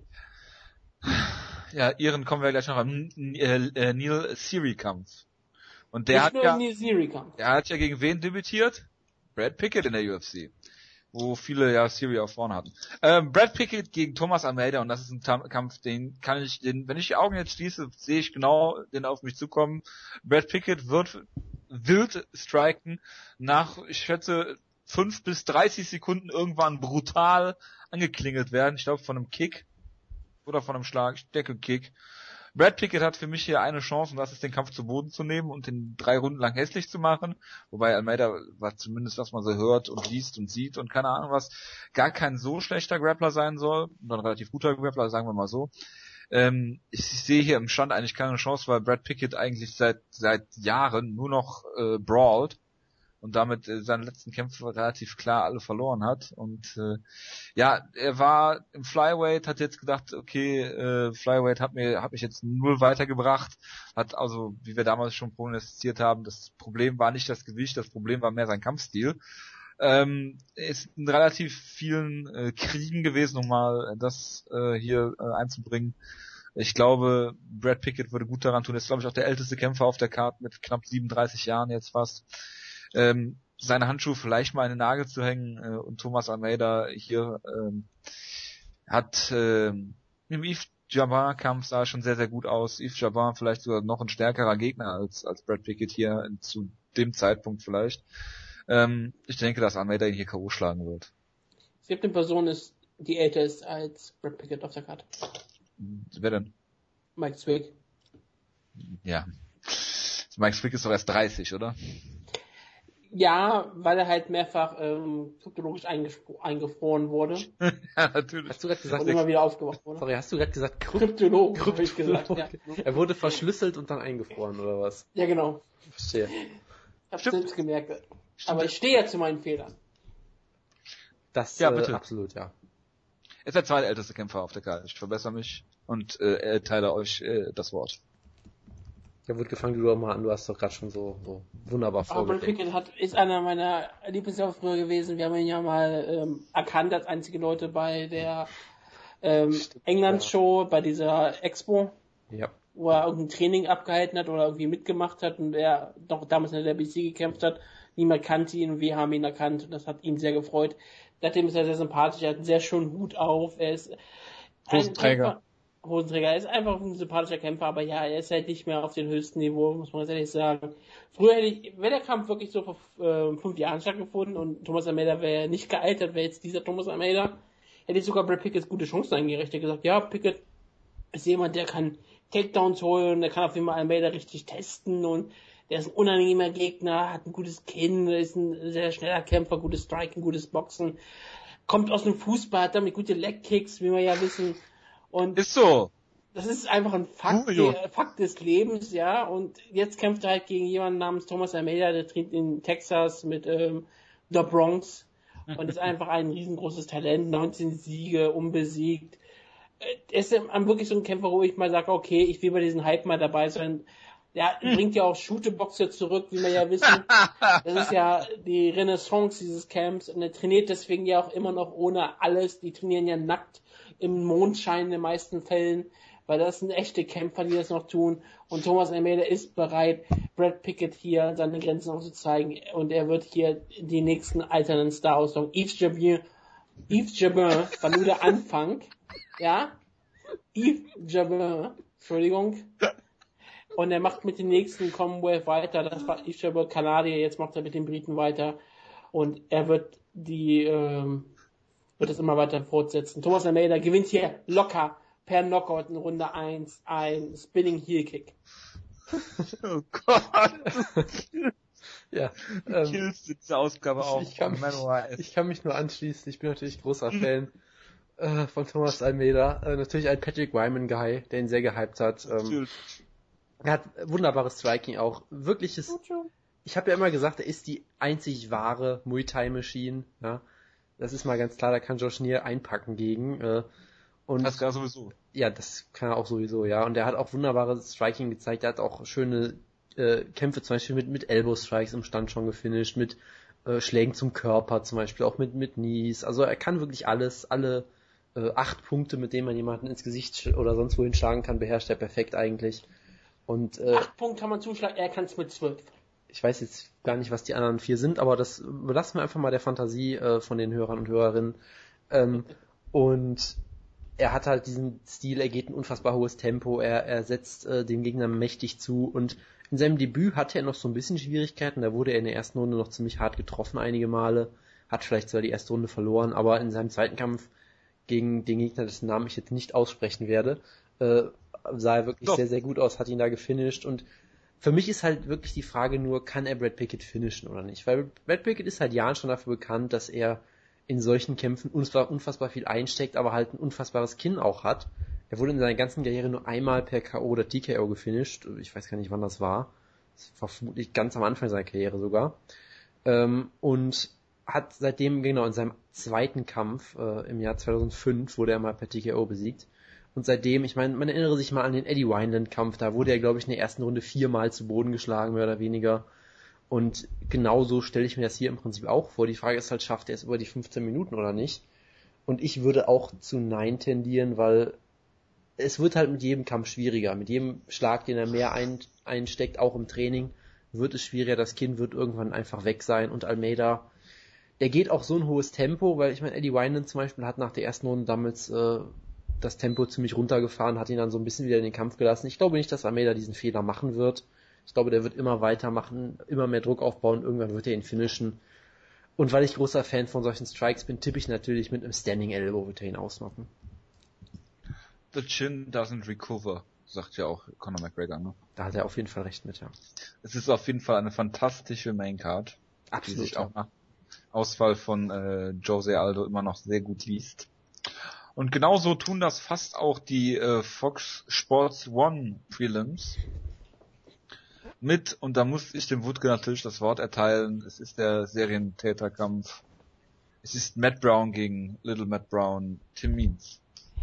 Ja, ihren kommen wir gleich noch am Neil Seary-Kampf. Und der Nicht nur in die Serie kam. hat ja gegen wen debütiert? Brad Pickett in der UFC. Wo viele ja Seary auch vorne hatten. Brad Pickett gegen Thomas Almeida, und das ist ein Kampf, wenn ich die Augen jetzt schließe, sehe ich genau den auf mich zukommen. Brad Pickett wird wild striken, nach, ich schätze, 5 bis 30 Sekunden irgendwann brutal angeklingelt werden. Ich glaube von einem Kick oder von einem Schlag, ich denke Kick. Brad Pickett hat für mich hier eine Chance, und das ist, den Kampf zu Boden zu nehmen und den 3 Runden lang hässlich zu machen. Wobei Almeida war zumindest, was man so hört und liest und sieht und keine Ahnung was, gar kein so schlechter Grappler sein soll. Und ein relativ guter Grappler, sagen wir mal so. Ich sehe hier im Stand eigentlich keine Chance, weil Brad Pickett eigentlich seit Jahren nur noch brawlt. und damit seine letzten Kämpfe relativ klar alle verloren hat. Und ja, er war im Flyweight, hat jetzt gedacht, okay, Flyweight hat mich jetzt null weitergebracht, hat also, wie wir damals schon prognostiziert haben, das Problem war nicht das Gewicht, das Problem war mehr sein Kampfstil. Ist in relativ vielen Kriegen gewesen, um mal das hier einzubringen. Ich glaube, Brad Pickett würde gut daran tun. Ist, glaube ich, auch der älteste Kämpfer auf der Karte mit knapp 37 Jahren jetzt fast. Seine Handschuhe vielleicht mal in den Nagel zu hängen. Und Thomas Almeida hier hat im Yves Jabbar-Kampf sah schon sehr, sehr gut aus. Yves Jabbar vielleicht sogar noch ein stärkerer Gegner als Brad Pickett hier zu dem Zeitpunkt vielleicht. Ich denke, dass Almeida ihn hier K.O. schlagen wird. Es gibt eine Person, die älter ist als Brad Pickett auf der Karte. Wer denn? Mike Zwick. Ja. Mike Zwick ist doch erst 30, oder? Ja, weil er halt mehrfach kryptologisch eingefroren wurde. Ja, natürlich. Hast du gerade gesagt, und immer wieder aufgewacht wurde. Sorry, hast du gerade gesagt Kryptologe, habe ich gesagt. Ja. Er wurde verschlüsselt und dann eingefroren, oder was? Ja, genau. Verstehe. Ich hab's selbst gemerkt. Aber ich stehe ja zu meinen Fehlern. Das, ja, bitte. Absolut, ja. Er ist der zweitälteste Kämpfer auf der Karte. Ich verbessere mich und erteile euch das Wort. Ja, wird gefangen, du doch mal an, du hast doch gerade schon so wunderbar vorgelegt. Aber Brad Pickett ist einer meiner Lieblingskämpfer früher gewesen. Wir haben ihn ja mal erkannt als einzige Leute bei der England-Show, bei dieser Expo, ja, wo er irgendein Training abgehalten hat oder irgendwie mitgemacht hat und er doch damals in der WBC gekämpft hat. Niemand kannte ihn und wir haben ihn erkannt und das hat ihn sehr gefreut. Seitdem ist er sehr sympathisch, er hat einen sehr schönen Hut auf, er ist Hosenträger. Er ist einfach ein sympathischer Kämpfer, aber ja, er ist halt nicht mehr auf dem höchsten Niveau, muss man ganz ehrlich sagen. Früher wäre der Kampf wirklich so vor 5 Jahren stattgefunden und Thomas Almeida wäre nicht gealtert, wäre jetzt dieser Thomas Almeida, hätte ich sogar Brad Pickett gute Chancen eingerechnet, gesagt, ja, Pickett ist jemand, der kann Takedowns holen, der kann auf jeden Fall Almeida richtig testen und der ist ein unangenehmer Gegner, hat ein gutes Kinn, ist ein sehr schneller Kämpfer, gutes Striking, gutes Boxen, kommt aus dem Fußball, hat damit gute Leg-Kicks, wie wir ja wissen. Und ist so. Das ist einfach ein Fakt des Lebens, ja. Und jetzt kämpft er halt gegen jemanden namens Thomas Almeida, der trainiert in Texas mit der Bronx und ist einfach ein riesengroßes Talent, 19 Siege, unbesiegt. Er ist wirklich so ein Kämpfer, wo ich mal sage, okay, ich will bei diesem Hype mal dabei sein. Ja, bringt ja auch Shooteboxer zurück, wie wir ja wissen. Das ist ja die Renaissance dieses Camps und er trainiert deswegen ja auch immer noch ohne alles. Die trainieren ja nackt im Mondschein in den meisten Fällen, weil das sind echte Kämpfer, die das noch tun. Und Thomas Almeida ist bereit, Brad Pickett hier seine Grenzen aufzuzeigen und er wird hier die nächsten alternden Star auslocken. Yves Jabbar war nur der Anfang, ja? Yves Jabbar, Entschuldigung. Und er macht mit dem nächsten Commonwealth weiter. Das war Yves Jabbar, Kanadier. Jetzt macht er mit den Briten weiter. Und er wird das immer weiter fortsetzen. Thomas Almeida gewinnt hier locker per Knockout in Runde 1 ein Spinning Heel Kick. Oh Gott. Ja. Kills diese Ausgabe auch. Ich kann mich nur anschließen. Ich bin natürlich großer Fan von Thomas Almeida. Natürlich ein Patrick Wyman-Guy, der ihn sehr gehypt hat. Er hat wunderbares Striking auch. Wirkliches. Ich habe ja immer gesagt, er ist die einzig wahre Muay Thai Machine. Ja, das ist mal ganz klar. Da kann Josh Neer einpacken gegen. Und das kann er sowieso. Ja, das kann er auch sowieso. Ja, und er hat auch wunderbares Striking gezeigt. Er hat auch schöne Kämpfe, zum Beispiel mit Elbow Strikes im Stand schon gefinisht, mit Schlägen zum Körper, zum Beispiel auch mit Knees. Also er kann wirklich alles, alle 8 Punkte, mit denen man jemanden ins Gesicht oder sonst wohin schlagen kann, beherrscht er perfekt eigentlich. Und 8 Punkte kann man zuschlagen, er kann es mit 12. Ich weiß jetzt gar nicht, was die anderen 4 sind, aber das überlassen wir einfach mal der Fantasie von den Hörern und Hörerinnen. Und er hat halt diesen Stil, er geht ein unfassbar hohes Tempo, er setzt dem Gegner mächtig zu und in seinem Debüt hatte er noch so ein bisschen Schwierigkeiten, da wurde er in der ersten Runde noch ziemlich hart getroffen einige Male, hat vielleicht zwar die erste Runde verloren, aber in seinem zweiten Kampf gegen den Gegner, dessen Namen ich jetzt nicht aussprechen werde, sah er wirklich sehr, sehr gut aus, hat ihn da gefinisht und für mich ist halt wirklich die Frage nur, kann er Brad Pickett finishen oder nicht? Weil Brad Pickett ist seit Jahren schon dafür bekannt, dass er in solchen Kämpfen unfassbar viel einsteckt, aber halt ein unfassbares Kinn auch hat. Er wurde in seiner ganzen Karriere nur einmal per K.O. oder TKO gefinisht. Ich weiß gar nicht, wann das war. Das war vermutlich ganz am Anfang seiner Karriere sogar. Und hat seitdem, genau, in seinem zweiten Kampf im Jahr 2005 wurde er mal per TKO besiegt. Und seitdem, ich meine, man erinnere sich mal an den Eddie Wineland-Kampf, da wurde er, glaube ich, in der ersten Runde 4-mal zu Boden geschlagen, mehr oder weniger. Und genauso stelle ich mir das hier im Prinzip auch vor. Die Frage ist halt, schafft er es über die 15 Minuten oder nicht? Und ich würde auch zu Nein tendieren, weil es wird halt mit jedem Kampf schwieriger. Mit jedem Schlag, den er mehr einsteckt, auch im Training, wird es schwieriger. Das Kinn wird irgendwann einfach weg sein. Und Almeida, der geht auch so ein hohes Tempo, weil ich meine, Eddie Wineland zum Beispiel hat nach der ersten Runde damals das Tempo ziemlich runtergefahren, hat ihn dann so ein bisschen wieder in den Kampf gelassen. Ich glaube nicht, dass Almeida diesen Fehler machen wird. Ich glaube, der wird immer weitermachen, immer mehr Druck aufbauen, irgendwann wird er ihn finishen. Und weil ich großer Fan von solchen Strikes bin, tippe ich natürlich mit einem Standing Elbow, wird er ihn ausnocken. The chin doesn't recover, sagt ja auch Conor McGregor, ne? Da hat er auf jeden Fall recht mit, ja. Es ist auf jeden Fall eine fantastische Maincard, Absolut, die sich auch nach Ausfall von Jose Aldo immer noch sehr gut liest. Und genauso tun das fast auch die Fox Sports One Prelims. Und da muss ich dem Wutke natürlich das Wort erteilen, es ist der Serientäterkampf. Es ist Matt Brown gegen Little Matt Brown, Tim Means.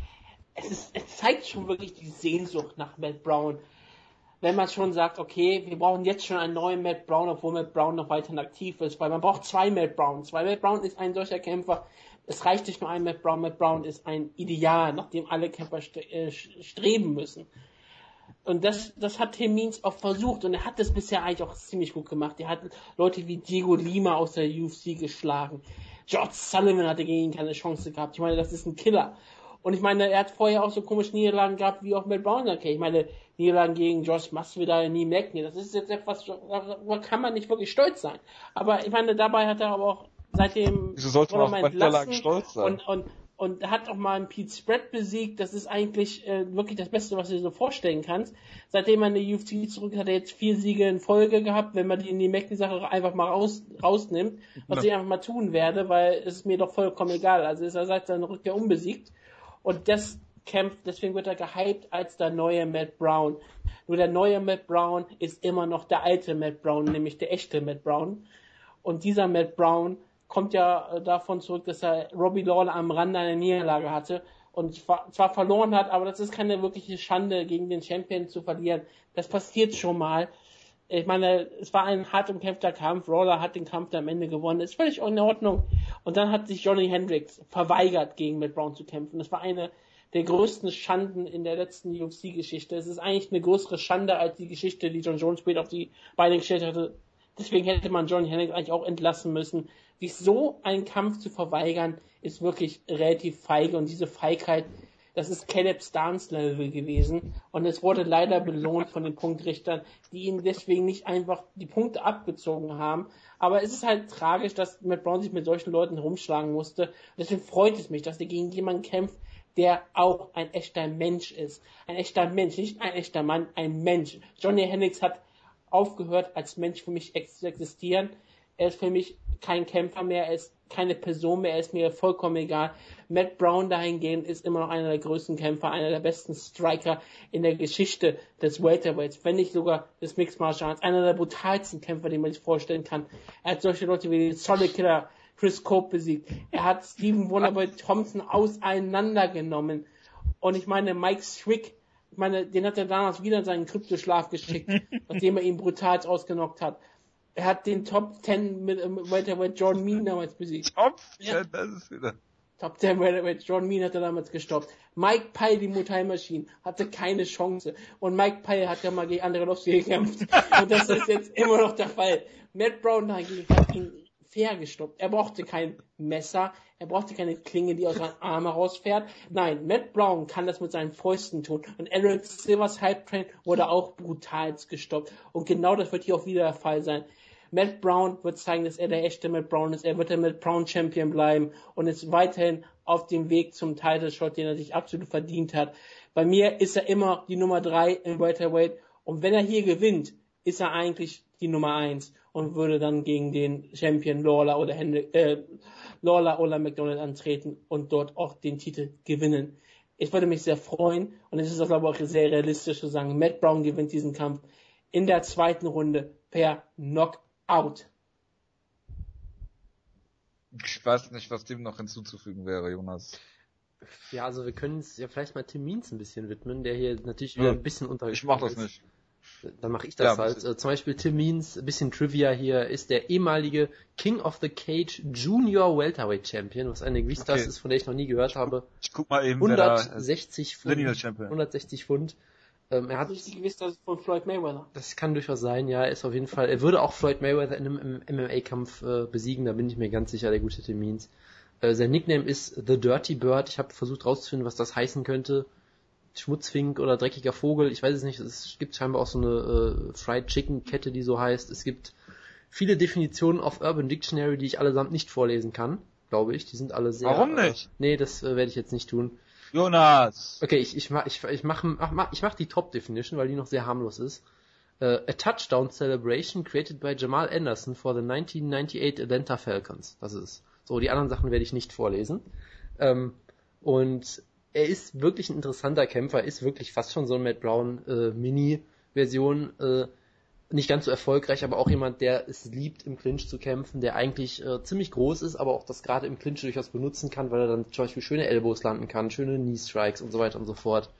Es zeigt schon wirklich die Sehnsucht nach Matt Brown. Wenn man schon sagt, okay, wir brauchen jetzt schon einen neuen Matt Brown, obwohl Matt Brown noch weiterhin aktiv ist, weil man braucht zwei Matt Browns. Weil Matt Brown ist ein solcher Kämpfer, es reicht nicht nur ein Matt Brown. Matt Brown ist ein Ideal, nach dem alle Kämpfer streben müssen. Und das hat Tim Means auch versucht und er hat das bisher eigentlich auch ziemlich gut gemacht. Er hat Leute wie Diego Lima aus der UFC geschlagen. George Sullivan hatte gegen ihn keine Chance gehabt. Ich meine, das ist ein Killer. Und ich meine, er hat vorher auch so komische Niederlagen gehabt, wie auch Matt Brown. Okay, ich meine, Niederlagen gegen Josh Masvidal, nie Magny, das ist jetzt etwas, da kann man nicht wirklich stolz sein. Aber ich meine, dabei hat er aber auch seitdem... Wieso sollte man auf Niederlagen stolz sein? Und hat auch mal einen Pete Spread besiegt. Das ist eigentlich wirklich das Beste, was du dir so vorstellen kannst. Seitdem er in die UFC zurück ist, hat er jetzt 4 Siege in Folge gehabt. Wenn man die Magny-Sache einfach mal rausnimmt, was ich einfach mal tun werde, weil es ist mir doch vollkommen egal. Also ist er seit seiner Rückkehr unbesiegt. Und deswegen wird er gehypt als der neue Matt Brown. Nur der neue Matt Brown ist immer noch der alte Matt Brown, nämlich der echte Matt Brown. Und dieser Matt Brown kommt ja davon zurück, dass er Robbie Lawler am Rande einer Niederlage hatte und zwar verloren hat, aber das ist keine wirkliche Schande, gegen den Champion zu verlieren. Das passiert schon mal. Ich meine, es war ein hart umkämpfter Kampf. Lawler hat den Kampf am Ende gewonnen. Ist völlig in Ordnung. Und dann hat sich Johnny Hendricks verweigert, gegen Matt Brown zu kämpfen. Das war eine der größten Schanden in der letzten UFC-Geschichte. Es ist eigentlich eine größere Schande als die Geschichte, die John Jones später auf die Beine gestellt hatte. Deswegen hätte man Johnny Hendricks eigentlich auch entlassen müssen. Sich so einen Kampf zu verweigern, ist wirklich relativ feige. Und diese Feigheit, das ist Caleb Starnes Level gewesen. Und es wurde leider belohnt von den Punktrichtern, die ihm deswegen nicht einfach die Punkte abgezogen haben. Aber es ist halt tragisch, dass Matt Brown sich mit solchen Leuten herumschlagen musste. Und deswegen freut es mich, dass er gegen jemanden kämpft, der auch ein echter Mensch ist. Ein echter Mensch, nicht ein echter Mann, ein Mensch. Johnny Hendricks hat aufgehört, als Mensch für mich zu existieren. Er ist für mich kein Kämpfer mehr, er ist keine Person mehr, er ist mir vollkommen egal. Matt Brown dahingehend ist immer noch einer der größten Kämpfer, einer der besten Striker in der Geschichte des Welterweights, wenn nicht sogar des Mixed Martial Arts, einer der brutalsten Kämpfer, den man sich vorstellen kann. Er hat solche Leute wie Solid Killer, Chris Cope besiegt. Er hat Stephen Wonderboy Thompson auseinandergenommen. Und ich meine, Mike Swick, den hat er damals wieder in seinen Kryptoschlaf geschickt, nachdem er ihn brutal ausgenockt hat. Er hat den Top 10 mit Welterweight Jordan Mein damals besiegt. Top 10, das ist wieder. Top 10 Welterweight Jordan Mein hat er damals gestoppt. Mike Pyle, die Muay Machine, hatte keine Chance. Und Mike Pyle hat ja mal gegen Andrei Arlovski gekämpft. Und das ist jetzt immer noch der Fall. Matt Brown dagegen hat ihn fair gestoppt. Er brauchte kein Messer, er brauchte keine Klinge, die aus seinem Arm herausfährt. Nein, Matt Brown kann das mit seinen Fäusten tun. Und Eric Silvers Hype Train wurde auch brutal gestoppt. Und genau das wird hier auch wieder der Fall sein. Matt Brown wird zeigen, dass er der echte Matt Brown ist. Er wird der Matt Brown Champion bleiben und ist weiterhin auf dem Weg zum Title Shot, den er sich absolut verdient hat. Bei mir ist er immer die Nummer 3 im Welterweight. Und wenn er hier gewinnt, ist er eigentlich die Nummer 1 und würde dann gegen den Champion Lawler oder McDonald antreten und dort auch den Titel gewinnen. Ich würde mich sehr freuen und es ist aber auch sehr realistisch zu sagen, Matt Brown gewinnt diesen Kampf in der zweiten Runde per Knockout. Ich weiß nicht, was dem noch hinzuzufügen wäre, Jonas. Ja, also wir können es ja vielleicht mal Tim Means ein bisschen widmen, der hier natürlich wieder ein bisschen untergegangen ist. Ich mach das nicht. Dann mache ich das halt. Zum Beispiel Tim Means, ein bisschen Trivia hier, ist der ehemalige King of the Cage Junior Welterweight Champion, was eine Gewichtsklasse ist, von der ich noch nie gehört habe. Ich guck mal eben, 160 Pfund. Lineal Champion. 160 Pfund. Er hat nicht die Gewichtsklasse von Floyd Mayweather. Das kann durchaus sein, ja. Er ist auf jeden Fall, er würde auch Floyd Mayweather in einem MMA-Kampf besiegen, da bin ich mir ganz sicher, der gute Tim Means. Sein Nickname ist The Dirty Bird. Ich habe versucht rauszufinden, was das heißen könnte. Schmutzfink oder dreckiger Vogel, ich weiß es nicht. Es gibt scheinbar auch so eine Fried Chicken Kette, die so heißt. Es gibt viele Definitionen auf Urban Dictionary, die ich allesamt nicht vorlesen kann, glaube ich. Die sind alle sehr... Warum nicht? Nee, das werde ich jetzt nicht tun. Jonas! Okay, ich mach die Top Definition, weil die noch sehr harmlos ist. A touchdown celebration created by Jamal Anderson for the 1998 Atlanta Falcons. Das ist so, die anderen Sachen werde ich nicht vorlesen. Und er ist wirklich ein interessanter Kämpfer, ist wirklich fast schon so ein Matt Brown Mini-Version, nicht ganz so erfolgreich, aber auch jemand, der es liebt, im Clinch zu kämpfen, der eigentlich ziemlich groß ist, aber auch das gerade im Clinch durchaus benutzen kann, weil er dann zum Beispiel schöne Elbows landen kann, schöne Knee-Strikes und so weiter und so fort.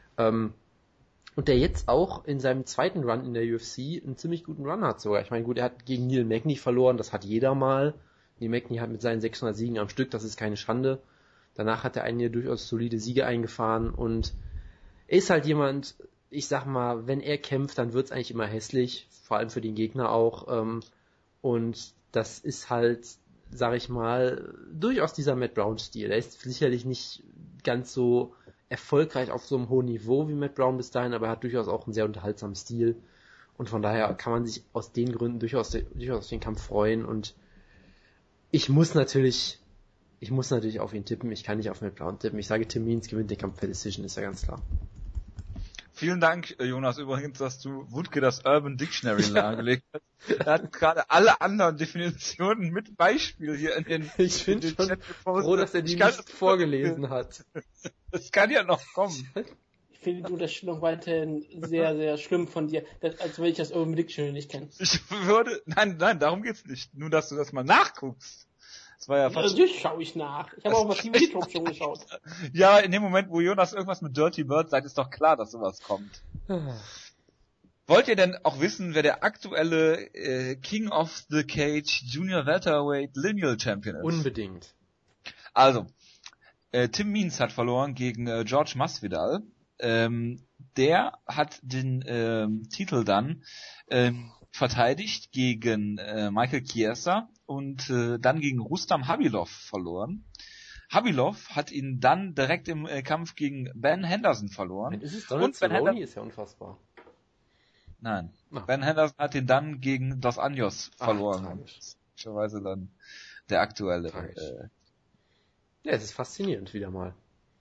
Und der jetzt auch in seinem zweiten Run in der UFC einen ziemlich guten Run hat sogar. Ich meine, gut, er hat gegen Neil Magny verloren, das hat jeder mal. Neil Magny hat mit seinen 600 Siegen am Stück, das ist keine Schande. Danach hat er einige durchaus solide Siege eingefahren und er ist halt jemand, ich sag mal, wenn er kämpft, dann wird's eigentlich immer hässlich, vor allem für den Gegner auch. Und das ist halt, sag ich mal, durchaus dieser Matt Brown-Stil. Er ist sicherlich nicht ganz so erfolgreich auf so einem hohen Niveau wie Matt Brown bis dahin, aber er hat durchaus auch einen sehr unterhaltsamen Stil. Und von daher kann man sich aus den Gründen durchaus den Kampf freuen. Und ich muss natürlich auf ihn tippen. Ich kann nicht auf Matt Brown tippen. Ich sage, Tim Means gewinnt den Kampf per Decision, ist ja ganz klar. Vielen Dank, Jonas, übrigens, dass du Wutke das Urban Dictionary nahegelegt hast. Er hat gerade alle anderen Definitionen mit Beispiel hier in den Ich bin schon froh, dass er die nicht vorgelesen hat. Das kann ja noch kommen. Ich finde die Unterstellung weiterhin sehr, sehr schlimm von dir, als wenn ich das Urban Dictionary nicht kenne. Nein, darum geht's nicht. Nur, dass du das mal nachguckst. Das war ja fast... Natürlich schaue ich nach. Ich habe auch was die Videotop schon geschaut. Ja, in dem Moment, wo Jonas irgendwas mit Dirty Bird sagt, ist doch klar, dass sowas kommt. Wollt ihr denn auch wissen, wer der aktuelle King of the Cage Junior Welterweight Lineal Champion ist? Unbedingt. Also, Tim Means hat verloren gegen George Masvidal. Der hat den Titel dann verteidigt gegen Michael Chiesa und dann gegen Rustam Khabilov verloren. Khabilov hat ihn dann direkt im Kampf gegen Ben Henderson verloren. Ist es Donald Cerrone? Ist ja unfassbar. Nein. Ben Henderson hat ihn dann gegen Dos Anjos verloren. Möglicherweise dann der aktuelle. Ja, es ist faszinierend wieder mal.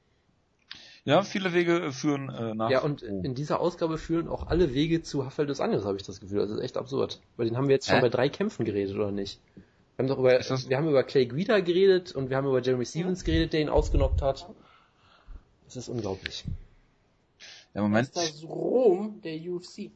Ja, viele Wege führen nach... Ja, und in dieser Ausgabe führen auch alle Wege zu Rafael Dos Anjos, habe ich das Gefühl. Das ist echt absurd. Weil den haben wir jetzt schon bei 3 Kämpfen geredet, oder nicht? Wir haben über Clay Guida geredet und wir haben über Jeremy Stevens geredet, der ihn ausgenockt hat. Das ist unglaublich. Ja, Moment. Das ist das Rom der UFC.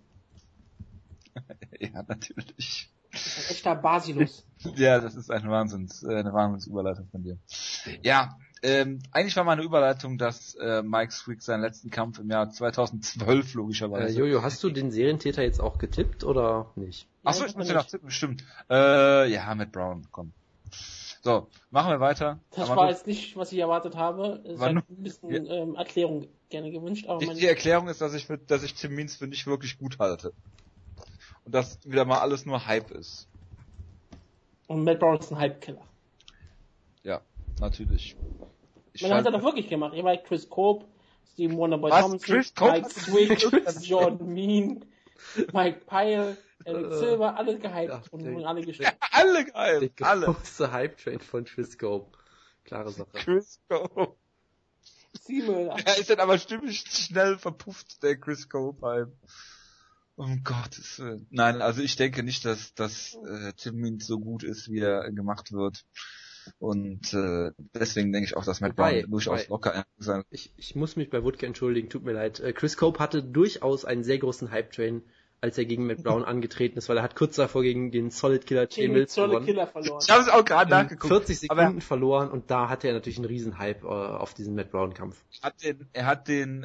Ja, natürlich. Das ist ein echter Basilus. Ja, das ist eine Wahnsinnsüberleitung von dir. Ja, eigentlich war meine Überleitung, dass Mike Swick seinen letzten Kampf im Jahr 2012 logischerweise... Jojo, hast du den Serientäter jetzt auch getippt oder nicht? Achso, ich muss den noch tippen, stimmt. Ja, Matt Brown, komm. So, machen wir weiter. Das war jetzt nicht, was ich erwartet habe. Es hat ein bisschen Erklärung gerne gewünscht. Aber die Erklärung ist, dass ich Tim Means für nicht wirklich gut halte. Und dass wieder mal alles nur Hype ist. Und Matt Brown ist ein Hype-Killer. Ja, natürlich. Man hat er doch wirklich gemacht. Ich war Chris Cope, Stephen Wonderboy Thompson, Mike Swick, Jordan Mean, Mike Pyle, Eric Silver, alle gehypt und alle gestimmt. Ja, alle gehypt, der große Hype-Train von Chris Cope. Klare Sache. Chris Cope. Er ist dann aber stimmig schnell verpufft, der Chris Cope-Hype. Um Gottes Willen. Nein, also ich denke nicht, dass Tim Means so gut ist, wie er gemacht wird. Und deswegen denke ich auch, dass Matt Brown durchaus locker sein. Ich muss mich bei Wutke entschuldigen, tut mir leid. Chris Cope hatte durchaus einen sehr großen Hype-Train als er gegen Matt Brown angetreten ist, weil er hat kurz davor gegen den Solid Killer Jay Mills verloren. Ich habe es auch gerade nachgeguckt. 40 Sekunden verloren und da hatte er natürlich einen riesen Hype auf diesen Matt Brown Kampf. Er hat den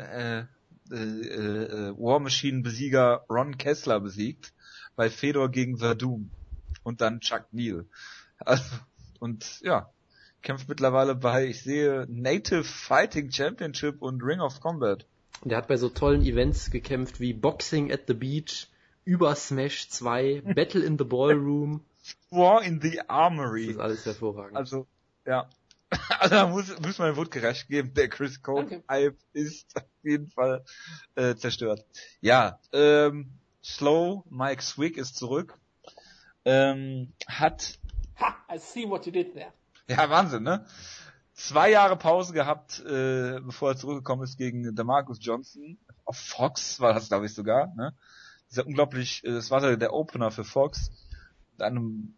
War Machine Besieger Ron Kessler besiegt bei Fedor gegen Verdum und dann Chuck Neal. Also, und ja, kämpft mittlerweile bei, ich sehe, Native Fighting Championship und Ring of Combat. Und er hat bei so tollen Events gekämpft wie Boxing at the Beach, über Smash 2, Battle in the Ballroom. War in the Armory. Das ist alles hervorragend. Also, ja. Also da muss man Wut gerecht geben, der Chris Cole Hype ist auf jeden Fall zerstört. Ja, Slow, Mike Swig ist zurück. I see what you did there. Ja, Wahnsinn, ne? 2 Jahre Pause gehabt, bevor er zurückgekommen ist gegen DeMarcus Johnson. Auf Fox war das, glaube ich, sogar, ne? Dieser unglaublich, das war der Opener für Fox. Mit einem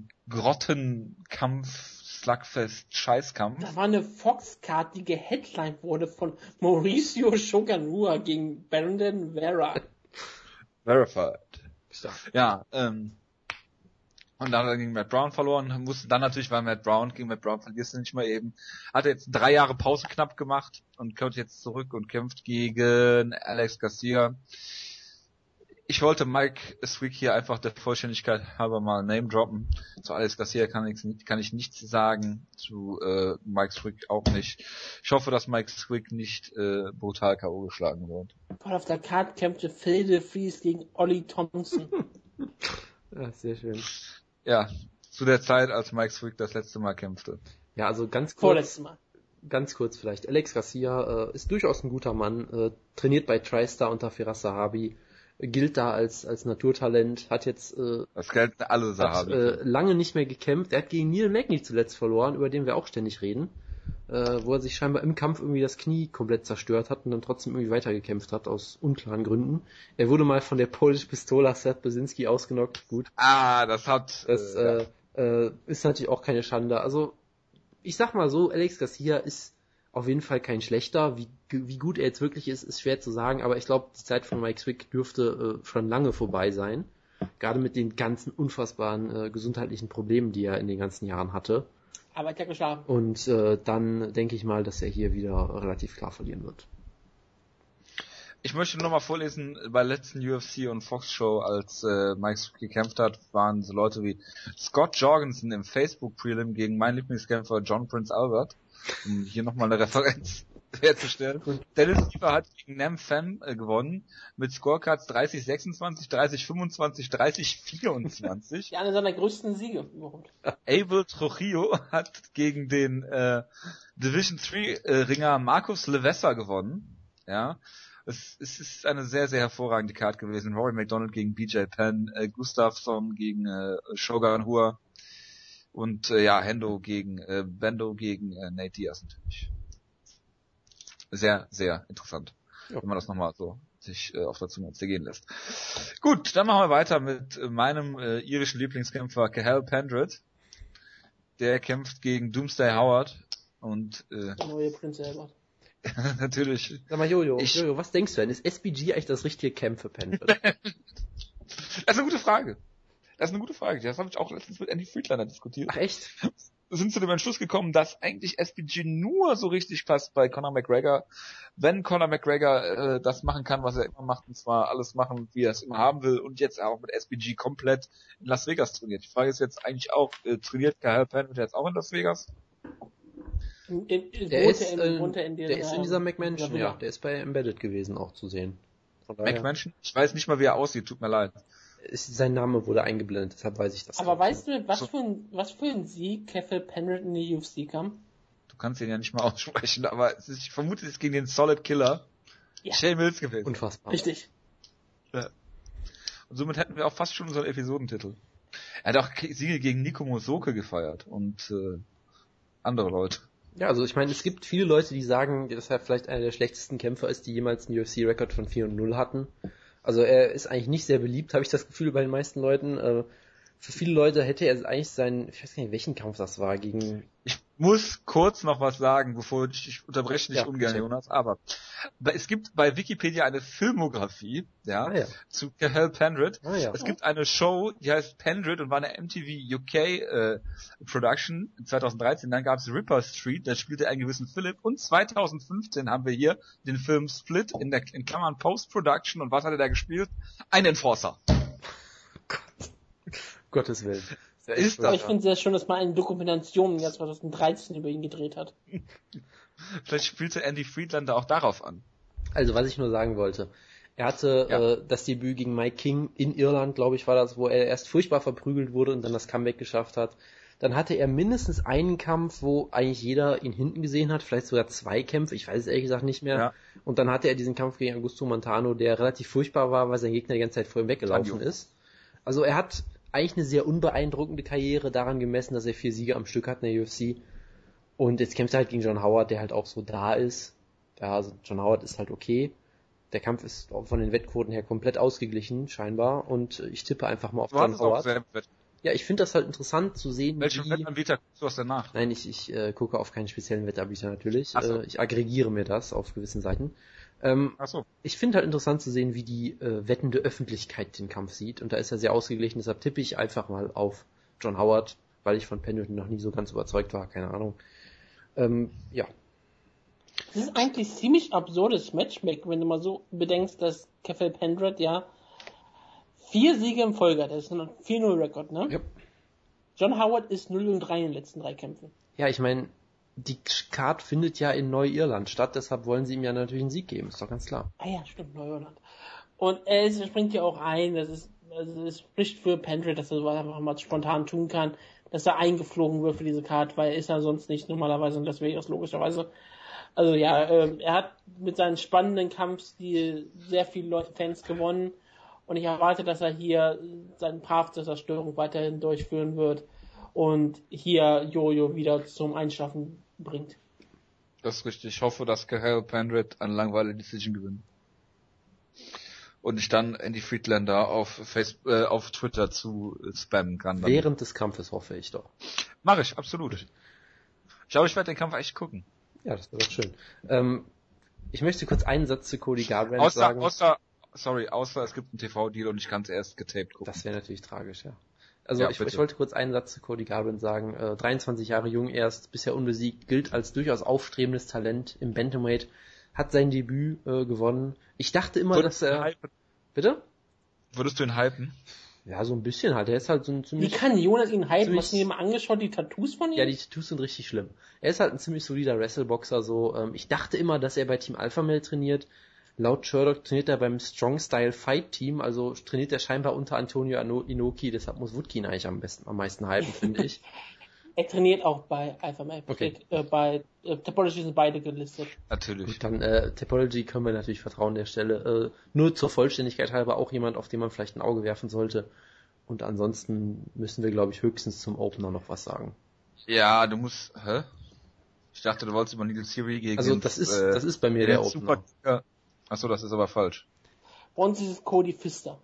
Grottenkampf, Slugfest, Scheißkampf. Das war eine Fox-Card, die geheadlined wurde von Mauricio Shoganrua gegen Brandon Vera. Verified. Ja, und dann hat er gegen Matt Brown verloren, musste dann natürlich, weil gegen Matt Brown verlierst du nicht mal eben, hat er jetzt 3 Jahre Pause knapp gemacht und kommt jetzt zurück und kämpft gegen Alex Garcia. Ich wollte Mike Swig hier einfach der Vollständigkeit halber mal Name droppen. Zu Alex Garcia kann ich nichts sagen, zu Mike Swig auch nicht. Ich hoffe, dass Mike Swig nicht brutal K.O. geschlagen wird. Auf der Card kämpfte Phil DeFries gegen Ollie Thompson. Ja, sehr schön. Ja, zu der Zeit, als Mike Swig das letzte Mal kämpfte. Ja, also ganz kurz vielleicht. Alex Garcia ist durchaus ein guter Mann, trainiert bei TriStar unter Firas Zahabi, gilt da als Naturtalent, hat jetzt das gelten alle Zahabi. Lange nicht mehr gekämpft. Er hat gegen Neil Magny zuletzt verloren, über den wir auch ständig reden, wo er sich scheinbar im Kampf irgendwie das Knie komplett zerstört hat und dann trotzdem irgendwie weitergekämpft hat, aus unklaren Gründen. Er wurde mal von der Polish Pistola Seth Brzezinski ausgenockt, gut. Das ist natürlich auch keine Schande. Also, ich sag mal so, Alex Garcia ist auf jeden Fall kein schlechter. Wie gut er jetzt wirklich ist schwer zu sagen, aber ich glaube, die Zeit von Mike Swig dürfte schon lange vorbei sein. Gerade mit den ganzen unfassbaren gesundheitlichen Problemen, die er in den ganzen Jahren hatte. Aber er hat geschlagen. Und dann denke ich mal, dass er hier wieder relativ klar verlieren wird. Ich möchte nochmal vorlesen, bei der letzten UFC und Fox Show, als Mike Swig gekämpft hat, waren so Leute wie Scott Jorgensen im Facebook Prelim gegen meinen Lieblingskämpfer John Prince Albert, um hier nochmal eine Referenz herzustellen. Dennis Siever hat gegen Nam Pham gewonnen mit Scorecards 30-26, 30-25, 30-24. Ja, einer seiner größten Siege überhaupt. Abel Trujillo hat gegen den Division 3 Ringer Marcus Levesser gewonnen. Ja. Es ist eine sehr, sehr hervorragende Card gewesen. Rory McDonald gegen BJ Penn, Gustafsson gegen Shogun Rua und Bendo gegen Nate Diaz natürlich. Sehr, sehr interessant, wenn man das nochmal so sich auf der Zunge zergehen lässt. Gut, dann machen wir weiter mit meinem irischen Lieblingskämpfer Cathal Pendred. Der kämpft gegen Doomsday Howard und der neue Prinz Albert. Natürlich. Sag mal, Jojo, was denkst du denn? Ist SBG eigentlich das richtige Camp für Pendred? Das ist eine gute Frage. Das habe ich auch letztens mit Andy Friedlander diskutiert. Ach echt? Sind zu dem Entschluss gekommen, dass eigentlich SBG nur so richtig passt bei Conor McGregor, wenn Conor McGregor das machen kann, was er immer macht, und zwar alles machen, wie er es immer haben will, und jetzt auch mit SBG komplett in Las Vegas trainiert. Die Frage ist jetzt eigentlich auch, trainiert Cathal Pendred jetzt auch in Las Vegas? Der ist in dieser McMansion, ja. Der ist bei Embedded gewesen, auch zu sehen. McMansion? Ich weiß nicht mal, wie er aussieht, tut mir leid. Sein Name wurde eingeblendet, deshalb weiß ich das. Aber weißt du, was für ein Sieg Cathal Pendred in die UFC kam? Du kannst ihn ja nicht mal aussprechen, aber ich vermute, es ist gegen den Solid Killer Jay Mills gewesen. Unfassbar. Richtig. Ja. Und somit hätten wir auch fast schon unseren Episodentitel. Er hat auch Siege gegen Nico Musoke gefeiert und andere Leute. Ja, also ich meine, es gibt viele Leute, die sagen, dass er vielleicht einer der schlechtesten Kämpfer ist, die jemals einen UFC-Rekord von 4-0 hatten. Also er ist eigentlich nicht sehr beliebt, habe ich das Gefühl, bei den meisten Leuten. für viele Leute hätte er eigentlich ich weiß gar nicht, welchen Kampf das war, gegen... Ich muss kurz noch was sagen, bevor ich unterbreche dich ungern, bitte. Jonas, aber es gibt bei Wikipedia eine Filmografie, zu Cathal Pendred. Es gibt eine Show, die heißt Pendred und war eine MTV UK Production in 2013. Dann gab es Ripper Street, da spielte einen gewissen Philip. Und 2015 haben wir hier den Film Split in Klammern Post-Production. Und was hat er da gespielt? Ein Enforcer. Gottes Willen. Ich finde es sehr schön, dass man eine Dokumentation im Jahr 2013 über ihn gedreht hat. Vielleicht spielte Andy Friedlander auch darauf an. Also, was ich nur sagen wollte. Er hatte das Debüt gegen Mike King in Irland, glaube ich, war das, wo er erst furchtbar verprügelt wurde und dann das Comeback geschafft hat. Dann hatte er mindestens einen Kampf, wo eigentlich jeder ihn hinten gesehen hat, vielleicht sogar 2 Kämpfe, ich weiß es ehrlich gesagt nicht mehr. Ja. Und dann hatte er diesen Kampf gegen Augusto Montano, der relativ furchtbar war, weil sein Gegner die ganze Zeit vor ihm weggelaufen ist. Also er hat eigentlich eine sehr unbeeindruckende Karriere daran gemessen, dass er 4 Siege am Stück hat in der UFC. Und jetzt kämpft er halt gegen John Howard, der halt auch so da ist. Ja, also John Howard ist halt okay. Der Kampf ist von den Wettquoten her komplett ausgeglichen, scheinbar. Und ich tippe einfach mal auf John Howard. Ja, ich finde das halt interessant zu sehen. Welchen Wettanbieter guckst du aus danach? Nein, ich gucke auf keinen speziellen Wettanbieter natürlich. So. Ich aggregiere mir das auf gewissen Seiten. So. Ich finde halt interessant zu sehen, wie die wettende Öffentlichkeit den Kampf sieht. Und da ist er sehr ausgeglichen, deshalb tippe ich einfach mal auf John Howard, weil ich von Pendleton noch nie so ganz überzeugt war, keine Ahnung. Ja. Das ist eigentlich ziemlich absurdes Matchmaking, wenn du mal so bedenkst, dass Cathal Pendred 4 Siege im Folge hat. Das ist ein 4-0-Rekord, ne? Ja. John Howard ist 0-3 in den letzten 3 Kämpfen. Ja, ich meine, die Card findet ja in Neu-Irland statt, deshalb wollen sie ihm ja natürlich einen Sieg geben, ist doch ganz klar. Ah ja, stimmt, Neu-Irland. Und es springt ja auch ein, es spricht für Pendred, dass er sowas einfach mal spontan tun kann, dass er eingeflogen wird für diese Card, weil er ist ja sonst nicht normalerweise in Las Vegas, logischerweise. Also ja, er hat mit seinen spannenden Kampfstil sehr viele Fans gewonnen und ich erwarte, dass er hier seinen Path zur Zerstörung weiterhin durchführen wird und hier Jojo wieder zum Einschlafen bringt. Das ist richtig. Ich hoffe, dass Cathal Pendred eine langweilige Decision gewinnt. Und ich dann Andy Friedlander auf Twitter zu spammen kann. Dann. Während des Kampfes hoffe ich doch. Mache ich, absolut. Ich glaube, ich werde den Kampf echt gucken. Ja, das wäre doch schön. Ich möchte kurz einen Satz zu Cody Garbrandt sagen. Außer es gibt einen TV-Deal und ich kann es erst getaped gucken. Das wäre natürlich tragisch, ja. Also ja, ich wollte kurz einen Satz zu Cody Garbrandt sagen. 23 Jahre jung erst, bisher unbesiegt, gilt als durchaus aufstrebendes Talent im Bantamweight, hat sein Debüt gewonnen. Ich dachte immer, dass er... Hypen? Bitte? Würdest du ihn hypen? Ja, so ein bisschen halt. Er ist halt so ein ziemlich... Wie kann Jonas ihn hypen? Hast du dir mal angeschaut, die Tattoos von ihm? Ja, die Tattoos sind richtig schlimm. Er ist halt ein ziemlich solider Wrestleboxer, so. Ich dachte immer, dass er bei Team Alpha Male trainiert. Laut Sherlock trainiert er beim Strong Style Fight Team, also trainiert er scheinbar unter Antonio Inoki, deshalb muss Woodkin eigentlich am meisten hypen, finde ich. Er trainiert auch bei Alpha Male. Okay. Bei Topology sind beide gelistet. Natürlich. Gut, dann Topology können wir natürlich vertrauen an der Stelle. Nur zur Vollständigkeit halber auch jemand, auf den man vielleicht ein Auge werfen sollte. Und ansonsten müssen wir, glaube ich, höchstens zum Opener noch was sagen. Ja, du musst... Hä? Ich dachte, du wolltest über Needle Theory gegen... Also das ist bei mir der Opener. Achso, das ist aber falsch. Bei uns ist es Cody Pfister.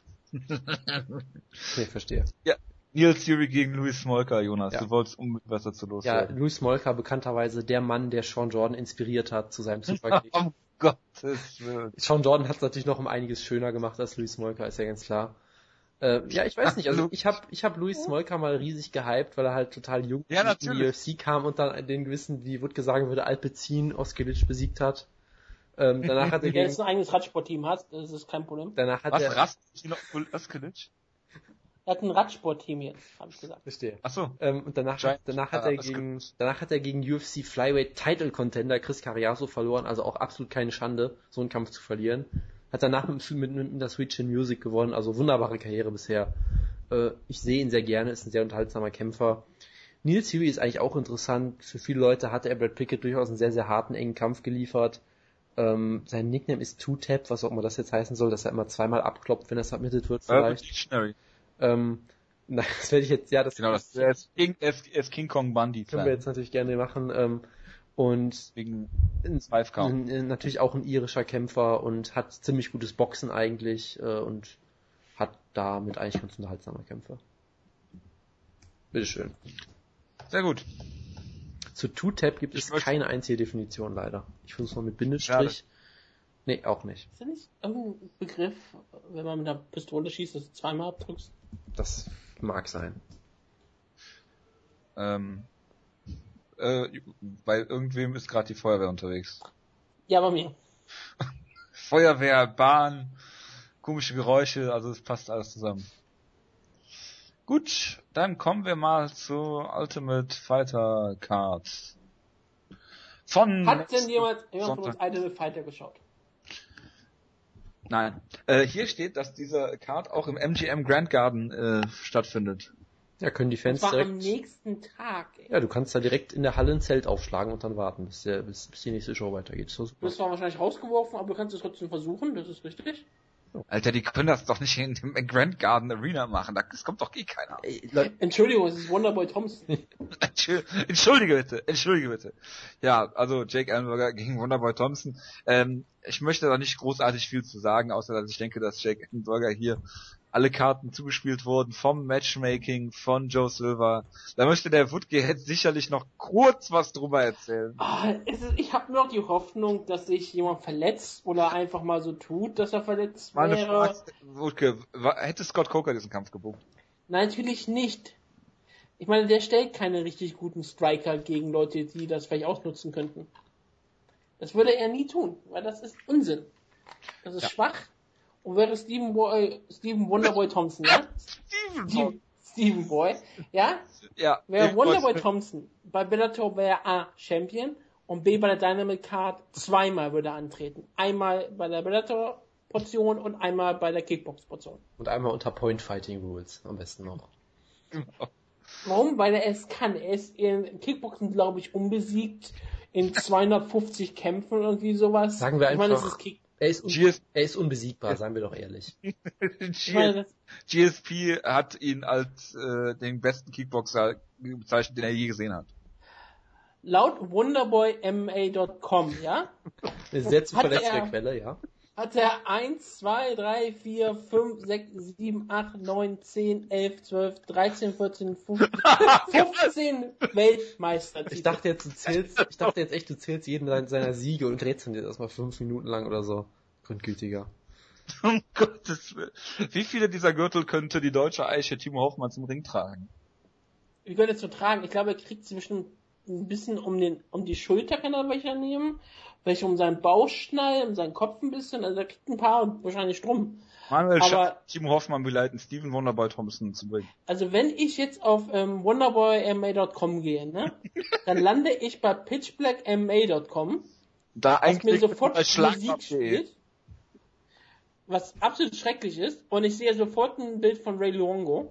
Okay, verstehe. Ja, Neil Theory gegen Louis Smolka, Jonas. Ja. Du wolltest unbedingt was dazu loswerden. Ja, Louis Smolka, bekannterweise der Mann, der Sean Jordan inspiriert hat zu seinem Superkick. Um Gottes Willen. Sean Jordan hat es natürlich noch um einiges schöner gemacht als Louis Smolka, ist ja ganz klar. Ja, ich weiß nicht, also ich hab Louis Smolka mal riesig gehypt, weil er halt total jung in die UFC kam und dann den gewissen, wie Wood sagen würde, Alpecin Oskilic besiegt hat. Danach hat er gegen... jetzt ein eigenes Radsportteam hat, das ist kein Problem. Danach hat Oskilic? Er hat ein Radsportteam jetzt, habe ich gesagt. Verstehe. Ach so. Und danach hat er gegen UFC Flyweight Title Contender Chris Cariaso verloren, also auch absolut keine Schande, so einen Kampf zu verlieren. Hat danach mit der Switch in Music gewonnen, also wunderbare Karriere bisher. Ich sehe ihn sehr gerne, ist ein sehr unterhaltsamer Kämpfer. Neil Theory ist eigentlich auch interessant. Für viele Leute hatte er Brad Pickett durchaus einen sehr, sehr harten, engen Kampf geliefert. Sein Nickname ist Two-Tap, was auch immer das jetzt heißen soll, dass er immer zweimal abkloppt, wenn er submitted wird vielleicht. Nein, das werde ich jetzt, ja, das... Genau, er ist King Kong Bundy. Können wir jetzt natürlich gerne machen. Und wegen natürlich auch ein irischer Kämpfer und hat ziemlich gutes Boxen eigentlich und hat damit eigentlich ganz unterhaltsame Kämpfe. Bitteschön. Sehr gut. Zu Two-Tap gibt es keine einzige Definition leider. Ich versuche mal mit Bindestrich. Schade. Nee, auch nicht. Ist das nicht irgendein Begriff, wenn man mit einer Pistole schießt, dass du zweimal abdrückst? Das mag sein. Bei irgendwem ist gerade die Feuerwehr unterwegs. Ja, bei mir. Feuerwehr, Bahn, komische Geräusche, also es passt alles zusammen. Gut, dann kommen wir mal zu Ultimate Fighter Cards. Hat denn jemand von uns Ultimate Fighter geschaut? Nein. Hier steht, dass dieser Card auch im MGM Grand Garden stattfindet. Ja, können die Fans direkt... am nächsten Tag. Ey. Ja, du kannst da direkt in der Halle ein Zelt aufschlagen und dann warten, bis die nächste Show weitergeht. So, du wirst zwar wahrscheinlich rausgeworfen, aber du kannst es trotzdem versuchen, das ist richtig. Alter, die können das doch nicht in dem Grand Garden Arena machen, das kommt doch keiner. Entschuldigung, es ist Wonderboy Thompson. Entschuldige bitte. Ja, also Jake Ellenberger gegen Wonderboy Thompson. Ich möchte da nicht großartig viel zu sagen, außer dass ich denke, dass Jake Ellenberger hier alle Karten zugespielt wurden vom Matchmaking von Joe Silver. Da möchte der Woodgate sicherlich noch kurz was drüber erzählen. Ich habe nur noch die Hoffnung, dass sich jemand verletzt oder einfach mal so tut, dass er verletzt wäre. Woodke, hätte Scott Coker diesen Kampf gebucht? Nein, natürlich nicht. Ich meine, der stellt keine richtig guten Striker gegen Leute, die das vielleicht ausnutzen könnten. Das würde er nie tun, weil das ist Unsinn. Das ist schwach. Und wäre Steven Wonderboy Thompson, ja? Steven Boy, ja? Ja. Wäre Wonderboy Thompson bei Bellator wäre er A, Champion und B, bei der Dynamite Card zweimal würde er antreten. Einmal bei der Bellator-Portion und einmal bei der Kickbox-Portion. Und einmal unter Point-Fighting-Rules, am besten noch. Warum? Weil er es kann. Er ist in Kickboxen, glaube ich, unbesiegt in 250 Kämpfen irgendwie sowas. Sagen wir einfach... Ich meine, es ist er ist unbesiegbar, seien wir doch ehrlich. GSP hat ihn als den besten Kickboxer bezeichnet, den er je gesehen hat. Laut WonderboyMMA.com, ja? Eine sehr zuverlässige Quelle, ja. Hat er 1, 2, 3, 4, 5, 6, 7, 8, 9, 10, 11, 12, 13, 14, 15, 15 Weltmeistertitel. Ich dachte jetzt echt, du zählst jeden seiner Siege und rätst jetzt erstmal 5 Minuten lang oder so. Grundgültiger. Um Gottes Willen. Wie viele dieser Gürtel könnte die deutsche Eiche Timo Hoffmann zum Ring tragen? Wie könnte er zu tragen? Ich glaube, er kriegt zwischen ein bisschen um die Schulter kann er welche nehmen, welche um seinen Bauch schnallen, um seinen Kopf ein bisschen, also er kriegt ein paar wahrscheinlich drum. Manuel schafft Timo Hoffmann begleiten, Steven Wonderboy Thompson zu bringen. Also wenn ich jetzt auf wonderboyma.com gehe, ne, dann lande ich bei pitchblackma.com, da was mir sofort Musik spielt, was absolut schrecklich ist, und ich sehe sofort ein Bild von Ray Luongo,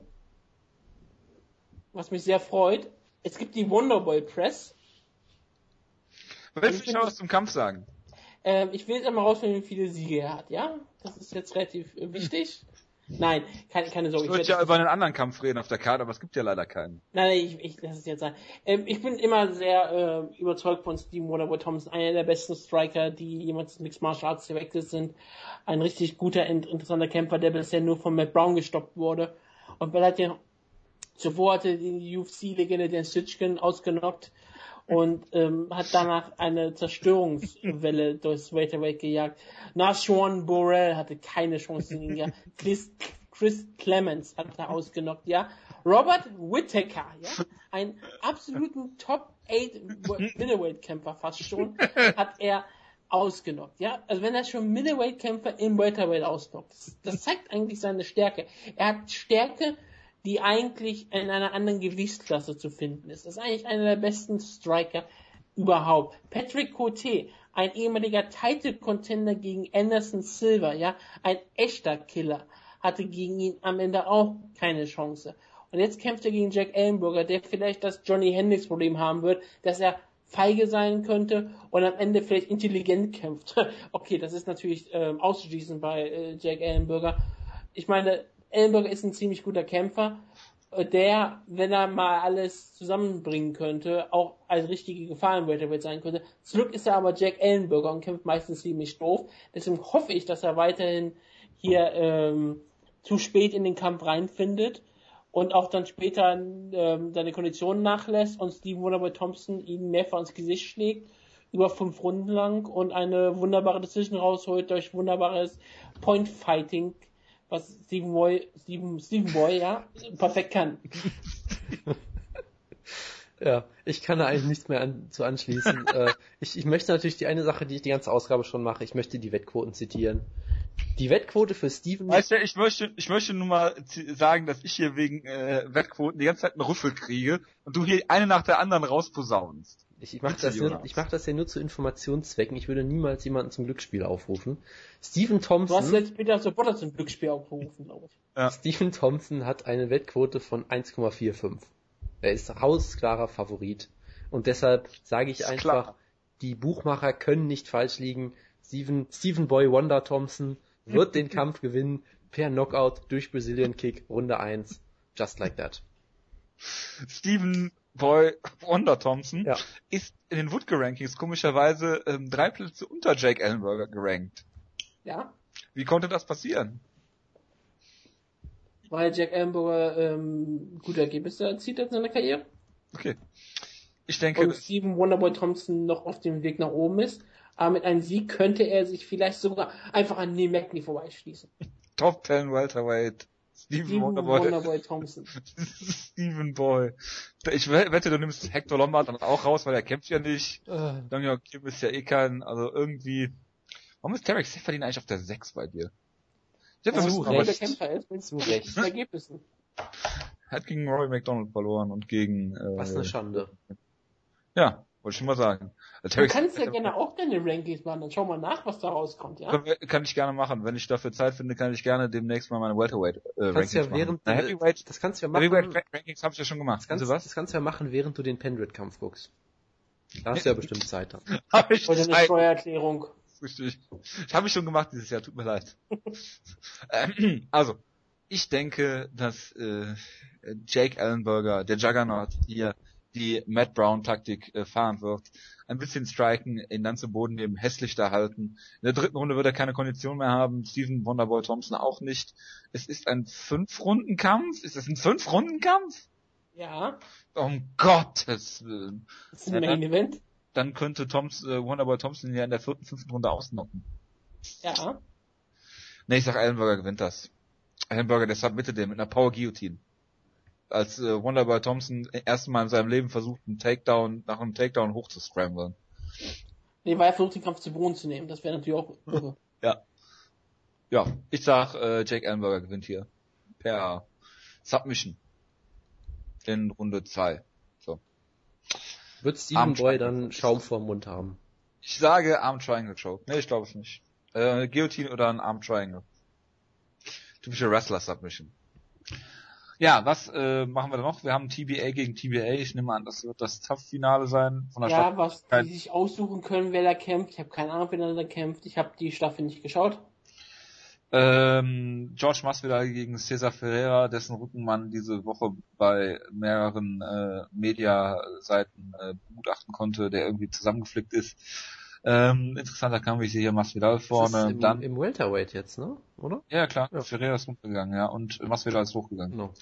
was mich sehr freut. Es gibt die Wonderboy Press. Willst du noch was zum Kampf sagen? Ich will jetzt einmal rausfinden, wie viele Siege er hat, ja? Das ist jetzt relativ wichtig. Nein, keine Sorge. Ich würde ja über einen anderen Kampf reden auf der Karte, aber es gibt ja leider keinen. Nein, ich lasse es jetzt sein. Ich bin immer sehr überzeugt von Steven Wonderboy Thompson, einer der besten Striker, die jemals Mixed Martial Arts gewechselt sind. Ein richtig guter, interessanter Kämpfer, der bisher nur von Matt Brown gestoppt wurde. Und weil hat ja zuvor hatte die UFC-Legende den Sitchkin ausgenockt und hat danach eine Zerstörungswelle durchs Welterweight gejagt. Sean Burrell hatte keine Chance gegen ihn. Chris Clemens hat er ausgenockt, ja. Robert Whittaker, ja, einen absoluten Top 8 Middleweight-Kämpfer fast schon, hat er ausgenockt, ja. Also wenn er schon Middleweight-Kämpfer im Welterweight ausnockt, das zeigt eigentlich seine Stärke. Er hat Stärke, die eigentlich in einer anderen Gewichtsklasse zu finden ist. Das ist eigentlich einer der besten Striker überhaupt. Patrick Cote, ein ehemaliger Title-Contender gegen Anderson Silva, ja, ein echter Killer, hatte gegen ihn am Ende auch keine Chance. Und jetzt kämpft er gegen Jack Ellenberger, der vielleicht das Johnny Hendricks-Problem haben wird, dass er feige sein könnte und am Ende vielleicht intelligent kämpft. Okay, das ist natürlich auszuschließen bei Jack Ellenberger. Ich meine, Ellenberger ist ein ziemlich guter Kämpfer, der, wenn er mal alles zusammenbringen könnte, auch als richtige Gefahr im Welterweight sein könnte. Zum Glück ist er aber Jack Ellenberger und kämpft meistens ziemlich doof. Deswegen hoffe ich, dass er weiterhin hier zu spät in den Kampf reinfindet und auch dann später seine Kondition nachlässt und Stephen Wonderboy Thompson ihn mehrfach ins Gesicht schlägt, über 5 Runden lang und eine wunderbare Decision rausholt durch wunderbares Point-Fighting, was Stephen Boy, ja, perfekt kann. Ja, ich kann da eigentlich nichts mehr zu anschließen. Ich möchte natürlich die eine Sache, die ich die ganze Ausgabe schon mache, ich möchte die Wettquoten zitieren. Die Wettquote für Steven... Weißt du, ich möchte nur mal sagen, dass ich hier wegen Wettquoten die ganze Zeit einen Rüffel kriege und du hier eine nach der anderen rausposaunst. Ich mache das ja nur zu Informationszwecken. Ich würde niemals jemanden zum Glücksspiel aufrufen. Steven Thompson... Du hast jetzt Peter Sobotta zum Glücksspiel aufgerufen, glaube ich. Ja. Steven Thompson hat eine Wettquote von 1,45. Er ist hausklarer Favorit. Und deshalb sage ich einfach, klar, die Buchmacher können nicht falsch liegen. Stephen Boy Wonder Thompson wird den Kampf gewinnen per Knockout durch Brazilian Kick, Runde 1. Just like that. Stephen Boy Wonder Thompson ist in den Woodke-Rankings komischerweise 3 Plätze unter Jake Ellenberger gerankt. Ja. Wie konnte das passieren? Weil Jack Ellenberger gute Ergebnisse erzielt hat in seiner Karriere. Okay. Ich denke... Und Stephen Wonderboy Thompson noch auf dem Weg nach oben ist. Aber mit einem Sieg könnte er sich vielleicht sogar einfach an Neil Magny vorbeischließen. Top 10 Welterweight. Stephen Wonderboy Thompson. Stephen Boy. Ich wette, du nimmst Hector Lombard dann auch raus, weil er kämpft ja nicht. Daniel Kim ist ja eh kein, also irgendwie... Warum ist Tarek Seferdin eigentlich auf der 6 bei dir? Der Kämpfer ist mit zu Recht. Ergebnissen. Hat gegen Roy McDonald verloren und gegen... Was eine Schande. Ja, wollte ich schon mal sagen. Du kannst ja gerne auch deine Rankings machen, dann schau mal nach, was da rauskommt, ja? Kann ich gerne machen. Wenn ich dafür Zeit finde, kann ich gerne demnächst mal meine Welterweight Rankings ja machen. Das kannst du ja machen. Heavyweight Rankings habe ich ja schon gemacht. Das kannst du ja machen, während du den Pendred-Kampf guckst. Da hast du ja bestimmt Zeit dann. Hab ich Oder eine Steuererklärung. Richtig. Ich habe ich schon gemacht dieses Jahr, tut mir leid. Also, ich denke, dass Jake Ellenberger, der Juggernaut, hier die Matt Brown-Taktik fahren wird. Ein bisschen striken, ihn dann zu Boden nehmen, hässlich da halten. In der 3. Runde wird er keine Kondition mehr haben, Stephen Wonderboy Thompson auch nicht. Es ist ein 5-Runden-Kampf? Ist das ein 5-Runden-Kampf? Ja. Um Gottes Willen. Das ist ein Main-Event. Dann könnte Wonderboy Thompson ja in der 4., 5. Runde ausnocken. Ja. Nee, ich sag, Ellenberger gewinnt das. Ellenberger, der submittet den mit einer Power Guillotine. Als Wonderboy Thompson erstmal in seinem Leben versucht, nach einem Takedown hoch zu scramblen. Nee, weil er versucht, den Kampf zu Boden zu nehmen. Das wäre natürlich auch irre. Ja, ich sag, Jake Ellenberger gewinnt hier. Per Submission. In Runde 2. So. Wird Stephen Boy dann Schaum vorm Mund haben? Ich sage Arm Triangle Choke. Nee, ich glaube es nicht. Guillotine oder ein Arm Triangle. Typische Wrestler Submission. Ja, was machen wir da noch? Wir haben TBA gegen TBA. Ich nehme an, das wird das Tough-Finale sein. Von der was die sich aussuchen können, wer da kämpft. Ich habe keine Ahnung, wer da kämpft. Ich habe die Staffel nicht geschaut. George Masvidal gegen Cesar Ferreira, dessen Rücken man diese Woche bei mehreren Mediaseiten begutachten konnte, der irgendwie zusammengeflickt ist. Interessanter Kampf, ich sehe hier Masvidal vorne. Im Welterweight jetzt, ne? Oder? Ja, klar. Ja. Ferreira ist hochgegangen, ja. Und Masvidal ist hochgegangen. No.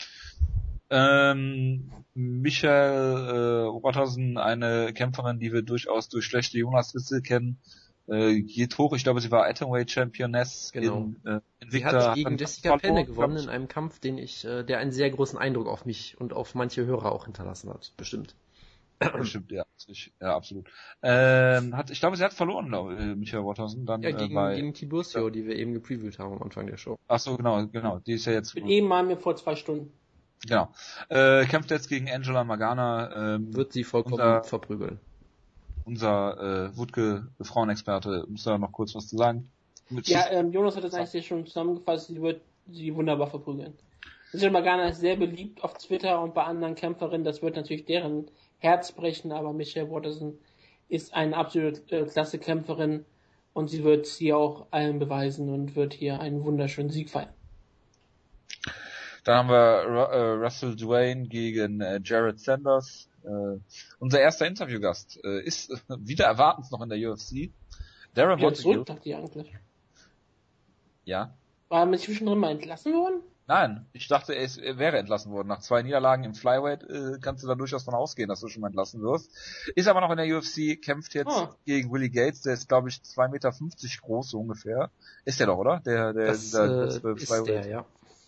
Michael Robertson, eine Kämpferin, die wir durchaus durch schlechte Jonas-Witze kennen, geht hoch. Ich glaube, sie war Atomweight Championess. Genau. Sie hat gegen Jessica Penne gewonnen in einem Kampf, der einen sehr großen Eindruck auf mich und auf manche Hörer auch hinterlassen hat. Bestimmt. Bestimmt, ja, absolut. Ich glaube, sie hat verloren, Michael Robertson. Dann, gegen Tiburcio, die wir eben gepreviewt haben am Anfang der Show. Ach so, genau. Die ist ja jetzt... Mit eben waren wir vor 2 Stunden. Genau. Kämpft jetzt gegen Angela Magana. Wird sie vollkommen verprügeln. Unser Wutke Frauenexperte, muss da noch kurz was zu sagen? Jonas hat das eigentlich schon zusammengefasst, sie wird sie wunderbar verprügeln. Angela Magana ist sehr beliebt auf Twitter und bei anderen Kämpferinnen, das wird natürlich deren Herz brechen, aber Michelle Watterson ist eine absolute klasse Kämpferin und sie wird sie auch allen beweisen und wird hier einen wunderschönen Sieg feiern. Dann haben wir Russell Dwayne gegen Jared Sanders. Unser erster Interviewgast ist wieder erwartens noch in der UFC. Darren Montague. Zurück, dachte ich eigentlich. Ja. War er zwischendrin mal entlassen worden? Nein, ich dachte, er wäre entlassen worden. Nach 2 Niederlagen im Flyweight kannst du da durchaus von ausgehen, dass du schon mal entlassen wirst. Ist aber noch in der UFC, kämpft jetzt gegen Willie Gates, der ist, glaube ich, 2,50 Meter groß, so ungefähr. Ist der doch, oder? Das ist der, ja.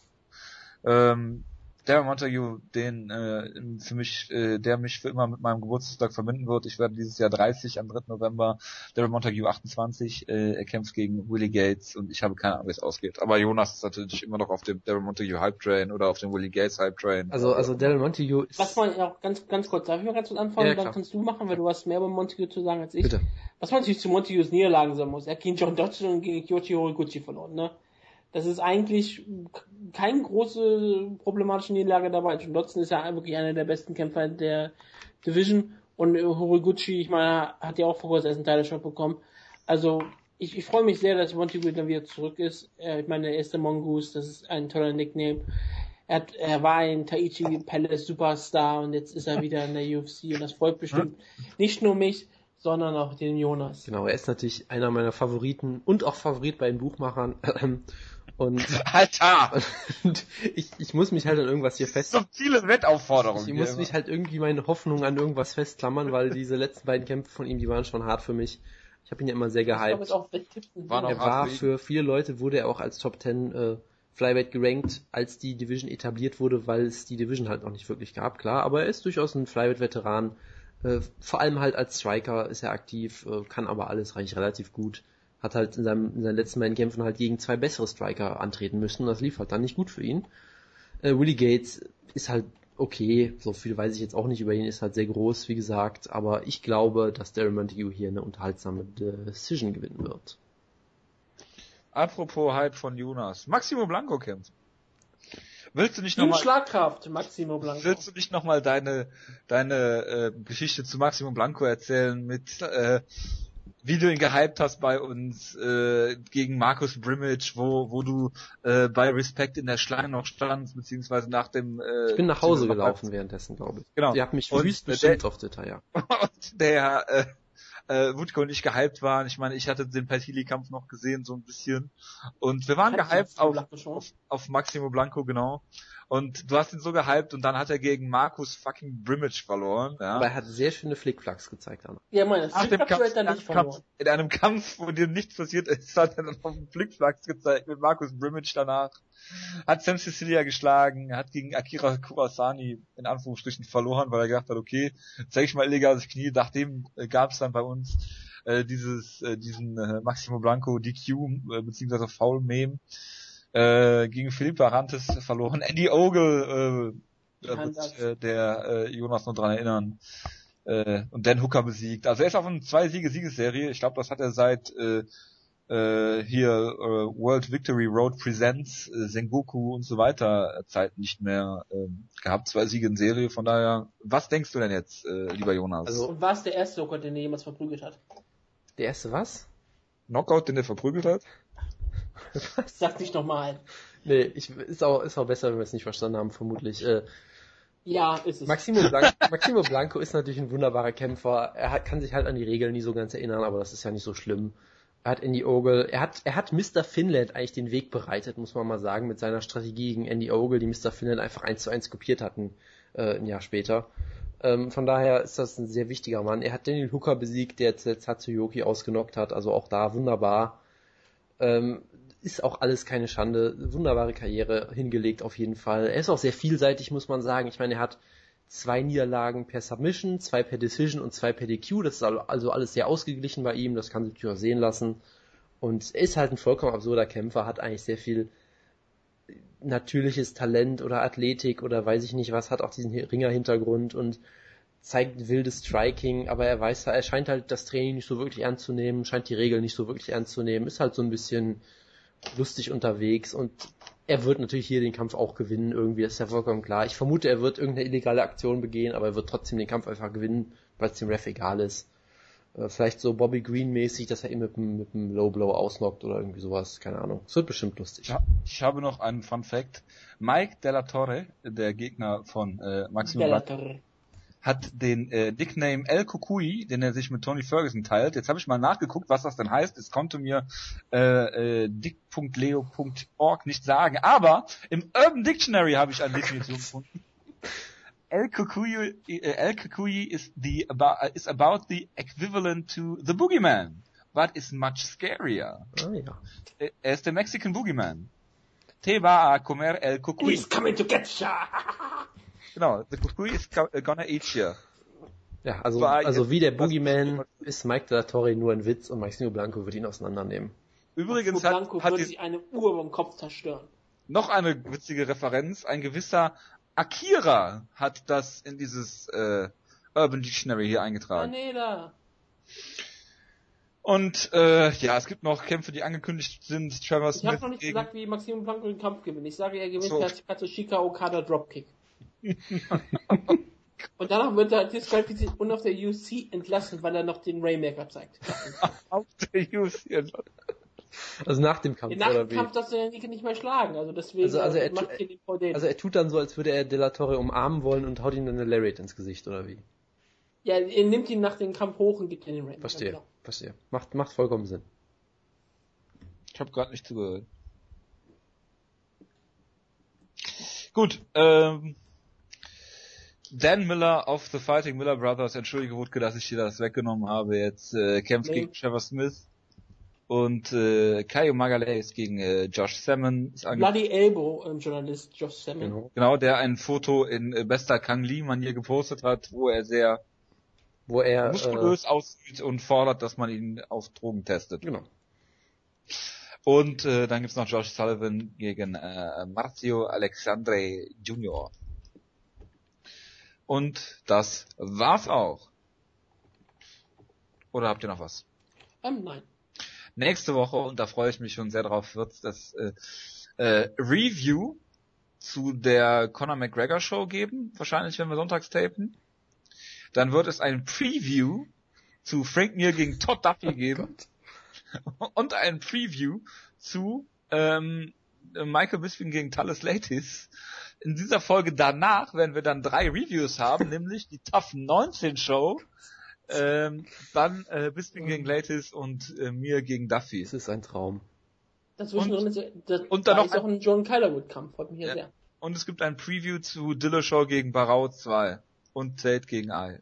Darren Montague, für mich, der mich für immer mit meinem Geburtstag verbinden wird. Ich werde dieses Jahr 30 am 3. November. Darren Montague 28. Er kämpft gegen Willie Gates und ich habe keine Ahnung, wie es ausgeht. Aber Jonas ist natürlich immer noch auf dem Darren Montague Hype Train oder auf dem Willie Gates Hype Train. Also Darren Montague ist... Was man auch ganz kurz, darf ich mal ganz kurz anfangen? Ja, dann kannst du machen, weil du hast mehr über Montague zu sagen als ich. Bitte. Was man natürlich zu Montagues Niederlagen sagen muss. Er hat gegen John Dodson und gegen Kyoji Horiguchi verloren, ne? Das ist eigentlich keine große problematische Niederlage dabei. John Dodson ist ja wirklich einer der besten Kämpfer der Division und Horiguchi, ich meine, hat ja auch vor kurzem erst einen Title Shot bekommen. Also ich freue mich sehr, dass Montague dann wieder zurück ist. Ich meine, der erste Mongoose, das ist ein toller Nickname. Er war ein Taichi Palace Superstar und jetzt ist er wieder in der UFC und das freut bestimmt nicht nur mich, sondern auch den Jonas. Genau, er ist natürlich einer meiner Favoriten und auch Favorit bei den Buchmachern. Und Alter! Und ich muss mich halt an irgendwas hier fest... Subtile Wettaufforderung. Ich muss mich halt irgendwie meine Hoffnung an irgendwas festklammern, weil diese letzten beiden Kämpfe von ihm, die waren schon hart für mich. Ich habe ihn ja immer sehr gehypt. Er war für viele Leute, wurde er auch als Top 10 Flyweight gerankt, als die Division etabliert wurde, weil es die Division halt noch nicht wirklich gab, klar. Aber er ist durchaus ein Flyweight-Veteran. Vor allem halt als Striker ist er aktiv, kann aber alles eigentlich relativ gut. Hat halt in seinen letzten beiden Kämpfen halt gegen 2 bessere Striker antreten müssen. Das lief halt dann nicht gut für ihn. Willie Gates ist halt okay, so viel weiß ich jetzt auch nicht über ihn, ist halt sehr groß, wie gesagt. Aber ich glaube, dass Darren Montague hier eine unterhaltsame Decision gewinnen wird. Apropos Hype von Jonas. Maximo Blanco kämpft. Willst du nicht nochmal... Schlagkraft, Maximo Blanco. Willst du nicht nochmal deine Geschichte zu Maximo Blanco erzählen mit... wie du ihn gehypt hast bei uns gegen Marcus Brimage, wo du bei Respect in der Schlange noch standst, beziehungsweise nach dem... ich bin nach Hause gelaufen währenddessen, glaube ich. Genau. Ihr habt mich wüst bestimmt auf Twitter, ja. Und der Wutke und ich gehypt waren. Ich meine, ich hatte den Petili-Kampf noch gesehen, so ein bisschen. Und wir waren gehypt auf Maximo Blanco, genau. Und du hast ihn so gehypt und dann hat er gegen Marcus fucking Brimage verloren. Ja. Aber er hat sehr schöne Flickflacks gezeigt. Anna. Ja, meine, in einem Kampf, wo dir nichts passiert ist, hat er dann noch einen Flickflacks gezeigt mit Marcus Brimage danach. Hat Sam Sicilia geschlagen, hat gegen Akira Kurasani in Anführungsstrichen verloren, weil er gedacht hat, okay, zeig ich mal illegales Knie. Nachdem gab es dann bei uns diesen Maximo Blanco DQ beziehungsweise Foul Meme gegen Philippe Arantes verloren. Andy Ogle wird der Jonas noch dran erinnern. Und Dan Hooker besiegt. Also er ist auf einer 2-Siege-Siegesserie. Ich glaube, das hat er seit World Victory Road Presents, Sengoku und so weiter Zeit nicht mehr gehabt. 2 Siege in Serie. Von daher, was denkst du denn jetzt, lieber Jonas? Also, und war es der erste Knockout, den er jemals verprügelt hat? Der erste was? Knockout, den er verprügelt hat? Sag nicht nochmal. Nee, ist auch besser, wenn wir es nicht verstanden haben, vermutlich. Ja, ist es. Maximo Blanco ist natürlich ein wunderbarer Kämpfer. Kann sich halt an die Regeln nie so ganz erinnern, aber das ist ja nicht so schlimm. Er hat Andy Ogle, er hat Mr. Finland eigentlich den Weg bereitet, muss man mal sagen, mit seiner Strategie gegen Andy Ogle, die Mr. Finland einfach 1:1 kopiert hatten, ein Jahr später. Von daher ist das ein sehr wichtiger Mann. Er hat Daniel Hooker besiegt, der jetzt Tatsuyoki ausgenockt hat, also auch da wunderbar. Ist auch alles keine Schande. Wunderbare Karriere hingelegt auf jeden Fall. Er ist auch sehr vielseitig, muss man sagen. Ich meine, er hat 2 Niederlagen per Submission, 2 per Decision und 2 per DQ. Das ist also alles sehr ausgeglichen bei ihm. Das kann sich durchaus sehen lassen. Und er ist halt ein vollkommen absurder Kämpfer, hat eigentlich sehr viel natürliches Talent oder Athletik oder weiß ich nicht was, hat auch diesen Ringer-Hintergrund und zeigt wildes Striking, aber er scheint halt das Training nicht so wirklich ernst zu nehmen, scheint die Regeln nicht so wirklich ernst zu nehmen, ist halt so ein bisschen lustig unterwegs und er wird natürlich hier den Kampf auch gewinnen irgendwie, das ist ja vollkommen klar. Ich vermute, er wird irgendeine illegale Aktion begehen, aber er wird trotzdem den Kampf einfach gewinnen, weil es dem Ref egal ist. Vielleicht so Bobby Green mäßig, dass er ihn mit einem Low Blow ausnockt oder irgendwie sowas, keine Ahnung. Es wird bestimmt lustig. Ja, ich habe noch einen Fun Fact. Mike Della Torre, der Gegner von Maximo Blanco, hat den Nickname El Kukui, den er sich mit Tony Ferguson teilt. Jetzt habe ich mal nachgeguckt, was das denn heißt. Es konnte mir dick.leo.org nicht sagen. Aber im Urban Dictionary habe ich eine Definition gefunden. El Kukui is about the equivalent to the Boogeyman, but is much scarier. Ah, ja. Er ist der Mexican Boogeyman. Te va a comer el Kukui. He's coming to get ya! Genau, the Kukui is gonna eat you. Ja, also wie der Boogeyman ist Mike de la Torre nur ein Witz und Maximo Blanco wird ihn auseinandernehmen. Übrigens Blanco hat würde sich eine Uhr beim Kopf zerstören. noch eine witzige Referenz. Ein gewisser Akira hat das in dieses Urban Dictionary hier eingetragen. Maneda. Und es gibt noch Kämpfe, die angekündigt sind. Trevor Smith Ich habe noch nicht gesagt, wie Maximo Blanco den Kampf gewinnt. Ich sage, er gewinnt per Katsushika Okada Dropkick. Und danach wird er disqualifiziert und auf der UFC entlassen, weil er noch den Rainmaker zeigt. Auf der UFC. Also nach dem Kampf, nach oder dem wie? Kampf darfst du den nicht mehr schlagen, also deswegen macht er den vor denen. Also er tut dann so, als würde er De La Torre umarmen wollen und haut ihm dann eine Lariat ins Gesicht, oder wie? Ja, er nimmt ihn nach dem Kampf hoch und gibt ihn den Rainmaker. Verstehe. Macht vollkommen Sinn. Ich habe gerade nicht zugehört. Gut, Dan Miller of the Fighting Miller Brothers, entschuldige Wutke, dass ich dir das weggenommen habe, jetzt kämpft gegen Trevor Smith und Caio Magalhães gegen Josh Salmon. Bloody Elbow, Journalist Josh Salmon. Genau, der ein Foto in bester Kang Lee-Manier gepostet hat, wo er sehr muskulös aussieht und fordert, dass man ihn auf Drogen testet. Genau. Und dann gibt's noch Josh Sullivan gegen Marcio Alexandre Jr. Und das war's auch. Oder habt ihr noch was? Nein. Nächste Woche, und da freue ich mich schon sehr drauf, wird's das Review zu der Conor McGregor Show geben. Wahrscheinlich, wenn wir sonntags tapen. Dann wird es ein Preview zu Frank Mir gegen Todd Duffy geben. Und ein Preview zu Michael Bisping gegen Thales Leitis. In dieser Folge danach werden wir dann 3 Reviews haben, nämlich die Tough 19 Show, dann Bisping gegen Leitis und Mir gegen Duffy. Es ist ein Traum. Dazwischen und dann noch ist auch ein John Calderwood-Kampf, freut mich ja sehr. Und es gibt ein Preview zu Dillashaw gegen Barao 2 und Tate gegen Ai.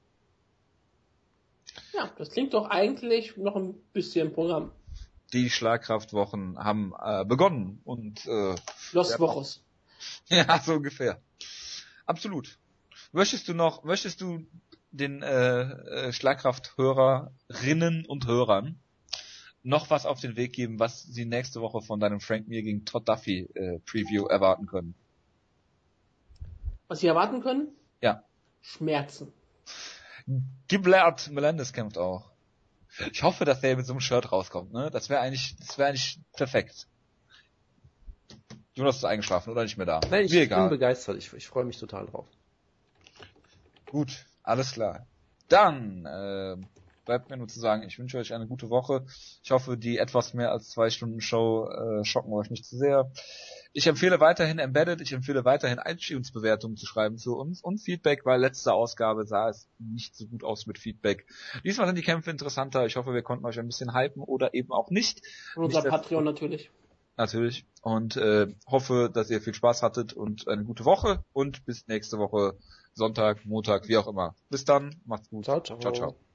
Ja, das klingt doch eigentlich noch ein bisschen Programm. Die Schlagkraftwochen haben begonnen und Los Wochos. Ja, so ungefähr. Absolut. Möchtest du den Schlagkrafthörerinnen und Hörern noch was auf den Weg geben, was sie nächste Woche von deinem Frank Mir gegen Todd Duffy Preview erwarten können? Was sie erwarten können? Ja. Schmerzen. Gilbert Melendez kämpft auch. Ich hoffe, dass der mit so einem Shirt rauskommt, ne? Das wäre eigentlich perfekt. Jonas ist eingeschlafen oder nicht mehr da? Nein, ich bin begeistert. Ich freue mich total drauf. Gut, alles klar. Dann bleibt mir nur zu sagen, ich wünsche euch eine gute Woche. Ich hoffe, die etwas mehr als 2 Stunden Show schocken euch nicht zu sehr. Ich empfehle weiterhin Embedded, ich empfehle weiterhin iTunes-Bewertungen zu schreiben zu uns und Feedback, weil letzte Ausgabe sah es nicht so gut aus mit Feedback. Diesmal sind die Kämpfe interessanter. Ich hoffe, wir konnten euch ein bisschen hypen oder eben auch nicht. Und unser Patreon natürlich. Natürlich. Und hoffe, dass ihr viel Spaß hattet und eine gute Woche und bis nächste Woche, Sonntag, Montag, wie auch immer. Bis dann, macht's gut. Ciao, ciao. Ciao, ciao.